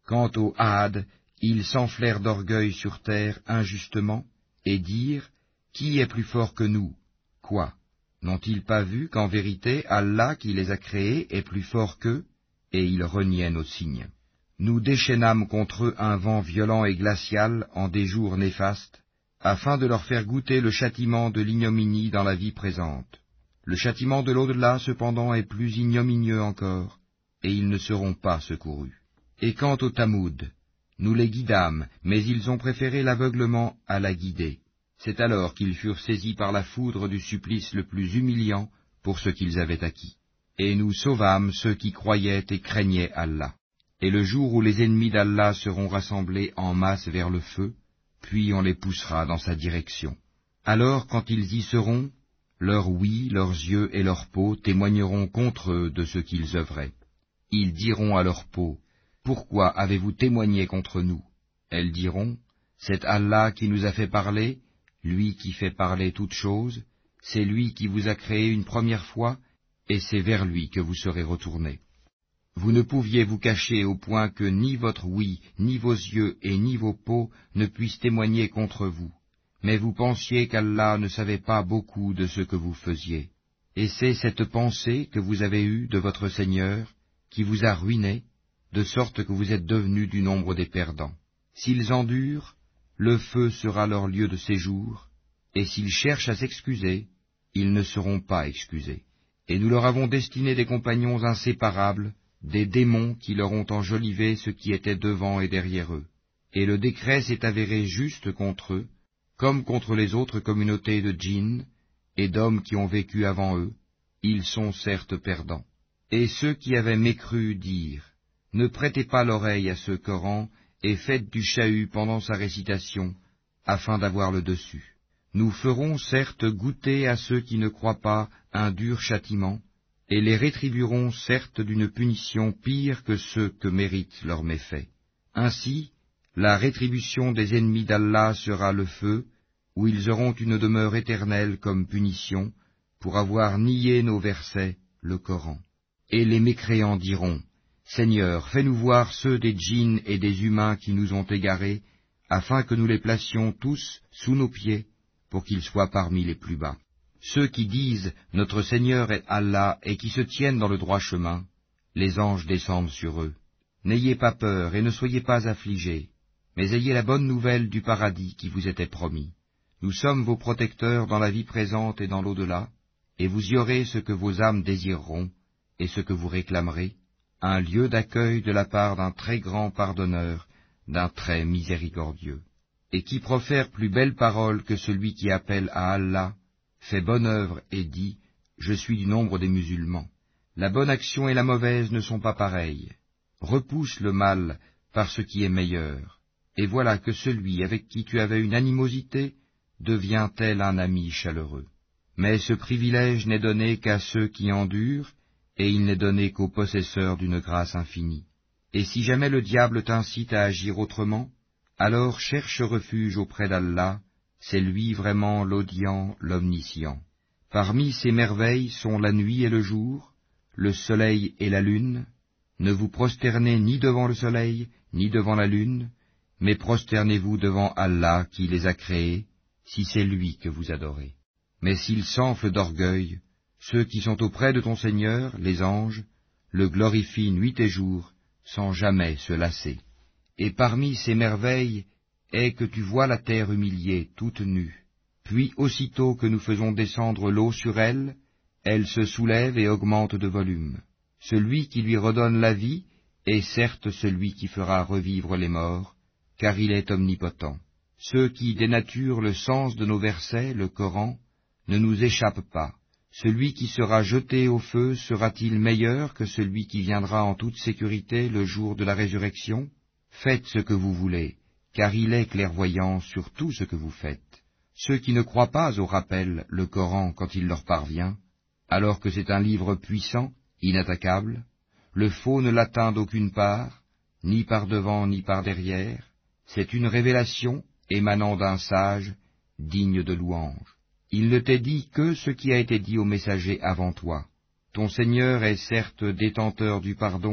Quant aux Hades, ils s'enflèrent d'orgueil sur terre injustement, et dirent, qui est plus fort que nous? Quoi? N'ont-ils pas vu qu'en vérité Allah qui les a créés est plus fort qu'eux? Et ils reniaient nos signes. Nous déchaînâmes contre eux un vent violent et glacial en des jours néfastes, afin de leur faire goûter le châtiment de l'ignominie dans la vie présente. Le châtiment de l'au-delà, cependant, est plus ignominieux encore, et ils ne seront pas secourus. Et quant aux Tamoud, nous les guidâmes, mais ils ont préféré l'aveuglement à la guider. C'est alors qu'ils furent saisis par la foudre du supplice le plus humiliant pour ce qu'ils avaient acquis. Et nous sauvâmes ceux qui croyaient et craignaient Allah. Et le jour où les ennemis d'Allah seront rassemblés en masse vers le feu, puis on les poussera dans sa direction. Alors, quand ils y seront, leur ouïe, leurs yeux et leur peau témoigneront contre eux de ce qu'ils œuvraient. Ils diront à leur peau, « Pourquoi avez-vous témoigné contre nous ?» Elles diront, « C'est Allah qui nous a fait parler, lui qui fait parler toutes choses, c'est lui qui vous a créé une première fois, et c'est vers lui que vous serez retournés. Vous ne pouviez vous cacher au point que ni votre ouïe, ni vos yeux et ni vos peaux ne puissent témoigner contre vous, mais vous pensiez qu'Allah ne savait pas beaucoup de ce que vous faisiez. Et c'est cette pensée que vous avez eue de votre Seigneur qui vous a ruinés, de sorte que vous êtes devenus du nombre des perdants. S'ils endurent, le feu sera leur lieu de séjour, et s'ils cherchent à s'excuser, ils ne seront pas excusés. Et nous leur avons destiné des compagnons inséparables, des démons qui leur ont enjolivé ce qui était devant et derrière eux. Et le décret s'est avéré juste contre eux, comme contre les autres communautés de djinns et d'hommes qui ont vécu avant eux, ils sont certes perdants. Et ceux qui avaient mécru dirent, « Ne prêtez pas l'oreille à ce Coran et faites du chahut pendant sa récitation, afin d'avoir le dessus. Nous ferons certes goûter à ceux qui ne croient pas un dur châtiment, et les rétribuerons certes d'une punition pire que ceux que méritent leurs méfaits. Ainsi, la rétribution des ennemis d'Allah sera le feu, où ils auront une demeure éternelle comme punition, pour avoir nié nos versets, le Coran. Et les mécréants diront, « Seigneur, fais-nous voir ceux des djinns et des humains qui nous ont égarés, afin que nous les placions tous sous nos pieds, pour qu'ils soient parmi les plus bas. » Ceux qui disent « Notre Seigneur est Allah » et qui se tiennent dans le droit chemin, les anges descendent sur eux. N'ayez pas peur et ne soyez pas affligés, mais ayez la bonne nouvelle du paradis qui vous était promis. Nous sommes vos protecteurs dans la vie présente et dans l'au-delà, et vous y aurez ce que vos âmes désireront et ce que vous réclamerez, un lieu d'accueil de la part d'un très grand pardonneur, d'un très miséricordieux. Et qui profère plus belle parole que celui qui appelle à Allah, fait bonne œuvre et dit, « Je suis du nombre des musulmans. » La bonne action et la mauvaise ne sont pas pareilles. Repousse le mal par ce qui est meilleur, et voilà que celui avec qui tu avais une animosité devient tel un ami chaleureux. Mais ce privilège n'est donné qu'à ceux qui endurent, et il n'est donné qu'aux possesseurs d'une grâce infinie. Et si jamais le diable t'incite à agir autrement, alors cherche refuge auprès d'Allah, c'est lui vraiment l'audient, l'omniscient. Parmi ces merveilles sont la nuit et le jour, le soleil et la lune. Ne vous prosternez ni devant le soleil, ni devant la lune, mais prosternez-vous devant Allah qui les a créés, si c'est lui que vous adorez. Mais s'ils s'enflent d'orgueil, ceux qui sont auprès de ton Seigneur, les anges, le glorifient nuit et jour, sans jamais se lasser. Et parmi ces merveilles est que tu vois la terre humiliée, toute nue. Puis aussitôt que nous faisons descendre l'eau sur elle, elle se soulève et augmente de volume. Celui qui lui redonne la vie est certes celui qui fera revivre les morts, car il est omnipotent. Ceux qui dénaturent le sens de nos versets, le Coran, ne nous échappent pas. Celui qui sera jeté au feu sera-t-il meilleur que celui qui viendra en toute sécurité le jour de la résurrection? Faites ce que vous voulez, car il est clairvoyant sur tout ce que vous faites. Ceux qui ne croient pas au rappel, le Coran, quand il leur parvient, alors que c'est un livre puissant, inattaquable, le faux ne l'atteint d'aucune part, ni par devant ni par derrière, c'est une révélation émanant d'un sage, digne de louange. Il ne t'est dit que ce qui a été dit aux messagers avant toi. Ton Seigneur est certes détenteur du pardon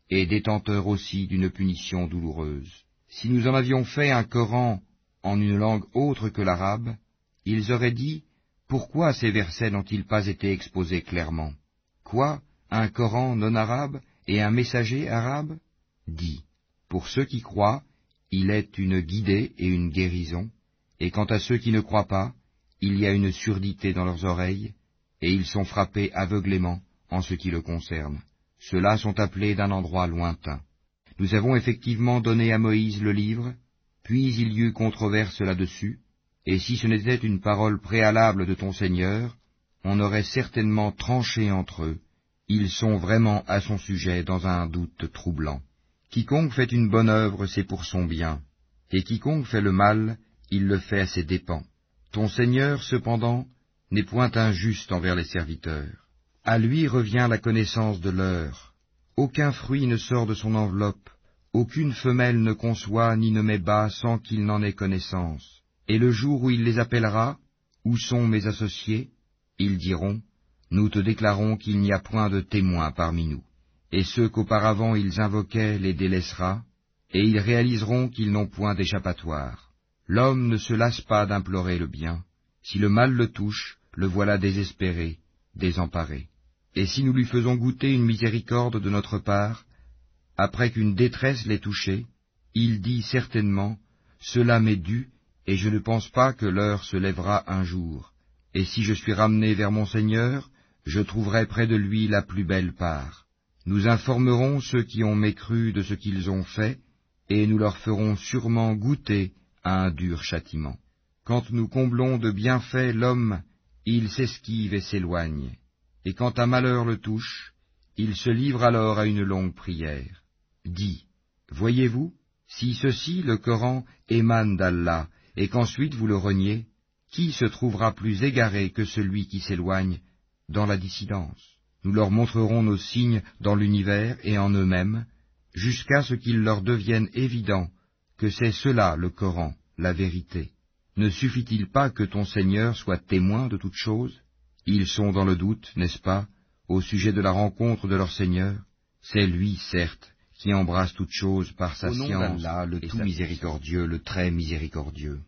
et détenteurs aussi d'une punition douloureuse. Si nous en avions fait un Coran en une langue autre que l'arabe, ils auraient dit, pourquoi ces versets n'ont-ils pas été exposés clairement? Quoi? Un Coran non arabe et un messager arabe? Dis, pour ceux qui croient, il est une guidée et une guérison, et quant à ceux qui ne croient pas, il y a une surdité dans leurs oreilles, et ils sont frappés aveuglément en ce qui le concerne. Ceux-là sont appelés d'un endroit lointain. Nous avons effectivement donné à Moïse le livre, puis il y eut controverse là-dessus, et si ce n'était une parole préalable de ton Seigneur, on aurait certainement tranché entre eux. Ils sont vraiment à son sujet dans un doute troublant. Quiconque fait une bonne œuvre, c'est pour son bien, et quiconque fait le mal, il le fait à ses dépens. Ton Seigneur, cependant, n'est point injuste envers les serviteurs. À lui revient la connaissance de l'heure. Aucun fruit ne sort de son enveloppe, aucune femelle ne conçoit ni ne met bas sans qu'il n'en ait connaissance. Et le jour où il les appellera, où sont mes associés? Ils diront, nous te déclarons qu'il n'y a point de témoins parmi nous. Et ceux qu'auparavant ils invoquaient les délaissera, et ils réaliseront qu'ils n'ont point d'échappatoire. L'homme ne se lasse pas d'implorer le bien. Si le mal le touche, le voilà désespéré, désemparé. Et si nous lui faisons goûter une miséricorde de notre part, après qu'une détresse l'ait touché, il dit certainement, cela m'est dû, et je ne pense pas que l'heure se lèvera un jour. Et si je suis ramené vers mon Seigneur, je trouverai près de lui la plus belle part. Nous informerons ceux qui ont mécru de ce qu'ils ont fait, et nous leur ferons sûrement goûter à un dur châtiment. Quand nous comblons de bienfaits l'homme, il s'esquive et s'éloigne, et quand un malheur le touche, il se livre alors à une longue prière. Dis, voyez-vous, si ceci, le Coran, émane d'Allah, et qu'ensuite vous le reniez, qui se trouvera plus égaré que celui qui s'éloigne dans la dissidence? Nous leur montrerons nos signes dans l'univers et en eux-mêmes, jusqu'à ce qu'il leur devienne évident que c'est cela le Coran, la vérité. Ne suffit-il pas que ton Seigneur soit témoin de toutes choses? Ils sont dans le doute, n'est-ce pas, au sujet de la rencontre de leur Seigneur? C'est lui, certes, qui embrasse toutes choses par sa science. Au nom d'Allah, le tout miséricordieux, le très miséricordieux.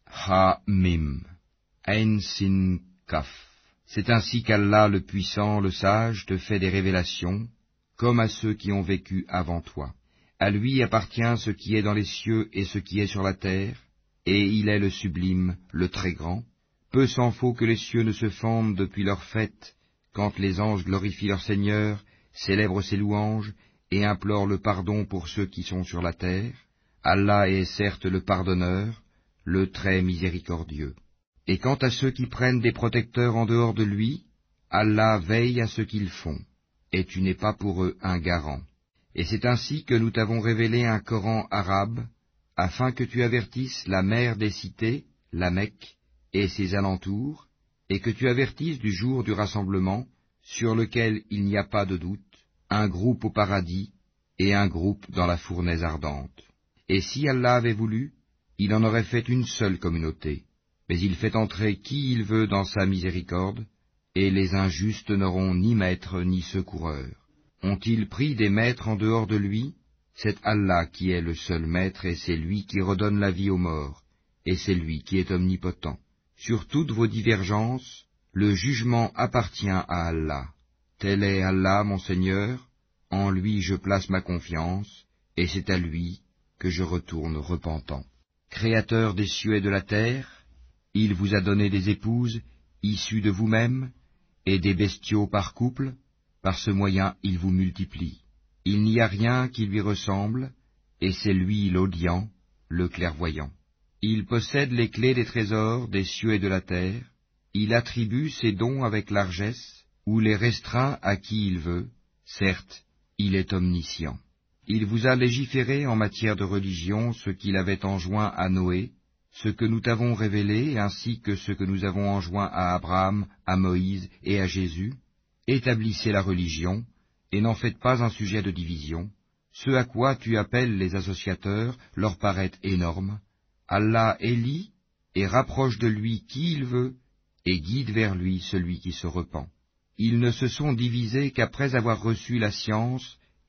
Ha-Mim, Ain-Sin Kaf. C'est ainsi qu'Allah le puissant, le sage, te fait des révélations, comme à ceux qui ont vécu avant toi. À lui appartient ce qui est dans les cieux et ce qui est sur la terre, et il est le sublime, le très grand. Peu s'en faut que les cieux ne se fendent depuis leur fête, quand les anges glorifient leur Seigneur, célèbrent ses louanges, et implorent le pardon pour ceux qui sont sur la terre. Allah est certes le pardonneur, le très miséricordieux. Et quant à ceux qui prennent des protecteurs en dehors de lui, Allah veille à ce qu'ils font, et tu n'es pas pour eux un garant. Et c'est ainsi que nous t'avons révélé un Coran arabe, afin que tu avertisses la mère des cités, la Mecque, et ses alentours, et que tu avertisses du jour du rassemblement, sur lequel il n'y a pas de doute, un groupe au paradis, et un groupe dans la fournaise ardente. Et si Allah avait voulu, il en aurait fait une seule communauté. Mais il fait entrer qui il veut dans sa miséricorde, et les injustes n'auront ni maître ni secoureur. Ont-ils pris des maîtres en dehors de lui? C'est Allah qui est le seul maître, et c'est lui qui redonne la vie aux morts, et c'est lui qui est omnipotent. Sur toutes vos divergences, le jugement appartient à Allah. Tel est Allah, mon Seigneur, en lui je place ma confiance, et c'est à lui que je retourne repentant. Créateur des cieux et de la terre, il vous a donné des épouses, issues de vous-même, et des bestiaux par couple, par ce moyen il vous multiplie. Il n'y a rien qui lui ressemble, et c'est lui l'audient, le clairvoyant. Il possède les clés des trésors des cieux et de la terre, il attribue ses dons avec largesse, ou les restreint à qui il veut, certes, il est omniscient. Il vous a légiféré en matière de religion ce qu'il avait enjoint à Noé, ce que nous t'avons révélé, ainsi que ce que nous avons enjoint à Abraham, à Moïse et à Jésus. Établissez la religion, et n'en faites pas un sujet de division. Ce à quoi tu appelles les associateurs leur paraît énorme. Allah élit et rapproche de lui qui il veut, et guide vers lui celui qui se repent. Ils ne se sont divisés qu'après avoir reçu la science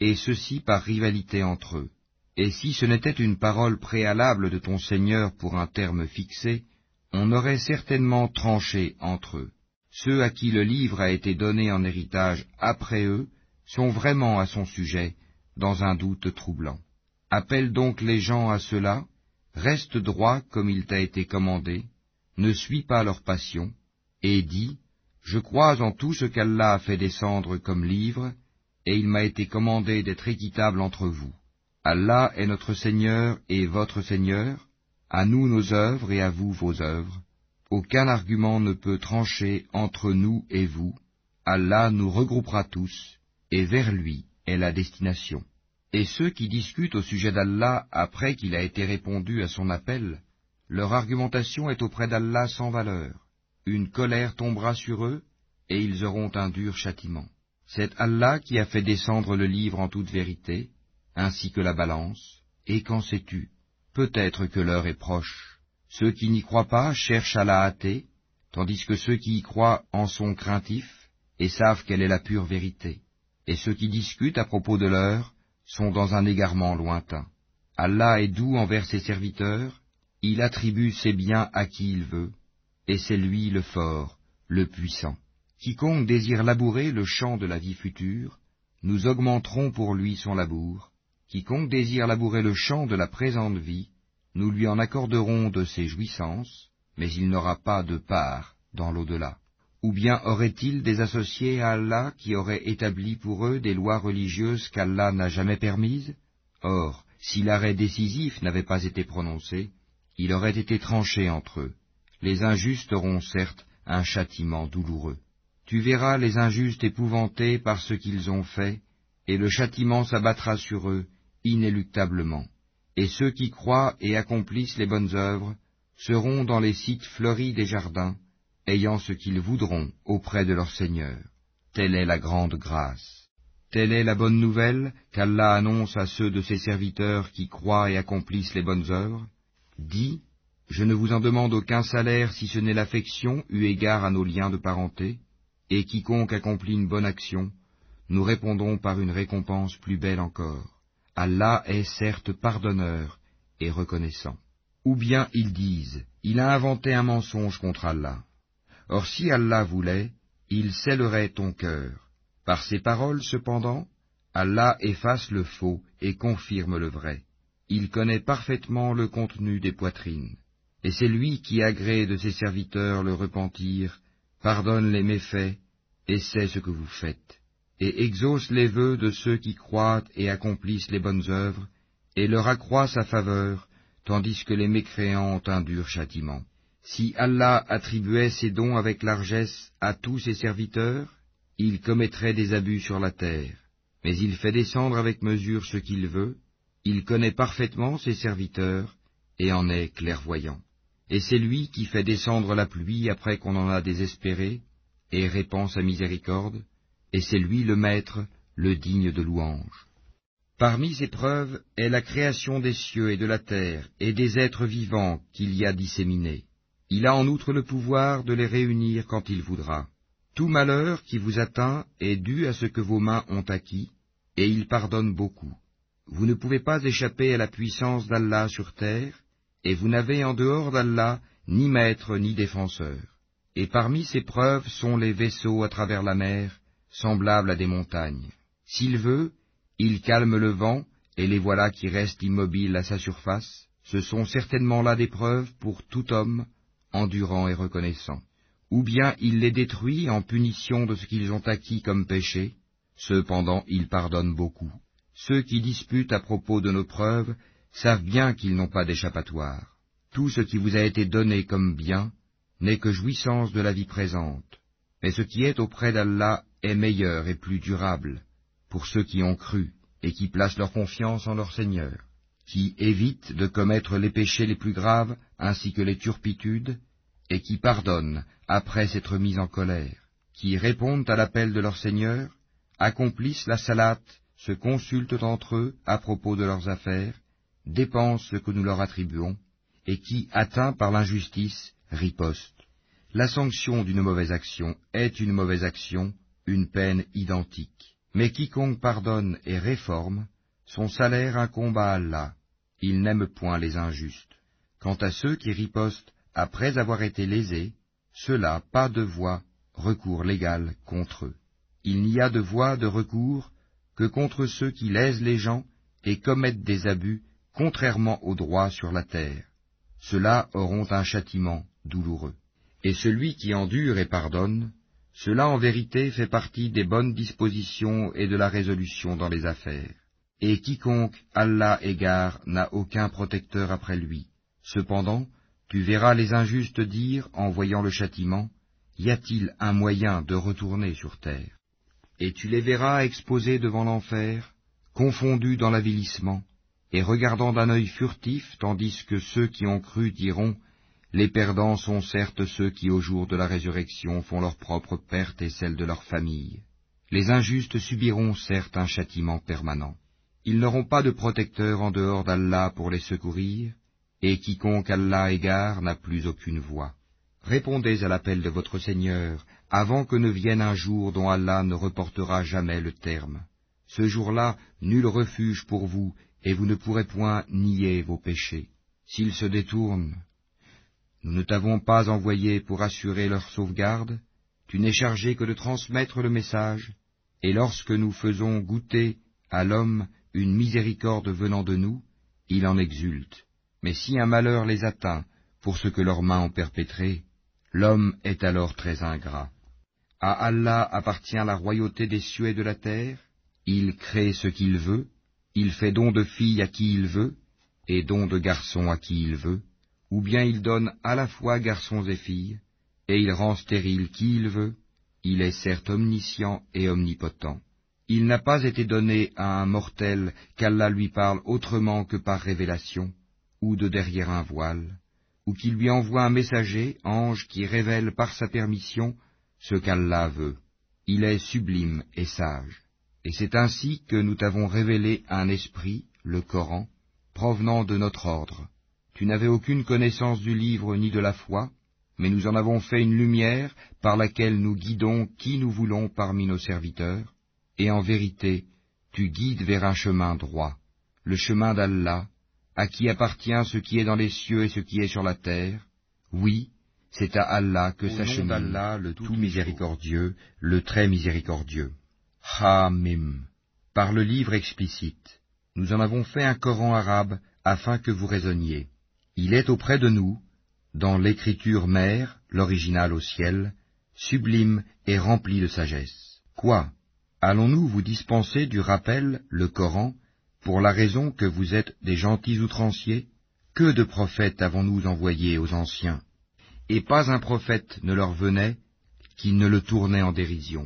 et ceci par rivalité entre eux. Et si ce n'était une parole préalable de ton Seigneur pour un terme fixé, on aurait certainement tranché entre eux. Ceux à qui le livre a été donné en héritage après eux sont vraiment à son sujet dans un doute troublant. Appelle donc les gens à cela, reste droit comme il t'a été commandé, ne suis pas leur passion, et dis, je crois en tout ce qu'Allah a fait descendre comme livre, et il m'a été commandé d'être équitable entre vous. Allah est notre Seigneur et votre Seigneur, à nous nos œuvres et à vous vos œuvres. Aucun argument ne peut trancher entre nous et vous. Allah nous regroupera tous, et vers lui est la destination. Et ceux qui discutent au sujet d'Allah après qu'il a été répondu à son appel, leur argumentation est auprès d'Allah sans valeur. Une colère tombera sur eux, et ils auront un dur châtiment. C'est Allah qui a fait descendre le livre en toute vérité, ainsi que la balance, et qu'en sais-tu? Peut-être que l'heure est proche. Ceux qui n'y croient pas cherchent à la hâter, tandis que ceux qui y croient en sont craintifs, et savent quelle est la pure vérité. Et ceux qui discutent à propos de l'heure sont dans un égarement lointain. Allah est doux envers ses serviteurs, il attribue ses biens à qui il veut, et c'est lui le fort, le puissant. Quiconque désire labourer le champ de la vie future, nous augmenterons pour lui son labour. Quiconque désire labourer le champ de la présente vie, nous lui en accorderons de ses jouissances, mais il n'aura pas de part dans l'au-delà. Ou bien aurait-il des associés à Allah qui auraient établi pour eux des lois religieuses qu'Allah n'a jamais permises? Or, si l'arrêt décisif n'avait pas été prononcé, il aurait été tranché entre eux. Les injustes auront certes un châtiment douloureux. Tu verras les injustes épouvantés par ce qu'ils ont fait, et le châtiment s'abattra sur eux inéluctablement. Et ceux qui croient et accomplissent les bonnes œuvres seront dans les sites fleuris des jardins, ayant ce qu'ils voudront auprès de leur Seigneur. Telle est la grande grâce. Telle est la bonne nouvelle qu'Allah annonce à ceux de ses serviteurs qui croient et accomplissent les bonnes œuvres. Dis, je ne vous en demande aucun salaire si ce n'est l'affection eu égard à nos liens de parenté, et quiconque accomplit une bonne action, nous répondons par une récompense plus belle encore. Allah est certes pardonneur et reconnaissant. Ou bien ils disent, il a inventé un mensonge contre Allah. Or si Allah voulait, il scellerait ton cœur. Par ces paroles cependant, Allah efface le faux et confirme le vrai. Il connaît parfaitement le contenu des poitrines. Et c'est lui qui agrée de ses serviteurs le repentir, pardonne les méfaits, et sait ce que vous faites, et exauce les vœux de ceux qui croient et accomplissent les bonnes œuvres, et leur accroît sa faveur, tandis que les mécréants ont un dur châtiment. Si Allah attribuait ses dons avec largesse à tous ses serviteurs, il commettrait des abus sur la terre, mais il fait descendre avec mesure ce qu'il veut, il connaît parfaitement ses serviteurs, et en est clairvoyant. Et c'est lui qui fait descendre la pluie après qu'on en a désespéré, et répand sa miséricorde, et c'est lui le maître, le digne de louange. Parmi ces preuves est la création des cieux et de la terre, et des êtres vivants qu'il y a disséminés. Il a en outre le pouvoir de les réunir quand il voudra. Tout malheur qui vous atteint est dû à ce que vos mains ont acquis, et il pardonne beaucoup. Vous ne pouvez pas échapper à la puissance d'Allah sur terre, et vous n'avez en dehors d'Allah ni maître ni défenseur. Et parmi ces preuves sont les vaisseaux à travers la mer, semblables à des montagnes. S'il veut, il calme le vent, et les voilà qui restent immobiles à sa surface. Ce sont certainement là des preuves pour tout homme, endurant et reconnaissant. Ou bien il les détruit en punition de ce qu'ils ont acquis comme péché. Cependant il pardonne beaucoup. Ceux qui disputent à propos de nos preuves savent bien qu'ils n'ont pas d'échappatoire. Tout ce qui vous a été donné comme bien n'est que jouissance de la vie présente, mais ce qui est auprès d'Allah est meilleur et plus durable, pour ceux qui ont cru et qui placent leur confiance en leur Seigneur, qui évitent de commettre les péchés les plus graves ainsi que les turpitudes, et qui pardonnent après s'être mis en colère, qui répondent à l'appel de leur Seigneur, accomplissent la salate, se consultent entre eux à propos de leurs affaires, dépensent ce que nous leur attribuons, et qui, atteints par l'injustice, ripostent. La sanction d'une mauvaise action est une mauvaise action, une peine identique. Mais quiconque pardonne et réforme, son salaire incombe à Allah. Il n'aime point les injustes. Quant à ceux qui ripostent après avoir été lésés, ceux-là, pas de voie, recours légal contre eux. Il n'y a de voie de recours que contre ceux qui lèsent les gens et commettent des abus contrairement au droit sur la terre. Ceux-là auront un châtiment douloureux. Et celui qui endure et pardonne, cela en vérité fait partie des bonnes dispositions et de la résolution dans les affaires. Et quiconque Allah égare n'a aucun protecteur après lui. Cependant, tu verras les injustes dire, en voyant le châtiment, y a-t-il un moyen de retourner sur terre? Et tu les verras exposés devant l'enfer, confondus dans l'avilissement, et regardant d'un œil furtif, tandis que ceux qui ont cru diront, les perdants sont certes ceux qui au jour de la résurrection font leur propre perte et celle de leur famille. Les injustes subiront certes un châtiment permanent. Ils n'auront pas de protecteur en dehors d'Allah pour les secourir, et quiconque Allah égare n'a plus aucune voie. Répondez à l'appel de votre Seigneur, avant que ne vienne un jour dont Allah ne reportera jamais le terme. Ce jour-là, nul refuge pour vous, et vous ne pourrez point nier vos péchés. S'ils se détournent, nous ne t'avons pas envoyé pour assurer leur sauvegarde, tu n'es chargé que de transmettre le message, et lorsque nous faisons goûter à l'homme une miséricorde venant de nous, il en exulte. Mais si un malheur les atteint pour ce que leurs mains ont perpétré, l'homme est alors très ingrat. À Allah appartient la royauté des cieux et de la terre, il crée ce qu'il veut, il fait don de filles à qui il veut, et don de garçons à qui il veut, ou bien il donne à la fois garçons et filles, et il rend stérile qui il veut, il est certes omniscient et omnipotent. Il n'a pas été donné à un mortel qu'Allah lui parle autrement que par révélation, ou de derrière un voile, ou qu'il lui envoie un messager, ange, qui révèle par sa permission ce qu'Allah veut. Il est sublime et sage. Et c'est ainsi que nous t'avons révélé un esprit, le Coran, provenant de notre ordre. Tu n'avais aucune connaissance du livre ni de la foi, mais nous en avons fait une lumière par laquelle nous guidons qui nous voulons parmi nos serviteurs, et en vérité, tu guides vers un chemin droit, le chemin d'Allah, à qui appartient ce qui est dans les cieux et ce qui est sur la terre. Oui, c'est à Allah que s'achemine Allah, le tout miséricordieux, le très miséricordieux. Ha-Mim. Par le livre explicite, nous en avons fait un Coran arabe afin que vous raisonniez. Il est auprès de nous, dans l'écriture mère, l'original au ciel, sublime et rempli de sagesse. Quoi? Allons-nous vous dispenser du rappel, le Coran, pour la raison que vous êtes des gentils outranciers? Que de prophètes avons-nous envoyés aux anciens? Et pas un prophète ne leur venait qui ne le tournait en dérision.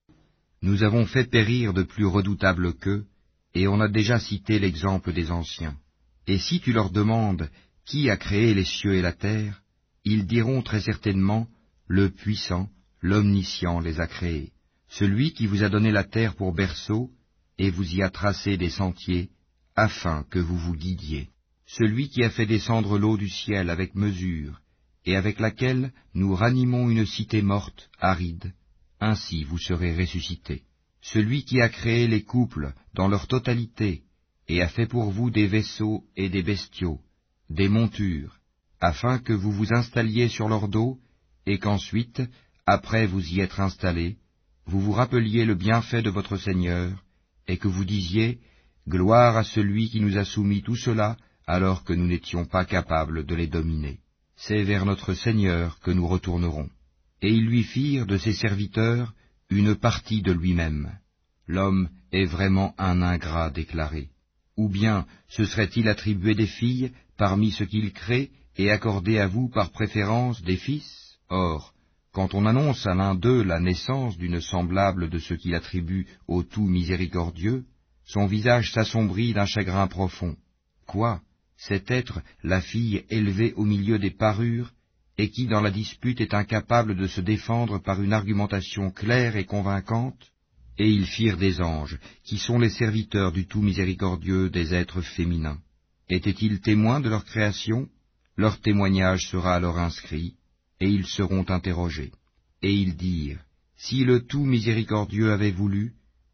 Nous avons fait périr de plus redoutables qu'eux, et on a déjà cité l'exemple des anciens. Et si tu leur demandes qui a créé les cieux et la terre, ils diront très certainement, le puissant, l'omniscient les a créés, celui qui vous a donné la terre pour berceau, et vous y a tracé des sentiers, afin que vous vous guidiez. Celui qui a fait descendre l'eau du ciel avec mesure, et avec laquelle nous ranimons une cité morte, aride, ainsi vous serez ressuscités. Celui qui a créé les couples dans leur totalité, et a fait pour vous des vaisseaux et des bestiaux, des montures, afin que vous vous installiez sur leur dos, et qu'ensuite, après vous y être installés, vous vous rappeliez le bienfait de votre Seigneur, et que vous disiez, « Gloire à celui qui nous a soumis tout cela, alors que nous n'étions pas capables de les dominer. C'est vers notre Seigneur que nous retournerons. » Et ils lui firent de ses serviteurs une partie de lui-même. L'homme est vraiment un ingrat déclaré. Ou bien se serait-il attribué des filles parmi ce qu'il crée et accordé à vous par préférence des fils? Or, quand on annonce à l'un d'eux la naissance d'une semblable de ce qu'il attribue au tout miséricordieux, son visage s'assombrit d'un chagrin profond. Quoi? Cet être, la fille élevée au milieu des parures, et qui dans la dispute est incapable de se défendre par une argumentation claire et convaincante? Et ils firent des anges, qui sont les serviteurs du tout miséricordieux des êtres féminins. Étaient-ils témoins de leur création? Leur témoignage sera alors inscrit, et ils seront interrogés. Et ils dirent, si le tout miséricordieux avait voulu,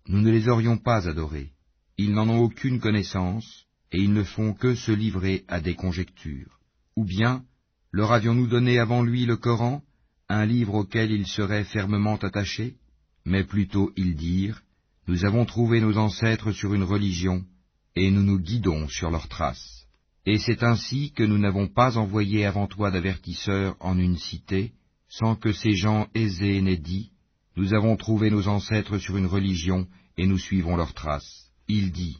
nous ne les aurions pas adorés. Ils n'en ont aucune connaissance, et ils ne font que se livrer à des conjectures. Ou bien, leur avions-nous donné avant lui le Coran, un livre auquel ils seraient fermement attachés? Mais plutôt ils dirent, nous avons trouvé nos ancêtres sur une religion, et nous nous guidons sur leurs traces. Et c'est ainsi que nous n'avons pas envoyé avant toi d'avertisseurs en une cité, sans que ces gens aisés n'aient dit, nous avons trouvé nos ancêtres sur une religion, et nous suivons leurs traces. Il dit,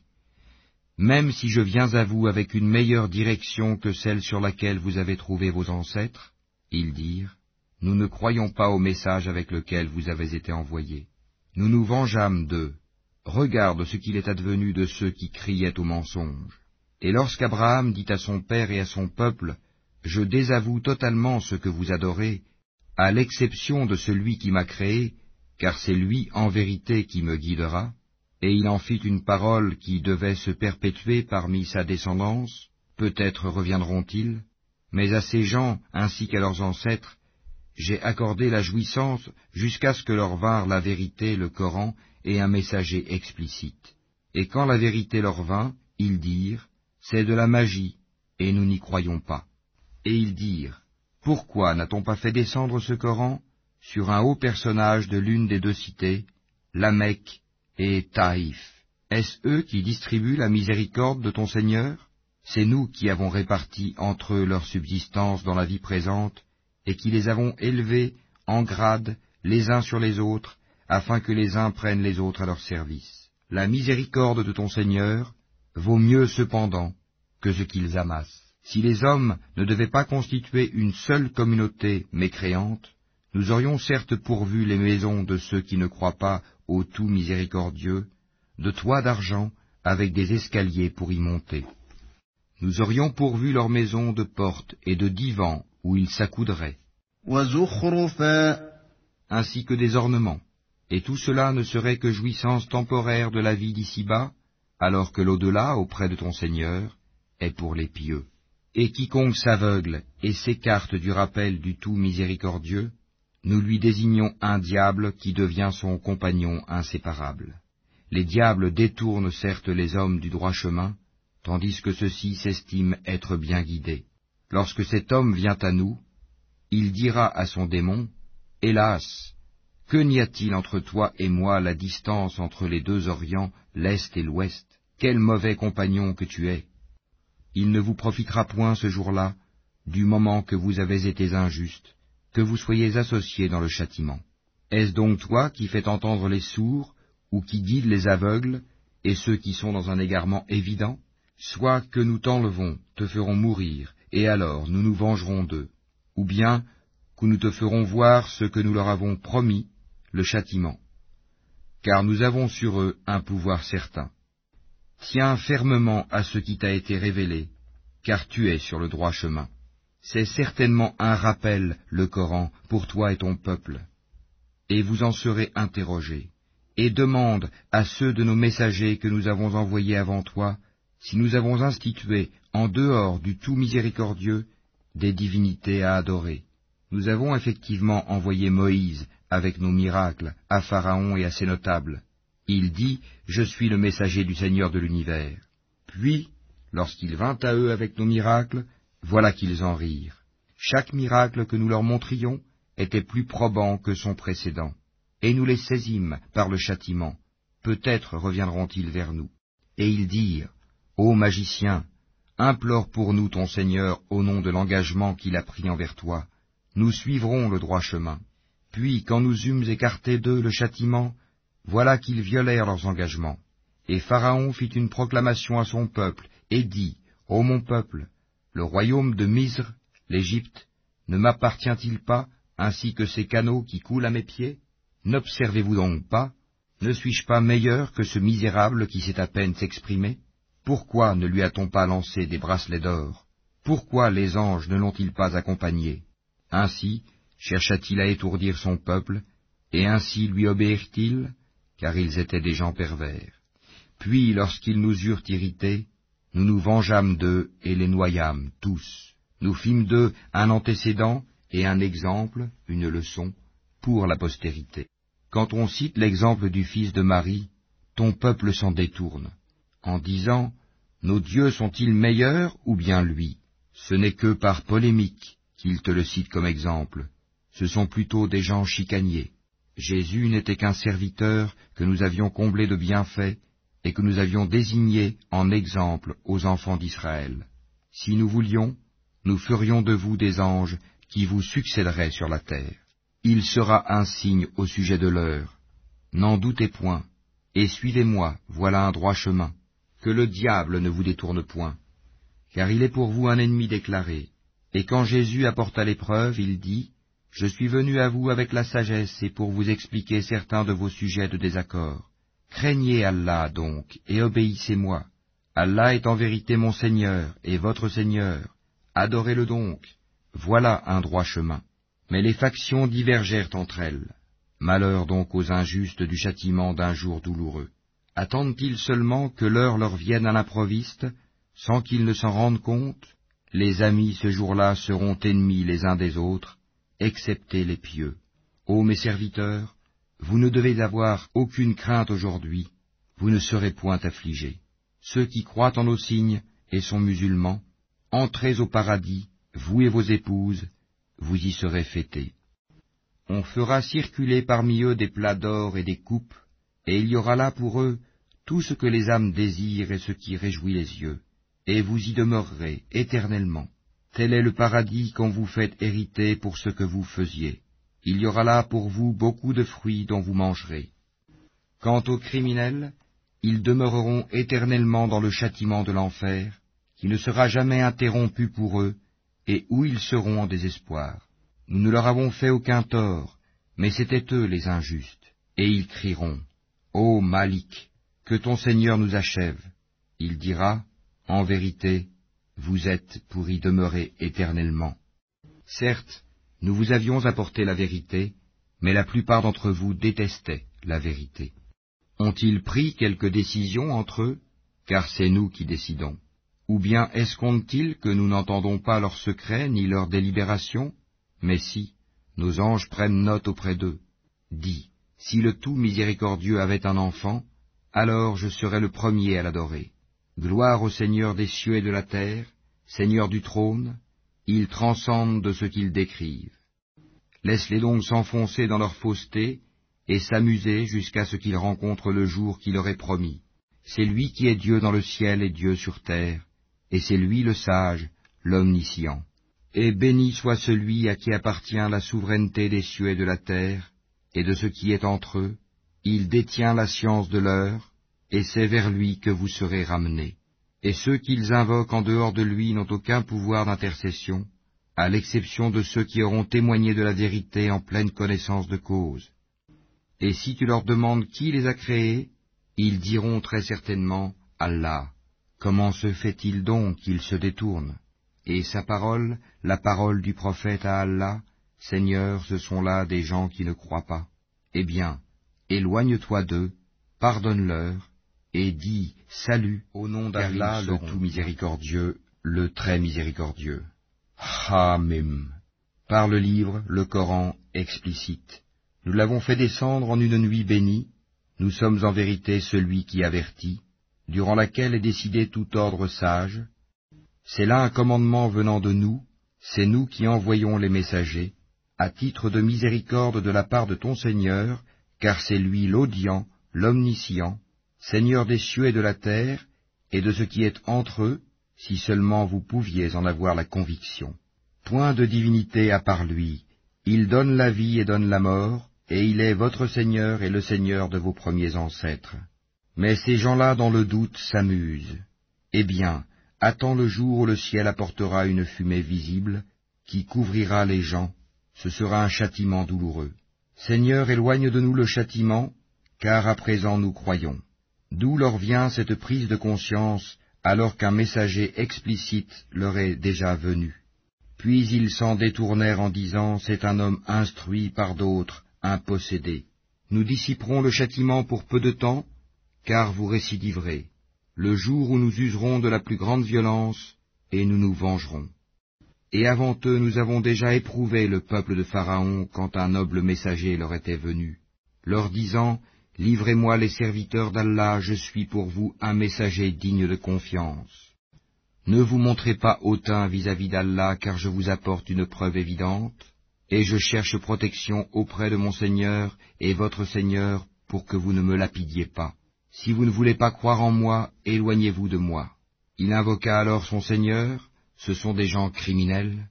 même si je viens à vous avec une meilleure direction que celle sur laquelle vous avez trouvé vos ancêtres, ils dirent, nous ne croyons pas au message avec lequel vous avez été envoyés. Nous nous vengeâmes d'eux. Regarde ce qu'il est advenu de ceux qui criaient au mensonge. Et lorsqu'Abraham dit à son père et à son peuple, je désavoue totalement ce que vous adorez, à l'exception de celui qui m'a créé, car c'est lui en vérité qui me guidera, et il en fit une parole qui devait se perpétuer parmi sa descendance, peut-être reviendront-ils, mais à ces gens ainsi qu'à leurs ancêtres, j'ai accordé la jouissance jusqu'à ce que leur vinrent la vérité, le Coran, et un messager explicite. Et quand la vérité leur vint, ils dirent, c'est de la magie, et nous n'y croyons pas. Et ils dirent, pourquoi n'a-t-on pas fait descendre ce Coran sur un haut personnage de l'une des deux cités, la Mecque et Taïf? Est-ce eux qui distribuent la miséricorde de ton Seigneur? C'est nous qui avons réparti entre eux leur subsistance dans la vie présente, et qui les avons élevés en grade les uns sur les autres, afin que les uns prennent les autres à leur service. La miséricorde de ton Seigneur vaut mieux cependant que ce qu'ils amassent. Si les hommes ne devaient pas constituer une seule communauté mécréante, nous aurions certes pourvu les maisons de ceux qui ne croient pas au tout miséricordieux, de toits d'argent avec des escaliers pour y monter. Nous aurions pourvu leurs maisons de portes et de divans où ils s'accoudraient, ainsi que des ornements, et tout cela ne serait que jouissance temporaire de la vie d'ici-bas, alors que l'au-delà, auprès de ton Seigneur, est pour les pieux. Et quiconque s'aveugle et s'écarte du rappel du tout miséricordieux, nous lui désignons un diable qui devient son compagnon inséparable. Les diables détournent certes les hommes du droit chemin, tandis que ceux-ci s'estiment être bien guidés. Lorsque cet homme vient à nous, il dira à son démon, « Hélas, que n'y a-t-il entre toi et moi la distance entre les deux orients, l'Est et l'Ouest? Quel mauvais compagnon que tu es! Il ne vous profitera point ce jour-là, du moment que vous avez été injustes, que vous soyez associés dans le châtiment. Est-ce donc toi qui fais entendre les sourds, ou qui guides les aveugles, et ceux qui sont dans un égarement évident? Soit que nous t'enlevons, te ferons mourir, et alors nous nous vengerons d'eux, ou bien que nous te ferons voir ce que nous leur avons promis, le châtiment. Car nous avons sur eux un pouvoir certain. Tiens fermement à ce qui t'a été révélé, car tu es sur le droit chemin. C'est certainement un rappel, le Coran, pour toi et ton peuple. Et vous en serez interrogés. Et demande à ceux de nos messagers que nous avons envoyés avant toi, si nous avons institué, en dehors du tout miséricordieux, des divinités à adorer. Nous avons effectivement envoyé Moïse, avec nos miracles, à Pharaon et à ses notables. Il dit, « Je suis le messager du Seigneur de l'univers. » Puis, lorsqu'il vint à eux avec nos miracles, voilà qu'ils en rirent. Chaque miracle que nous leur montrions était plus probant que son précédent, et nous les saisîmes par le châtiment. Peut-être reviendront-ils vers nous. Et ils dirent, « Ô magicien, implore pour nous ton Seigneur au nom de l'engagement qu'il a pris envers toi. Nous suivrons le droit chemin. » Puis, quand nous eûmes écarté d'eux le châtiment, voilà qu'ils violèrent leurs engagements. Et Pharaon fit une proclamation à son peuple, et dit, « Ô mon peuple, le royaume de Misr, l'Égypte, ne m'appartient-il pas, ainsi que ces canaux qui coulent à mes pieds? N'observez-vous donc pas? Ne suis-je pas meilleur que ce misérable qui sait à peine s'exprimer? Pourquoi ne lui a-t-on pas lancé des bracelets d'or? Pourquoi les anges ne l'ont-ils pas accompagné? Ainsi chercha-t-il à étourdir son peuple, et ainsi lui obéirent-ils, car ils étaient des gens pervers. Puis, lorsqu'ils nous eurent irrités, nous nous vengeâmes d'eux et les noyâmes tous. Nous fîmes d'eux un antécédent et un exemple, une leçon, pour la postérité. Quand on cite l'exemple du fils de Marie, ton peuple s'en détourne, en disant « Nos dieux sont-ils meilleurs ou bien lui ?» Ce n'est que par polémique qu'ils te le citent comme exemple. Ce sont plutôt des gens chicaniers. Jésus n'était qu'un serviteur que nous avions comblé de bienfaits et que nous avions désigné en exemple aux enfants d'Israël. Si nous voulions, nous ferions de vous des anges qui vous succéderaient sur la terre. Il sera un signe au sujet de l'heure. N'en doutez point, et suivez-moi, voilà un droit chemin. Que le diable ne vous détourne point, car il est pour vous un ennemi déclaré. Et quand Jésus apporta l'épreuve, il dit, « Je suis venu à vous avec la sagesse et pour vous expliquer certains de vos sujets de désaccord. Craignez Allah donc, et obéissez-moi. Allah est en vérité mon Seigneur et votre Seigneur. Adorez-le donc. Voilà un droit chemin. » Mais les factions divergèrent entre elles. Malheur donc aux injustes du châtiment d'un jour douloureux. Attendent-ils seulement que l'heure leur vienne à l'improviste, sans qu'ils ne s'en rendent compte? Les amis ce jour-là seront ennemis les uns des autres, excepté les pieux. Ô mes serviteurs, vous ne devez avoir aucune crainte aujourd'hui, vous ne serez point affligés. Ceux qui croient en nos signes et sont musulmans, entrez au paradis, vous et vos épouses, vous y serez fêtés. On fera circuler parmi eux des plats d'or et des coupes, et il y aura là pour eux tout ce que les âmes désirent et ce qui réjouit les yeux, et vous y demeurerez éternellement. Tel est le paradis qu'on vous fait hériter pour ce que vous faisiez. Il y aura là pour vous beaucoup de fruits dont vous mangerez. Quant aux criminels, ils demeureront éternellement dans le châtiment de l'enfer, qui ne sera jamais interrompu pour eux, et où ils seront en désespoir. Nous ne leur avons fait aucun tort, mais c'étaient eux les injustes, et ils crieront, « Ô Malik, que ton Seigneur nous achève. » Il dira, « En vérité, vous êtes pour y demeurer éternellement. » Certes, nous vous avions apporté la vérité, mais la plupart d'entre vous détestaient la vérité. Ont-ils pris quelque décision entre eux? Car c'est nous qui décidons. Ou bien escomptent-ils que nous n'entendons pas leurs secrets ni leurs délibérations? Mais si, nos anges prennent note auprès d'eux. Dis, si le tout miséricordieux avait un enfant, alors je serais le premier à l'adorer. Gloire au Seigneur des cieux et de la terre, Seigneur du trône, ils transcendent de ce qu'ils décrivent. Laisse-les donc s'enfoncer dans leur fausseté et s'amuser jusqu'à ce qu'ils rencontrent le jour qui leur est promis. C'est lui qui est Dieu dans le ciel et Dieu sur terre, et c'est lui le sage, l'omniscient. Et béni soit celui à qui appartient la souveraineté des cieux et de la terre, et de ce qui est entre eux, il détient la science de l'heure, et c'est vers lui que vous serez ramenés. Et ceux qu'ils invoquent en dehors de lui n'ont aucun pouvoir d'intercession, à l'exception de ceux qui auront témoigné de la vérité en pleine connaissance de cause. Et si tu leur demandes qui les a créés, ils diront très certainement « Allah ». Comment se fait-il donc qu'ils se détournent? Et sa parole, la parole du prophète à Allah, « Seigneur, ce sont là des gens qui ne croient pas. » Eh bien, éloigne-toi d'eux, pardonne-leur, et dis « Salut » au nom d'Allah, le tout miséricordieux, le très miséricordieux. Hamim. Par le livre, le Coran, explicite. Nous l'avons fait descendre en une nuit bénie, nous sommes en vérité celui qui avertit, durant laquelle est décidé tout ordre sage. C'est là un commandement venant de nous, c'est nous qui envoyons les messagers, à titre de miséricorde de la part de ton Seigneur, car c'est lui l'audient, l'omniscient, Seigneur des cieux et de la terre, et de ce qui est entre eux, si seulement vous pouviez en avoir la conviction. Point de divinité à part lui, il donne la vie et donne la mort, et il est votre Seigneur et le Seigneur de vos premiers ancêtres. Mais ces gens-là dans le doute s'amusent. Eh bien, attends le jour où le ciel apportera une fumée visible, qui couvrira les gens, ce sera un châtiment douloureux. Seigneur, éloigne de nous le châtiment, car à présent nous croyons. D'où leur vient cette prise de conscience, alors qu'un messager explicite leur est déjà venu? Puis ils s'en détournèrent en disant, c'est un homme instruit par d'autres, un possédé. Nous dissiperons le châtiment pour peu de temps, car vous récidiverez, le jour où nous userons de la plus grande violence, et nous nous vengerons. Et avant eux nous avons déjà éprouvé le peuple de Pharaon quand un noble messager leur était venu, leur disant, Livrez-moi les serviteurs d'Allah, je suis pour vous un messager digne de confiance. Ne vous montrez pas hautain vis-à-vis d'Allah, car je vous apporte une preuve évidente, et je cherche protection auprès de mon Seigneur et votre Seigneur pour que vous ne me lapidiez pas. Si vous ne voulez pas croire en moi, éloignez-vous de moi. Il invoqua alors son Seigneur, ce sont des gens criminels.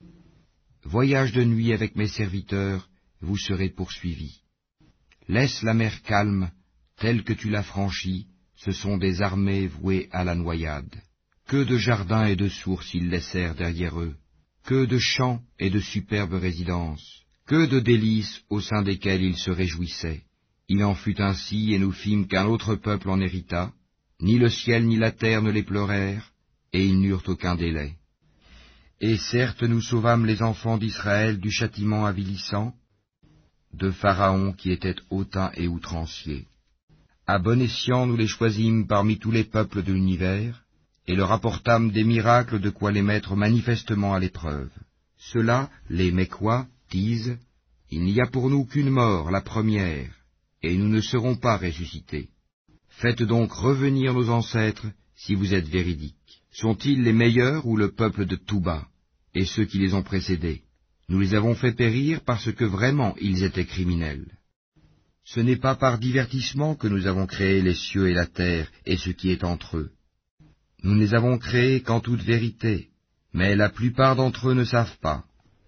Voyage de nuit avec mes serviteurs, vous serez poursuivis. Laisse la mer calme, telle que tu l'as franchie, ce sont des armées vouées à la noyade. Que de jardins et de sources ils laissèrent derrière eux, que de champs et de superbes résidences, que de délices au sein desquelles ils se réjouissaient. Il en fut ainsi, et nous fîmes qu'un autre peuple en hérita, ni le ciel ni la terre ne les pleurèrent, et ils n'eurent aucun délai. Et certes nous sauvâmes les enfants d'Israël du châtiment avilissant, de Pharaon qui était hautain et outrancier. À bon escient nous les choisîmes parmi tous les peuples de l'univers, et leur apportâmes des miracles de quoi les mettre manifestement à l'épreuve. Ceux-là, les Mécois, disent, il n'y a pour nous qu'une mort, la première, et nous ne serons pas ressuscités. Faites donc revenir nos ancêtres, si vous êtes véridiques. Sont-ils les meilleurs ou le peuple de Touba, et ceux qui les ont précédés? Nous les avons fait périr parce que vraiment ils étaient criminels. Ce n'est pas par divertissement que nous avons créé les cieux et la terre et ce qui est entre eux. Nous ne les avons créés qu'en toute vérité, mais la plupart d'entre eux ne savent pas.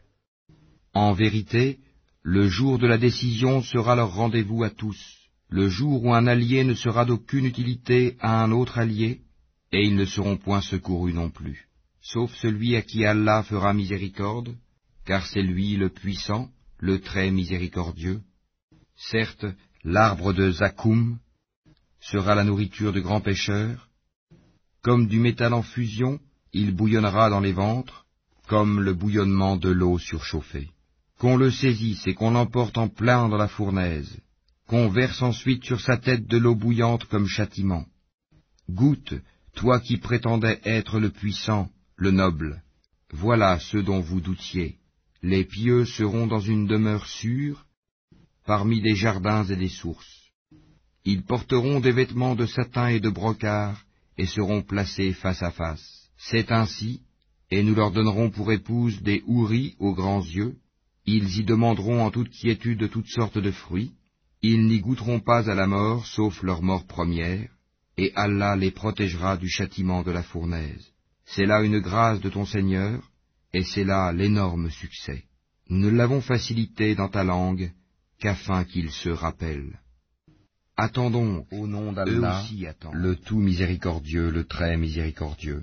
En vérité, le jour de la décision sera leur rendez-vous à tous, le jour où un allié ne sera d'aucune utilité à un autre allié, et ils ne seront point secourus non plus, sauf celui à qui Allah fera miséricorde, car c'est lui le puissant, le très miséricordieux. Certes, l'arbre de Zakoum sera la nourriture de grands pêcheurs. Comme du métal en fusion, il bouillonnera dans les ventres, comme le bouillonnement de l'eau surchauffée. Qu'on le saisisse et qu'on l'emporte en plein dans la fournaise, qu'on verse ensuite sur sa tête de l'eau bouillante comme châtiment. Goûte, toi qui prétendais être le puissant, le noble. Voilà ceux dont vous doutiez. Les pieux seront dans une demeure sûre, parmi des jardins et des sources. Ils porteront des vêtements de satin et de brocart, et seront placés face à face. C'est ainsi, et nous leur donnerons pour épouse des houris aux grands yeux. Ils y demanderont en toute quiétude toutes sortes de fruits. Ils n'y goûteront pas à la mort, sauf leur mort première, et Allah les protégera du châtiment de la fournaise. C'est là une grâce de ton Seigneur, et c'est là l'énorme succès. Nous ne l'avons facilité dans ta langue, qu'afin qu'il se rappelle. Attendons, au nom d'Allah, le tout miséricordieux, le très miséricordieux.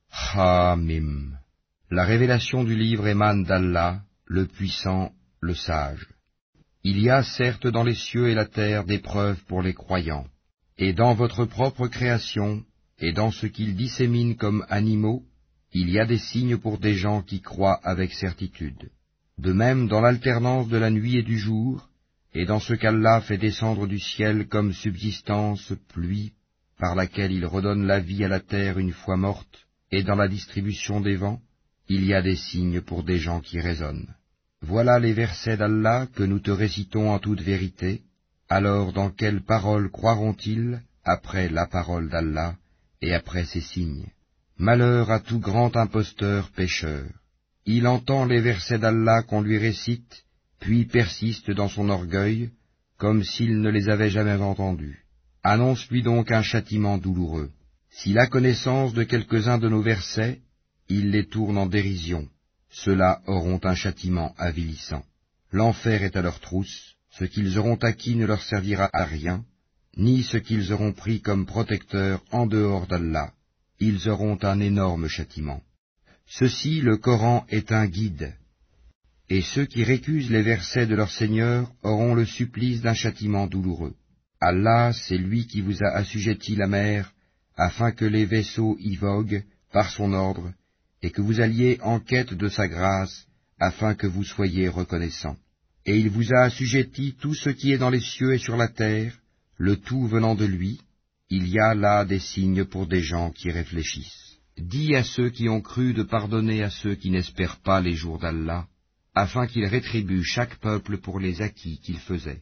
Ha-Mim. La révélation du livre émane d'Allah, le puissant, le sage. Il y a certes dans les cieux et la terre des preuves pour les croyants, et dans votre propre création, et dans ce qu'ils disséminent comme animaux, il y a des signes pour des gens qui croient avec certitude. De même dans l'alternance de la nuit et du jour, et dans ce qu'Allah fait descendre du ciel comme subsistance, pluie, par laquelle il redonne la vie à la terre une fois morte, et dans la distribution des vents, il y a des signes pour des gens qui raisonnent. Voilà les versets d'Allah que nous te récitons en toute vérité. Alors dans quelle parole croiront-ils après la parole d'Allah et après ces signes? Malheur à tout grand imposteur pécheur. Il entend les versets d'Allah qu'on lui récite, puis persiste dans son orgueil, comme s'il ne les avait jamais entendus. Annonce-lui donc un châtiment douloureux. S'il a connaissance de quelques-uns de nos versets, il les tourne en dérision. Ceux-là auront un châtiment avilissant. L'enfer est à leur trousse, ce qu'ils auront acquis ne leur servira à rien, ni ce qu'ils auront pris comme protecteur en dehors d'Allah. Ils auront un énorme châtiment. Ceci, le Coran, est un guide. Et ceux qui récusent les versets de leur Seigneur auront le supplice d'un châtiment douloureux. Allah, c'est lui qui vous a assujetti la mer, afin que les vaisseaux y voguent par son ordre, et que vous alliez en quête de sa grâce, afin que vous soyez reconnaissants. Et il vous a assujetti tout ce qui est dans les cieux et sur la terre, le tout venant de lui. Il y a là des signes pour des gens qui réfléchissent. Dis à ceux qui ont cru de pardonner à ceux qui n'espèrent pas les jours d'Allah, afin qu'il rétribue chaque peuple pour les acquis qu'il faisait.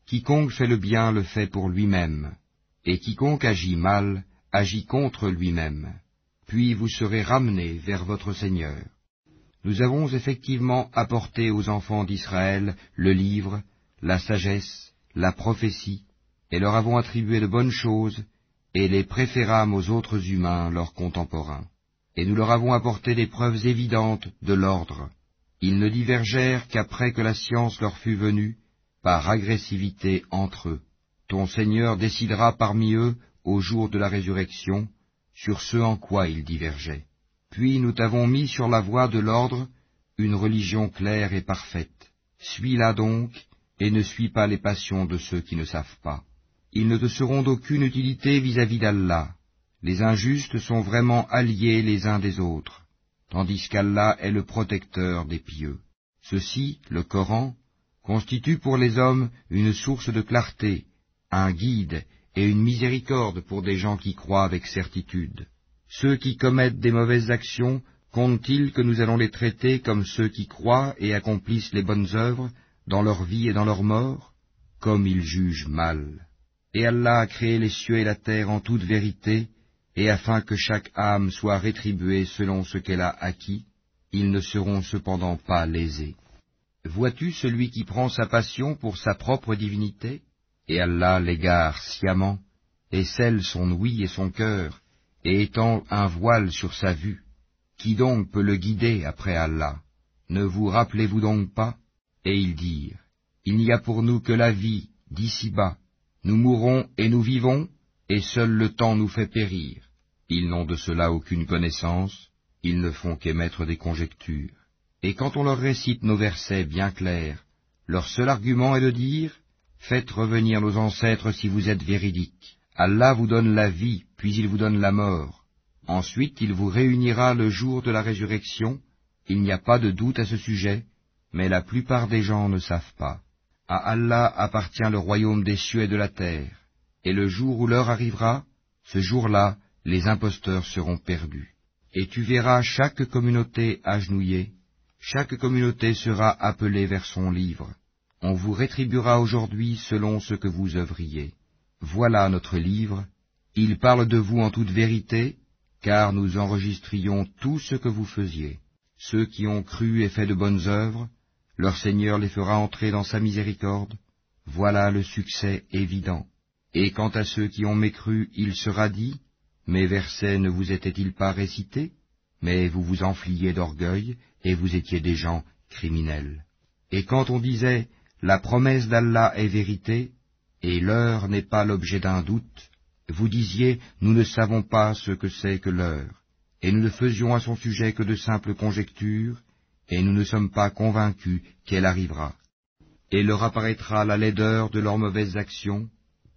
Quiconque fait le bien le fait pour lui-même, et quiconque agit mal agit contre lui-même. Puis vous serez ramenés vers votre Seigneur. Nous avons effectivement apporté aux enfants d'Israël le livre, la sagesse, la prophétie, et leur avons attribué de bonnes choses, et les préférâmes aux autres humains, leurs contemporains. Et nous leur avons apporté des preuves évidentes de l'ordre. Ils ne divergèrent qu'après que la science leur fut venue, par agressivité entre eux. Ton Seigneur décidera parmi eux, au jour de la résurrection, sur ce en quoi ils divergeaient. Puis nous t'avons mis sur la voie de l'ordre, une religion claire et parfaite. Suis-la donc, et ne suis pas les passions de ceux qui ne savent pas. Ils ne te seront d'aucune utilité vis-à-vis d'Allah. Les injustes sont vraiment alliés les uns des autres, tandis qu'Allah est le protecteur des pieux. Ceci, le Coran, constitue pour les hommes une source de clarté, un guide et une miséricorde pour des gens qui croient avec certitude. Ceux qui commettent des mauvaises actions, comptent-ils que nous allons les traiter comme ceux qui croient et accomplissent les bonnes œuvres, dans leur vie et dans leur mort? Comme ils jugent mal. Et Allah a créé les cieux et la terre en toute vérité, et afin que chaque âme soit rétribuée selon ce qu'elle a acquis, ils ne seront cependant pas lésés. Vois-tu celui qui prend sa passion pour sa propre divinité, et Allah l'égare sciemment, et scelle son ouïe et son cœur, et étend un voile sur sa vue? Qui donc peut le guider après Allah? Ne vous rappelez-vous donc pas? Et ils dirent, il n'y a pour nous que la vie, d'ici-bas. Nous mourons et nous vivons, et seul le temps nous fait périr. Ils n'ont de cela aucune connaissance, ils ne font qu'émettre des conjectures. Et quand on leur récite nos versets bien clairs, leur seul argument est de dire, faites revenir nos ancêtres si vous êtes véridiques. Allah vous donne la vie, puis il vous donne la mort. Ensuite il vous réunira le jour de la résurrection, il n'y a pas de doute à ce sujet, mais la plupart des gens ne savent pas. À Allah appartient le royaume des cieux et de la terre, et le jour où l'heure arrivera, ce jour-là, les imposteurs seront perdus. Et tu verras chaque communauté agenouillée, chaque communauté sera appelée vers son livre. On vous rétribuera aujourd'hui selon ce que vous œuvriez. Voilà notre livre, il parle de vous en toute vérité, car nous enregistrions tout ce que vous faisiez. Ceux qui ont cru et fait de bonnes œuvres, leur Seigneur les fera entrer dans sa miséricorde. Voilà le succès évident. Et quant à ceux qui ont mécru, il sera dit, mes versets ne vous étaient-ils pas récités? Mais vous vous enfliez d'orgueil, et vous étiez des gens criminels. Et quand on disait, la promesse d'Allah est vérité, et l'heure n'est pas l'objet d'un doute, vous disiez, nous ne savons pas ce que c'est que l'heure, et nous ne faisions à son sujet que de simples conjectures, et nous ne sommes pas convaincus qu'elle arrivera. Et leur apparaîtra la laideur de leurs mauvaises actions,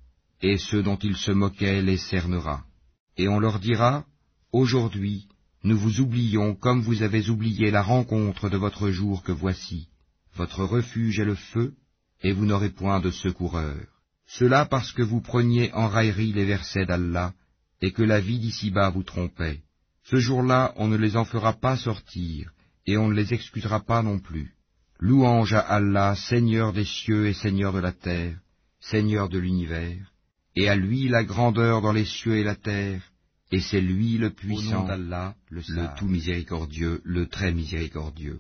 et ceux dont ils se moquaient les cernera. Et on leur dira, aujourd'hui, nous vous oublions comme vous avez oublié la rencontre de votre jour que voici. Votre refuge est le feu, et vous n'aurez point de secoureur. Cela parce que vous preniez en raillerie les versets d'Allah, et que la vie d'ici-bas vous trompait. Ce jour-là, on ne les en fera pas sortir, et on ne les excusera pas non plus. Louange à Allah, Seigneur des cieux et Seigneur de la terre, Seigneur de l'univers, et à lui la grandeur dans les cieux et la terre, et c'est lui le puissant, d'Allah, le, le tout miséricordieux, le très miséricordieux.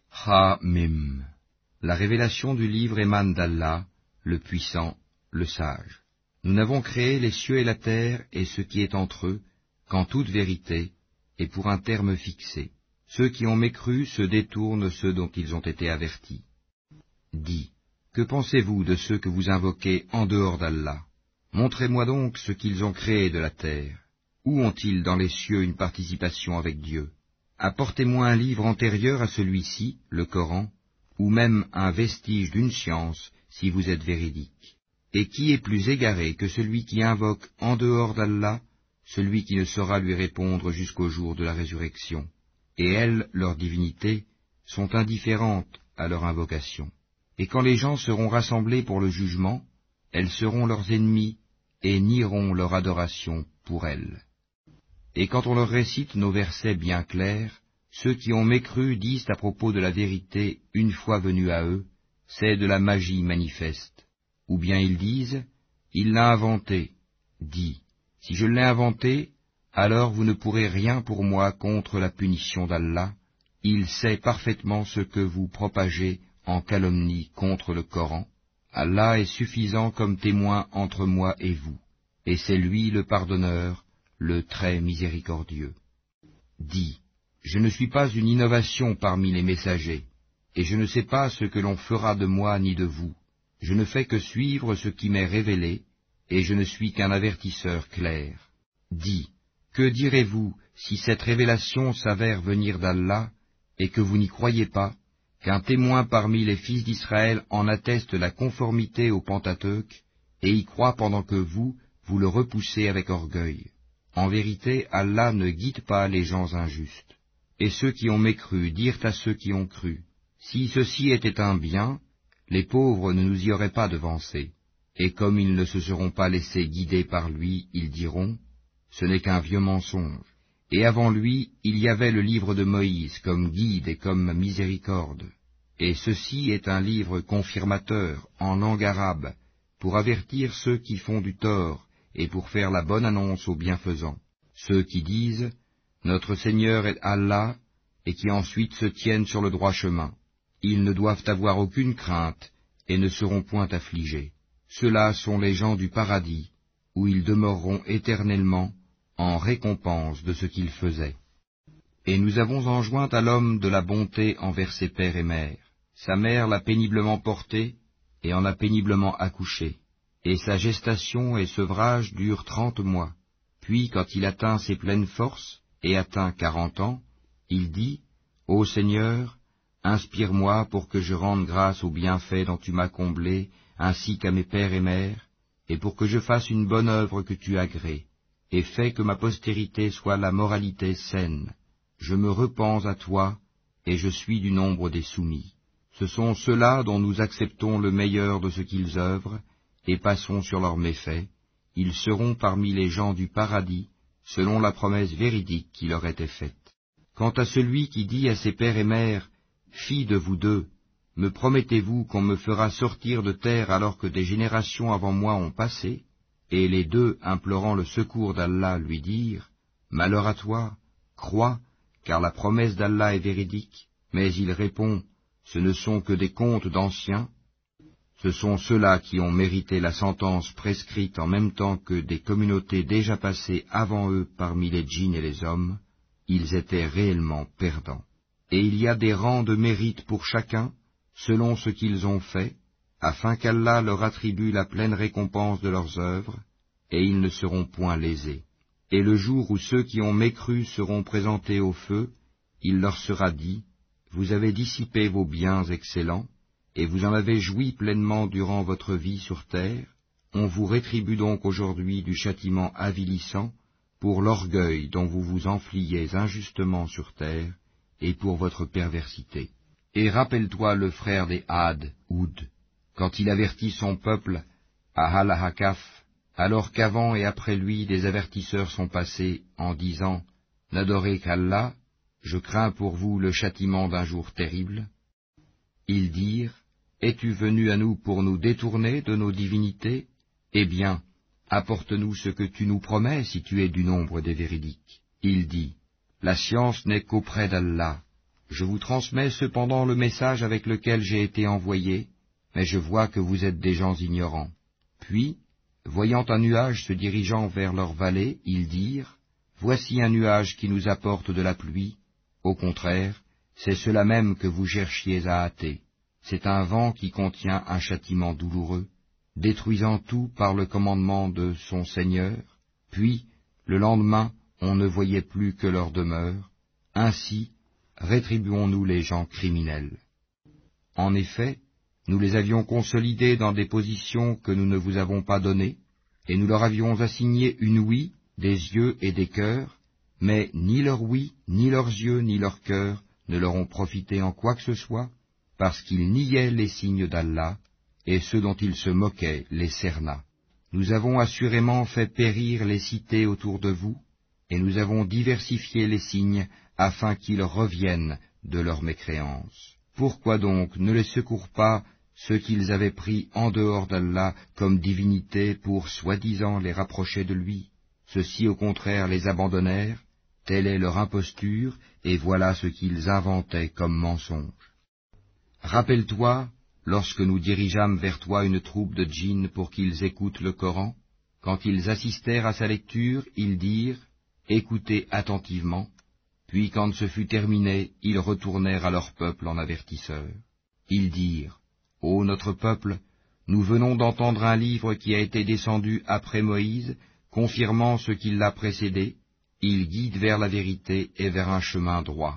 Ha-Mim. La révélation du livre émane d'Allah, le puissant, le sage. Nous n'avons créé les cieux et la terre et ce qui est entre eux, qu'en toute vérité, et pour un terme fixé. Ceux qui ont mécru se détournent de ceux dont ils ont été avertis. Dis, que pensez-vous de ceux que vous invoquez en dehors d'Allah? Montrez-moi donc ce qu'ils ont créé de la terre. Où ont-ils dans les cieux une participation avec Dieu? Apportez-moi un livre antérieur à celui-ci, le Coran, ou même un vestige d'une science, si vous êtes véridique. Et qui est plus égaré que celui qui invoque en dehors d'Allah, celui qui ne saura lui répondre jusqu'au jour de la résurrection? Et elles, leurs divinités, sont indifférentes à leur invocation. Et quand les gens seront rassemblés pour le jugement, elles seront leurs ennemis et nieront leur adoration pour elles. Et quand on leur récite nos versets bien clairs, ceux qui ont mécru disent à propos de la vérité, une fois venus à eux, c'est de la magie manifeste. ou bien ils disent, il l'a inventé. Dis, si je l'ai inventé, alors vous ne pourrez rien pour moi contre la punition d'Allah. Il sait parfaitement ce que vous propagez en calomnie contre le Coran. Allah est suffisant comme témoin entre moi et vous, et c'est lui le pardonneur, le très miséricordieux. Dis, je ne suis pas une innovation parmi les messagers, et je ne sais pas ce que l'on fera de moi ni de vous. Je ne fais que suivre ce qui m'est révélé, et je ne suis qu'un avertisseur clair. Dis, que direz-vous si cette révélation s'avère venir d'Allah, et que vous n'y croyez pas, qu'un témoin parmi les fils d'Israël en atteste la conformité au Pentateuque, et y croit pendant que vous, vous le repoussez avec orgueil. En vérité, Allah ne guide pas les gens injustes. Et ceux qui ont mécru dirent à ceux qui ont cru, si ceci était un bien, les pauvres ne nous y auraient pas devancés. Et comme ils ne se seront pas laissés guider par lui, ils diront, ce n'est qu'un vieux mensonge. Et avant lui, il y avait le livre de Moïse comme guide et comme miséricorde. Et ceci est un livre confirmateur, en langue arabe, pour avertir ceux qui font du tort, et pour faire la bonne annonce aux bienfaisants. Ceux qui disent, notre Seigneur est Allah, et qui ensuite se tiennent sur le droit chemin. Ils ne doivent avoir aucune crainte, et ne seront point affligés. Ceux-là sont les gens du paradis, où ils demeureront éternellement, en récompense de ce qu'ils faisaient. Et nous avons enjoint à l'homme de la bonté envers ses pères et mères. Sa mère l'a péniblement porté, et en a péniblement accouché. Et sa gestation et sevrage durent trente mois. Puis, quand il atteint ses pleines forces, et atteint quarante ans, il dit, Ô Seigneur, inspire-moi pour que je rende grâce aux bienfaits dont tu m'as comblé, ainsi qu'à mes pères et mères, et pour que je fasse une bonne œuvre que tu agrées, et fais que ma postérité soit la moralité saine. Je me repens à toi, et je suis du nombre des soumis. Ce sont ceux-là dont nous acceptons le meilleur de ce qu'ils œuvrent, et passons sur leurs méfaits. Ils seront parmi les gens du paradis, selon la promesse véridique qui leur était faite. Quant à celui qui dit à ses pères et mères, « Filles de vous deux, me promettez-vous qu'on me fera sortir de terre alors que des générations avant moi ont passé ?» Et les deux, implorant le secours d'Allah, lui dirent, « Malheur à toi, crois, car la promesse d'Allah est véridique. » Mais il répond, « Ce ne sont que des contes d'anciens. » Ce sont ceux-là qui ont mérité la sentence prescrite en même temps que des communautés déjà passées avant eux parmi les djinns et les hommes. Ils étaient réellement perdants. Et il y a des rangs de mérite pour chacun, selon ce qu'ils ont fait, afin qu'Allah leur attribue la pleine récompense de leurs œuvres, et ils ne seront point lésés. Et le jour où ceux qui ont mécru seront présentés au feu, il leur sera dit, « Vous avez dissipé vos biens excellents, et vous en avez joui pleinement durant votre vie sur terre, on vous rétribue donc aujourd'hui du châtiment avilissant pour l'orgueil dont vous vous enfliez injustement sur terre, et pour votre perversité. Et rappelle-toi le frère des Had, Houd, quand il avertit son peuple à Al-Hakaf, alors qu'avant et après lui des avertisseurs sont passés en disant « N'adorez qu'Allah, je crains pour vous le châtiment d'un jour terrible. » Ils dirent « Es-tu venu à nous pour nous détourner de nos divinités? Eh bien, apporte-nous ce que tu nous promets si tu es du nombre des véridiques. » Il dit « La science n'est qu'auprès d'Allah. Je vous transmets cependant le message avec lequel j'ai été envoyé, mais je vois que vous êtes des gens ignorants. » Puis, voyant un nuage se dirigeant vers leur vallée, ils dirent « Voici un nuage qui nous apporte de la pluie. Au contraire, c'est cela même que vous cherchiez à hâter. C'est un vent qui contient un châtiment douloureux, détruisant tout par le commandement de son Seigneur. Puis, le lendemain, on ne voyait plus que leur demeure. Ainsi, rétribuons-nous les gens criminels. En effet, nous les avions consolidés dans des positions que nous ne vous avons pas données, et nous leur avions assigné une ouïe, des yeux et des cœurs, mais ni leur ouïe, ni leurs yeux, ni leurs cœurs ne leur ont profité en quoi que ce soit, parce qu'ils niaient les signes d'Allah, et ceux dont ils se moquaient les cerna. Nous avons assurément fait périr les cités autour de vous, et nous avons diversifié les signes afin qu'ils reviennent de leur mécréance. Pourquoi donc ne les secourent pas ce qu'ils avaient pris en dehors d'Allah comme divinité pour soi-disant les rapprocher de lui. Ceux-ci au contraire les abandonnèrent, telle est leur imposture, et voilà ce qu'ils inventaient comme mensonge. Rappelle-toi, lorsque nous dirigeâmes vers toi une troupe de djinns pour qu'ils écoutent le Coran, quand ils assistèrent à sa lecture, ils dirent « Écoutez attentivement », puis quand ce fut terminé, ils retournèrent à leur peuple en avertisseurs. Ils dirent « Ô notre peuple, nous venons d'entendre un livre qui a été descendu après Moïse, confirmant ce qui l'a précédé, il guide vers la vérité et vers un chemin droit.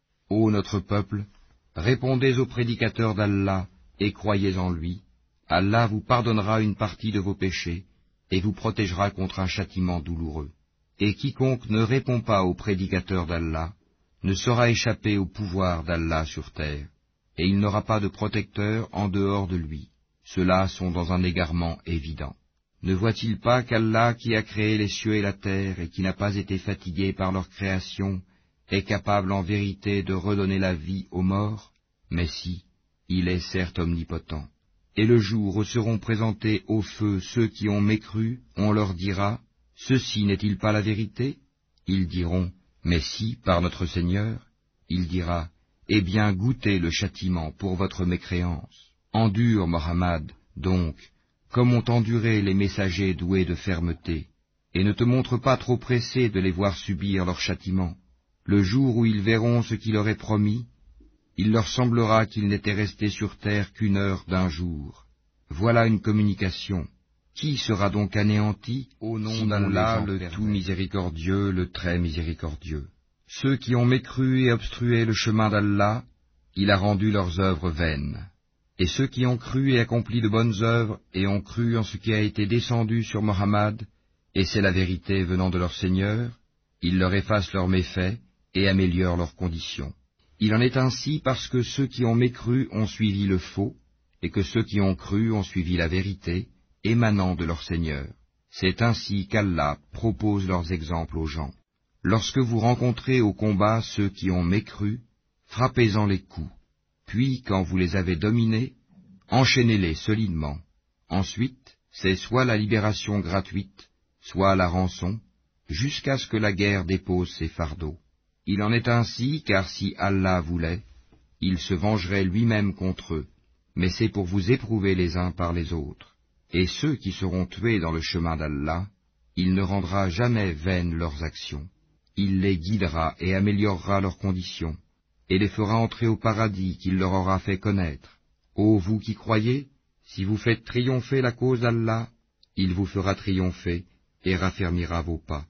Ô notre peuple, répondez aux prédicateurs d'Allah et croyez en lui, Allah vous pardonnera une partie de vos péchés et vous protégera contre un châtiment douloureux. Et quiconque ne répond pas aux prédicateurs d'Allah ne saura échapper au pouvoir d'Allah sur terre, et il n'aura pas de protecteur en dehors de lui. Ceux-là sont dans un égarement évident. Ne voit-il pas qu'Allah, qui a créé les cieux et la terre et qui n'a pas été fatigué par leur création, est capable en vérité de redonner la vie aux morts? Mais si, il est certes omnipotent. Et le jour où seront présentés au feu ceux qui ont mécru, on leur dira, « Ceci n'est-il pas la vérité ?» Ils diront, « Mais si, par notre Seigneur. » Il dira, « Eh bien, goûtez le châtiment pour votre mécréance. Endure, Mohammed, donc, comme ont enduré les messagers doués de fermeté, et ne te montre pas trop pressé de les voir subir leur châtiment. Le jour où ils verront ce qu'il leur est promis, il leur semblera qu'ils n'étaient restés sur terre qu'une heure d'un jour. Voilà une communication. Qui sera donc anéanti au nom d'Allah, le tout miséricordieux, le très miséricordieux? Ceux qui ont mécru et obstrué le chemin d'Allah, il a rendu leurs œuvres vaines. Et ceux qui ont cru et accompli de bonnes œuvres, et ont cru en ce qui a été descendu sur Mohammed, et c'est la vérité venant de leur Seigneur, il leur efface leurs méfaits et améliore leurs conditions. Il en est ainsi parce que ceux qui ont mécru ont suivi le faux, et que ceux qui ont cru ont suivi la vérité, émanant de leur Seigneur. C'est ainsi qu'Allah propose leurs exemples aux gens. Lorsque vous rencontrez au combat ceux qui ont mécru, frappez-en les coups. Puis, quand vous les avez dominés, enchaînez-les solidement. Ensuite, c'est soit la libération gratuite, soit la rançon, jusqu'à ce que la guerre dépose ses fardeaux. Il en est ainsi, car si Allah voulait, il se vengerait lui-même contre eux, mais c'est pour vous éprouver les uns par les autres. Et ceux qui seront tués dans le chemin d'Allah, il ne rendra jamais vaines leurs actions. Il les guidera et améliorera leurs conditions, et les fera entrer au paradis qu'il leur aura fait connaître. Ô vous qui croyez, si vous faites triompher la cause d'Allah, il vous fera triompher et raffermira vos pas.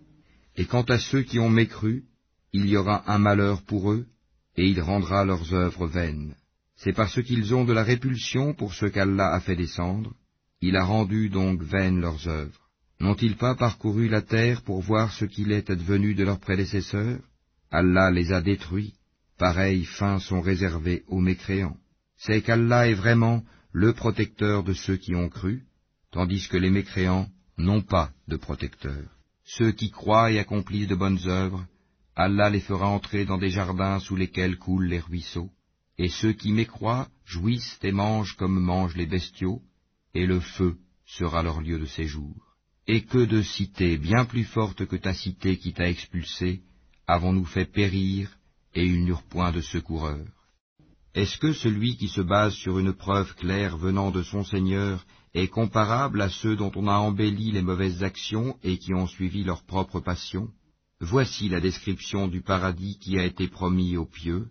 Et quant à ceux qui ont mécru, il y aura un malheur pour eux, et il rendra leurs œuvres vaines. C'est parce qu'ils ont de la répulsion pour ce qu'Allah a fait descendre, il a rendu donc vaines leurs œuvres. N'ont-ils pas parcouru la terre pour voir ce qu'il est advenu de leurs prédécesseurs? Allah les a détruits. Pareilles fins sont réservées aux mécréants. C'est qu'Allah est vraiment le protecteur de ceux qui ont cru, tandis que les mécréants n'ont pas de protecteur. Ceux qui croient et accomplissent de bonnes œuvres, Allah les fera entrer dans des jardins sous lesquels coulent les ruisseaux, et ceux qui mécroient jouissent et mangent comme mangent les bestiaux, et le feu sera leur lieu de séjour. Et que de cités bien plus fortes que ta cité qui t'a expulsé avons-nous fait périr, et ils n'eurent point de secoureur. Est-ce que celui qui se base sur une preuve claire venant de son Seigneur est comparable à ceux dont on a embelli les mauvaises actions et qui ont suivi leur propre passion? Voici la description du paradis qui a été promis aux pieux.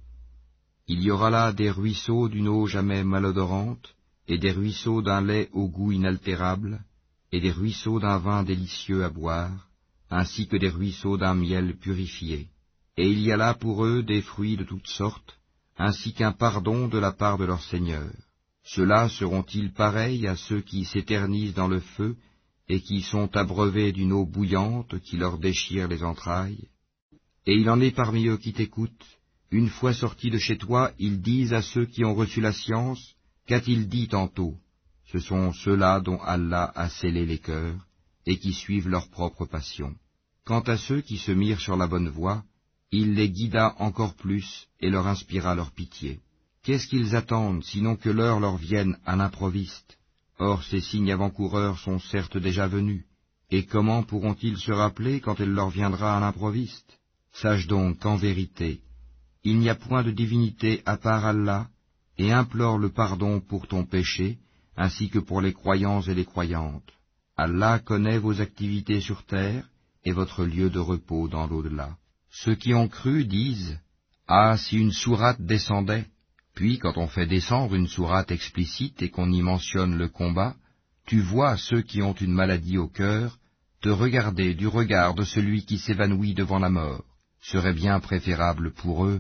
Il y aura là des ruisseaux d'une eau jamais malodorante, et des ruisseaux d'un lait au goût inaltérable, et des ruisseaux d'un vin délicieux à boire, ainsi que des ruisseaux d'un miel purifié. Et il y a là pour eux des fruits de toutes sortes, ainsi qu'un pardon de la part de leur Seigneur. Ceux-là seront-ils pareils à ceux qui s'éternisent dans le feu et qui sont abreuvés d'une eau bouillante qui leur déchire les entrailles? Et il en est parmi eux qui t'écoutent. Une fois sortis de chez toi, ils disent à ceux qui ont reçu la science, qu'a-t-il dit tantôt? Ce sont ceux-là dont Allah a scellé les cœurs et qui suivent leur propre passion. Quant à ceux qui se mirent sur la bonne voie, il les guida encore plus et leur inspira leur pitié. Qu'est-ce qu'ils attendent, sinon que l'heure leur vienne à l'improviste? Or ces signes avant-coureurs sont certes déjà venus, et comment pourront-ils se rappeler quand elle leur viendra à l'improviste? Sache donc qu'en vérité, il n'y a point de divinité à part Allah, et implore le pardon pour ton péché, ainsi que pour les croyants et les croyantes. Allah connaît vos activités sur terre, et votre lieu de repos dans l'au-delà. Ceux qui ont cru disent, « Ah, si une sourate descendait !» Puis, quand on fait descendre une sourate explicite et qu'on y mentionne le combat, tu vois ceux qui ont une maladie au cœur te regarder du regard de celui qui s'évanouit devant la mort. Serait bien préférable pour eux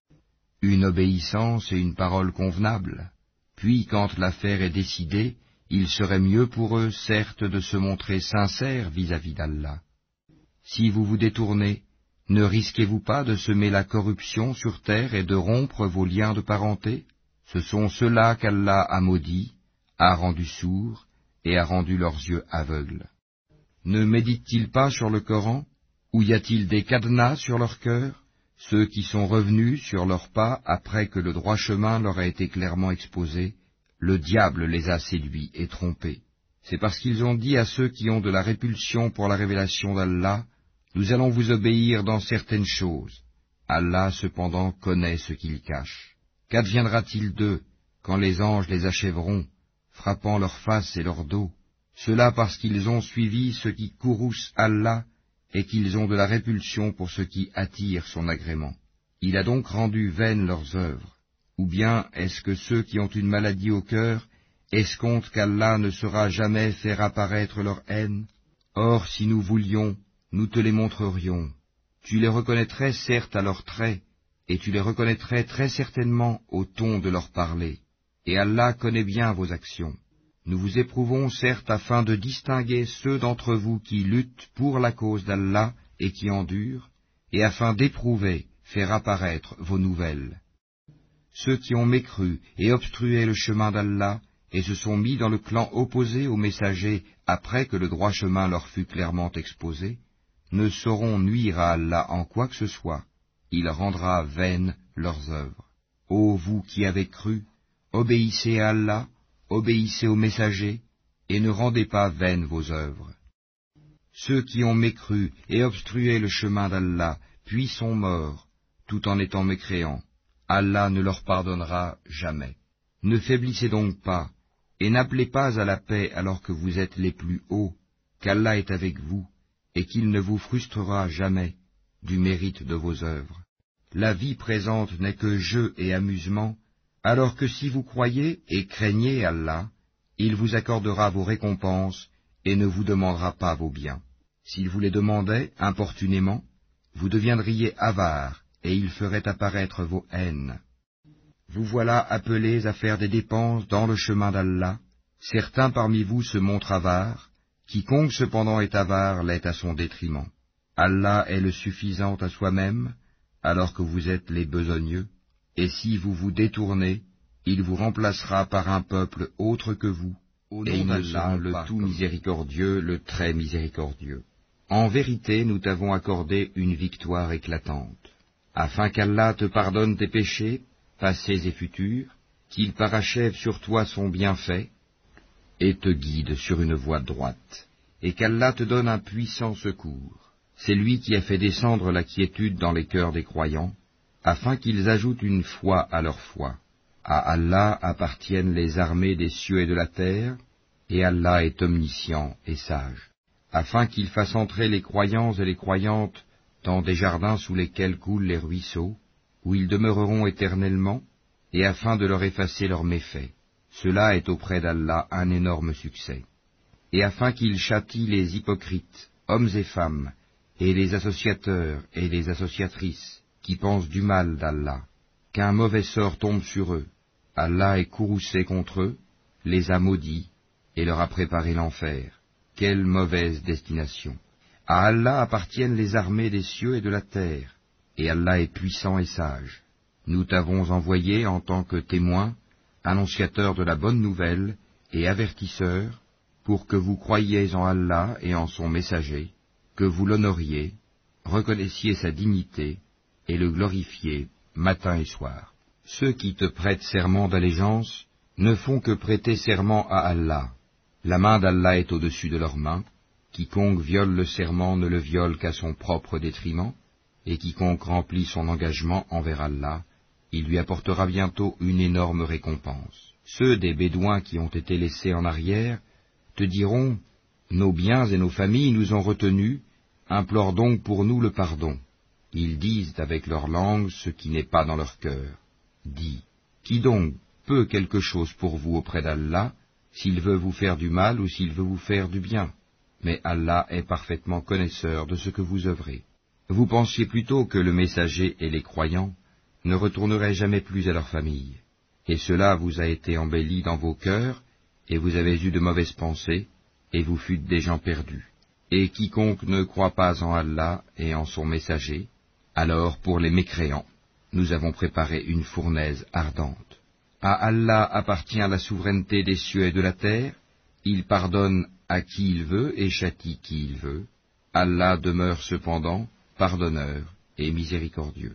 une obéissance et une parole convenable. Puis, quand l'affaire est décidée, il serait mieux pour eux, certes, de se montrer sincères vis-à-vis d'Allah. Si vous vous détournez, ne risquez-vous pas de semer la corruption sur terre et de rompre vos liens de parenté? Ce sont ceux-là qu'Allah a maudits, a rendus sourds et a rendu leurs yeux aveugles. Ne méditent-ils pas sur le Coran? Ou y a-t-il des cadenas sur leur cœur? Ceux qui sont revenus sur leurs pas après que le droit chemin leur a été clairement exposé, le diable les a séduits et trompés. C'est parce qu'ils ont dit à ceux qui ont de la répulsion pour la révélation d'Allah, « Nous allons vous obéir dans certaines choses. » Allah cependant connaît ce qu'ils cachent. Qu'adviendra-t-il d'eux quand les anges les achèveront, frappant leur face et leur dos? Cela parce qu'ils ont suivi ce qui courrouce Allah et qu'ils ont de la répulsion pour ce qui attire son agrément. Il a donc rendu vaines leurs œuvres. Ou bien est-ce que ceux qui ont une maladie au cœur escomptent qu'Allah ne saura jamais faire apparaître leur haine? Or, si nous voulions, nous te les montrerions. Tu les reconnaîtrais certes à leurs traits, et tu les reconnaîtrais très certainement au ton de leur parler. Et Allah connaît bien vos actions. Nous vous éprouvons certes afin de distinguer ceux d'entre vous qui luttent pour la cause d'Allah et qui endurent, et afin d'éprouver, faire apparaître vos nouvelles. Ceux qui ont mécru et obstrué le chemin d'Allah, et se sont mis dans le clan opposé aux messagers après que le droit chemin leur fut clairement exposé, ne sauront nuire à Allah en quoi que ce soit. Il rendra vaines leurs œuvres. Ô vous qui avez cru, obéissez à Allah, obéissez aux messagers, et ne rendez pas vaines vos œuvres. Ceux qui ont mécru et obstrué le chemin d'Allah, puis sont morts, tout en étant mécréants, Allah ne leur pardonnera jamais. Ne faiblissez donc pas, et n'appelez pas à la paix alors que vous êtes les plus hauts, qu'Allah est avec vous, et qu'il ne vous frustrera jamais du mérite de vos œuvres. La vie présente n'est que jeu et amusement, alors que si vous croyez et craignez Allah, il vous accordera vos récompenses et ne vous demandera pas vos biens. S'il vous les demandait importunément, vous deviendriez avares et il ferait apparaître vos haines. Vous voilà appelés à faire des dépenses dans le chemin d'Allah. Certains parmi vous se montrent avares, quiconque cependant est avare l'est à son détriment. Allah est le suffisant à soi-même, alors que vous êtes les besogneux, et si vous vous détournez, il vous remplacera par un peuple autre que vous, et il est le tout miséricordieux, le très miséricordieux. En vérité, nous t'avons accordé une victoire éclatante, afin qu'Allah te pardonne tes péchés, passés et futurs, qu'il parachève sur toi son bienfait, et te guide sur une voie droite, et qu'Allah te donne un puissant secours. C'est lui qui a fait descendre la quiétude dans les cœurs des croyants, afin qu'ils ajoutent une foi à leur foi. À Allah appartiennent les armées des cieux et de la terre, et Allah est omniscient et sage, afin qu'il fasse entrer les croyants et les croyantes dans des jardins sous lesquels coulent les ruisseaux, où ils demeureront éternellement, et afin de leur effacer leurs méfaits. Cela est auprès d'Allah un énorme succès. Et afin qu'il châtie les hypocrites, hommes et femmes, et les associateurs et les associatrices, qui pensent du mal d'Allah, qu'un mauvais sort tombe sur eux. Allah est courroucé contre eux, les a maudits, et leur a préparé l'enfer. Quelle mauvaise destination! À Allah appartiennent les armées des cieux et de la terre, et Allah est puissant et sage. Nous t'avons envoyé en tant que témoin, annonciateur de la bonne nouvelle et avertisseur, pour que vous croyiez en Allah et en son messager, que vous l'honoriez, reconnaissiez sa dignité et le glorifiez matin et soir. Ceux qui te prêtent serment d'allégeance ne font que prêter serment à Allah. La main d'Allah est au-dessus de leurs mains. Quiconque viole le serment ne le viole qu'à son propre détriment, et quiconque remplit son engagement envers Allah, il lui apportera bientôt une énorme récompense. Ceux des Bédouins qui ont été laissés en arrière te diront « Nos biens et nos familles nous ont retenus, implore donc pour nous le pardon. » Ils disent avec leur langue ce qui n'est pas dans leur cœur. Dis, qui donc peut quelque chose pour vous auprès d'Allah, s'il veut vous faire du mal ou s'il veut vous faire du bien? Mais Allah est parfaitement connaisseur de ce que vous œuvrez. Vous pensiez plutôt que le messager et les croyants ne retourneraient jamais plus à leur famille. Et cela vous a été embelli dans vos cœurs, et vous avez eu de mauvaises pensées, et vous fûtes des gens perdus. Et quiconque ne croit pas en Allah et en son messager, alors pour les mécréants, nous avons préparé une fournaise ardente. À Allah appartient la souveraineté des cieux et de la terre, il pardonne à qui il veut et châtie qui il veut. Allah demeure cependant pardonneur et miséricordieux.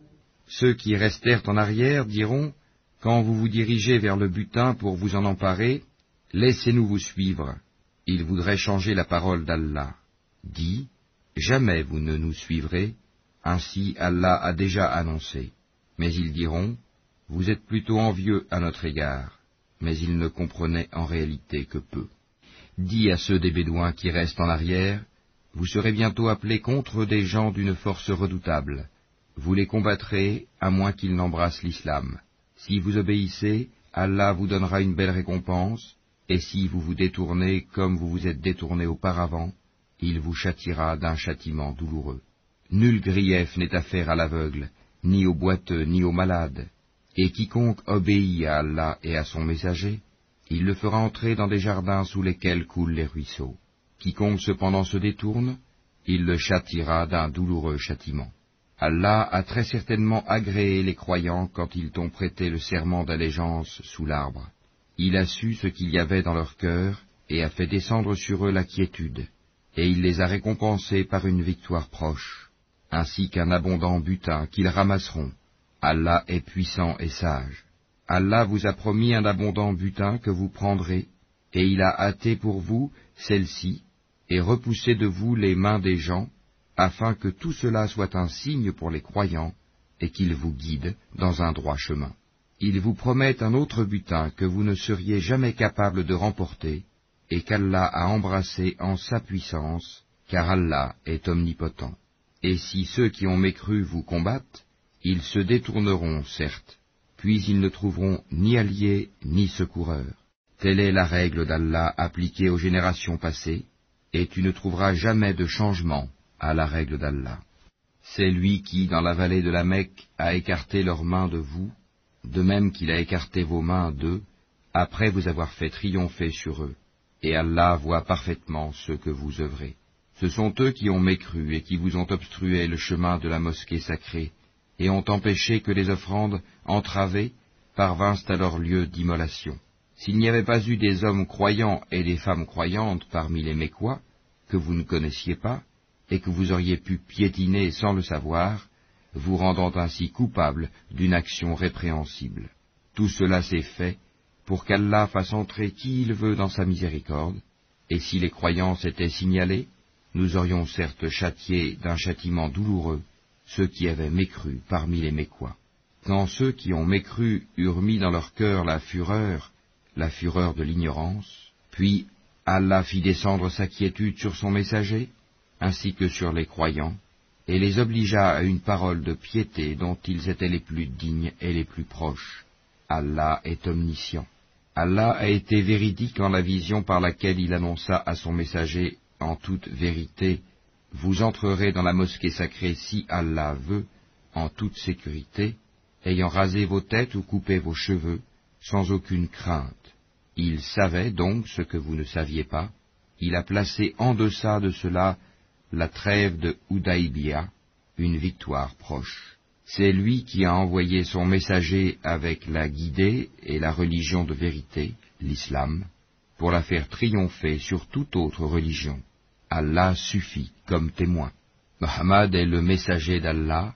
Ceux qui restèrent en arrière diront, quand vous vous dirigez vers le butin pour vous en emparer, laissez-nous vous suivre. Ils voudraient changer la parole d'Allah. Dis, jamais vous ne nous suivrez, ainsi Allah a déjà annoncé. Mais ils diront, vous êtes plutôt envieux à notre égard. Mais ils ne comprenaient en réalité que peu. Dis à ceux des Bédouins qui restent en arrière, vous serez bientôt appelés contre des gens d'une force redoutable. Vous les combattrez, à moins qu'ils n'embrassent l'islam. Si vous obéissez, Allah vous donnera une belle récompense, et si vous vous détournez comme vous vous êtes détournés auparavant, il vous châtiera d'un châtiment douloureux. Nul grief n'est à faire à l'aveugle, ni au boiteux, ni au malade, et quiconque obéit à Allah et à son messager, il le fera entrer dans des jardins sous lesquels coulent les ruisseaux. Quiconque cependant se détourne, il le châtiera d'un douloureux châtiment. Allah a très certainement agréé les croyants quand ils t'ont prêté le serment d'allégeance sous l'arbre. Il a su ce qu'il y avait dans leur cœur et a fait descendre sur eux la quiétude, et il les a récompensés par une victoire proche, ainsi qu'un abondant butin qu'ils ramasseront. Allah est puissant et sage. Allah vous a promis un abondant butin que vous prendrez, et il a hâté pour vous celle-ci, et repoussé de vous les mains des gens, afin que tout cela soit un signe pour les croyants, et qu'ils vous guident dans un droit chemin. Il vous promet un autre butin que vous ne seriez jamais capable de remporter, et qu'Allah a embrassé en sa puissance, car Allah est omnipotent. Et si ceux qui ont mécru vous combattent, ils se détourneront, certes, puis ils ne trouveront ni alliés ni secoureurs. Telle est la règle d'Allah appliquée aux générations passées, et tu ne trouveras jamais de changement à la règle d'Allah. C'est lui qui, dans la vallée de la Mecque, a écarté leurs mains de vous, de même qu'il a écarté vos mains d'eux, après vous avoir fait triompher sur eux. Et Allah voit parfaitement ce que vous œuvrez. Ce sont eux qui ont mécru et qui vous ont obstrué le chemin de la mosquée sacrée, et ont empêché que les offrandes entravées parvinssent à leur lieu d'immolation. S'il n'y avait pas eu des hommes croyants et des femmes croyantes parmi les Mécois, que vous ne connaissiez pas, et que vous auriez pu piétiner sans le savoir, vous rendant ainsi coupable d'une action répréhensible. Tout cela s'est fait pour qu'Allah fasse entrer qui il veut dans sa miséricorde, et si les croyants s'étaient signalés, nous aurions certes châtié d'un châtiment douloureux ceux qui avaient mécru parmi les Mécois. Quand ceux qui ont mécru eurent mis dans leur cœur la fureur, la fureur de l'ignorance, puis Allah fit descendre sa quiétude sur son messager, ainsi que sur les croyants, et les obligea à une parole de piété dont ils étaient les plus dignes et les plus proches. Allah est omniscient. Allah a été véridique en la vision par laquelle il annonça à son messager, en toute vérité, vous entrerez dans la mosquée sacrée si Allah veut, en toute sécurité, ayant rasé vos têtes ou coupé vos cheveux, sans aucune crainte. Il savait donc ce que vous ne saviez pas. Il a placé en deçà de cela la trêve de Houdaïbia, une victoire proche. C'est lui qui a envoyé son messager avec la guidée et la religion de vérité, l'islam, pour la faire triompher sur toute autre religion. Allah suffit comme témoin. Muhammad est le messager d'Allah,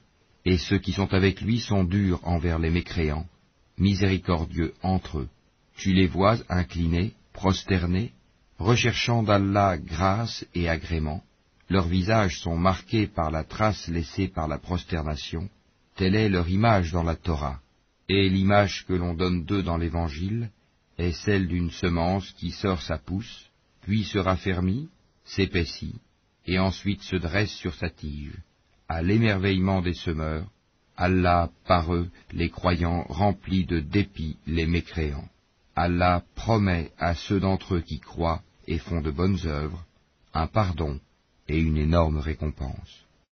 et ceux qui sont avec lui sont durs envers les mécréants, miséricordieux entre eux. Tu les vois inclinés, prosternés, recherchant d'Allah grâce et agrément. Leurs visages sont marqués par la trace laissée par la prosternation. Telle est leur image dans la Torah. Et l'image que l'on donne d'eux dans l'Évangile est celle d'une semence qui sort sa pousse, puis se raffermit, s'épaissit, et ensuite se dresse sur sa tige. À l'émerveillement des semeurs, Allah par eux, les croyants, remplit de dépit les mécréants. Allah promet à ceux d'entre eux qui croient et font de bonnes œuvres un pardon et une énorme récompense.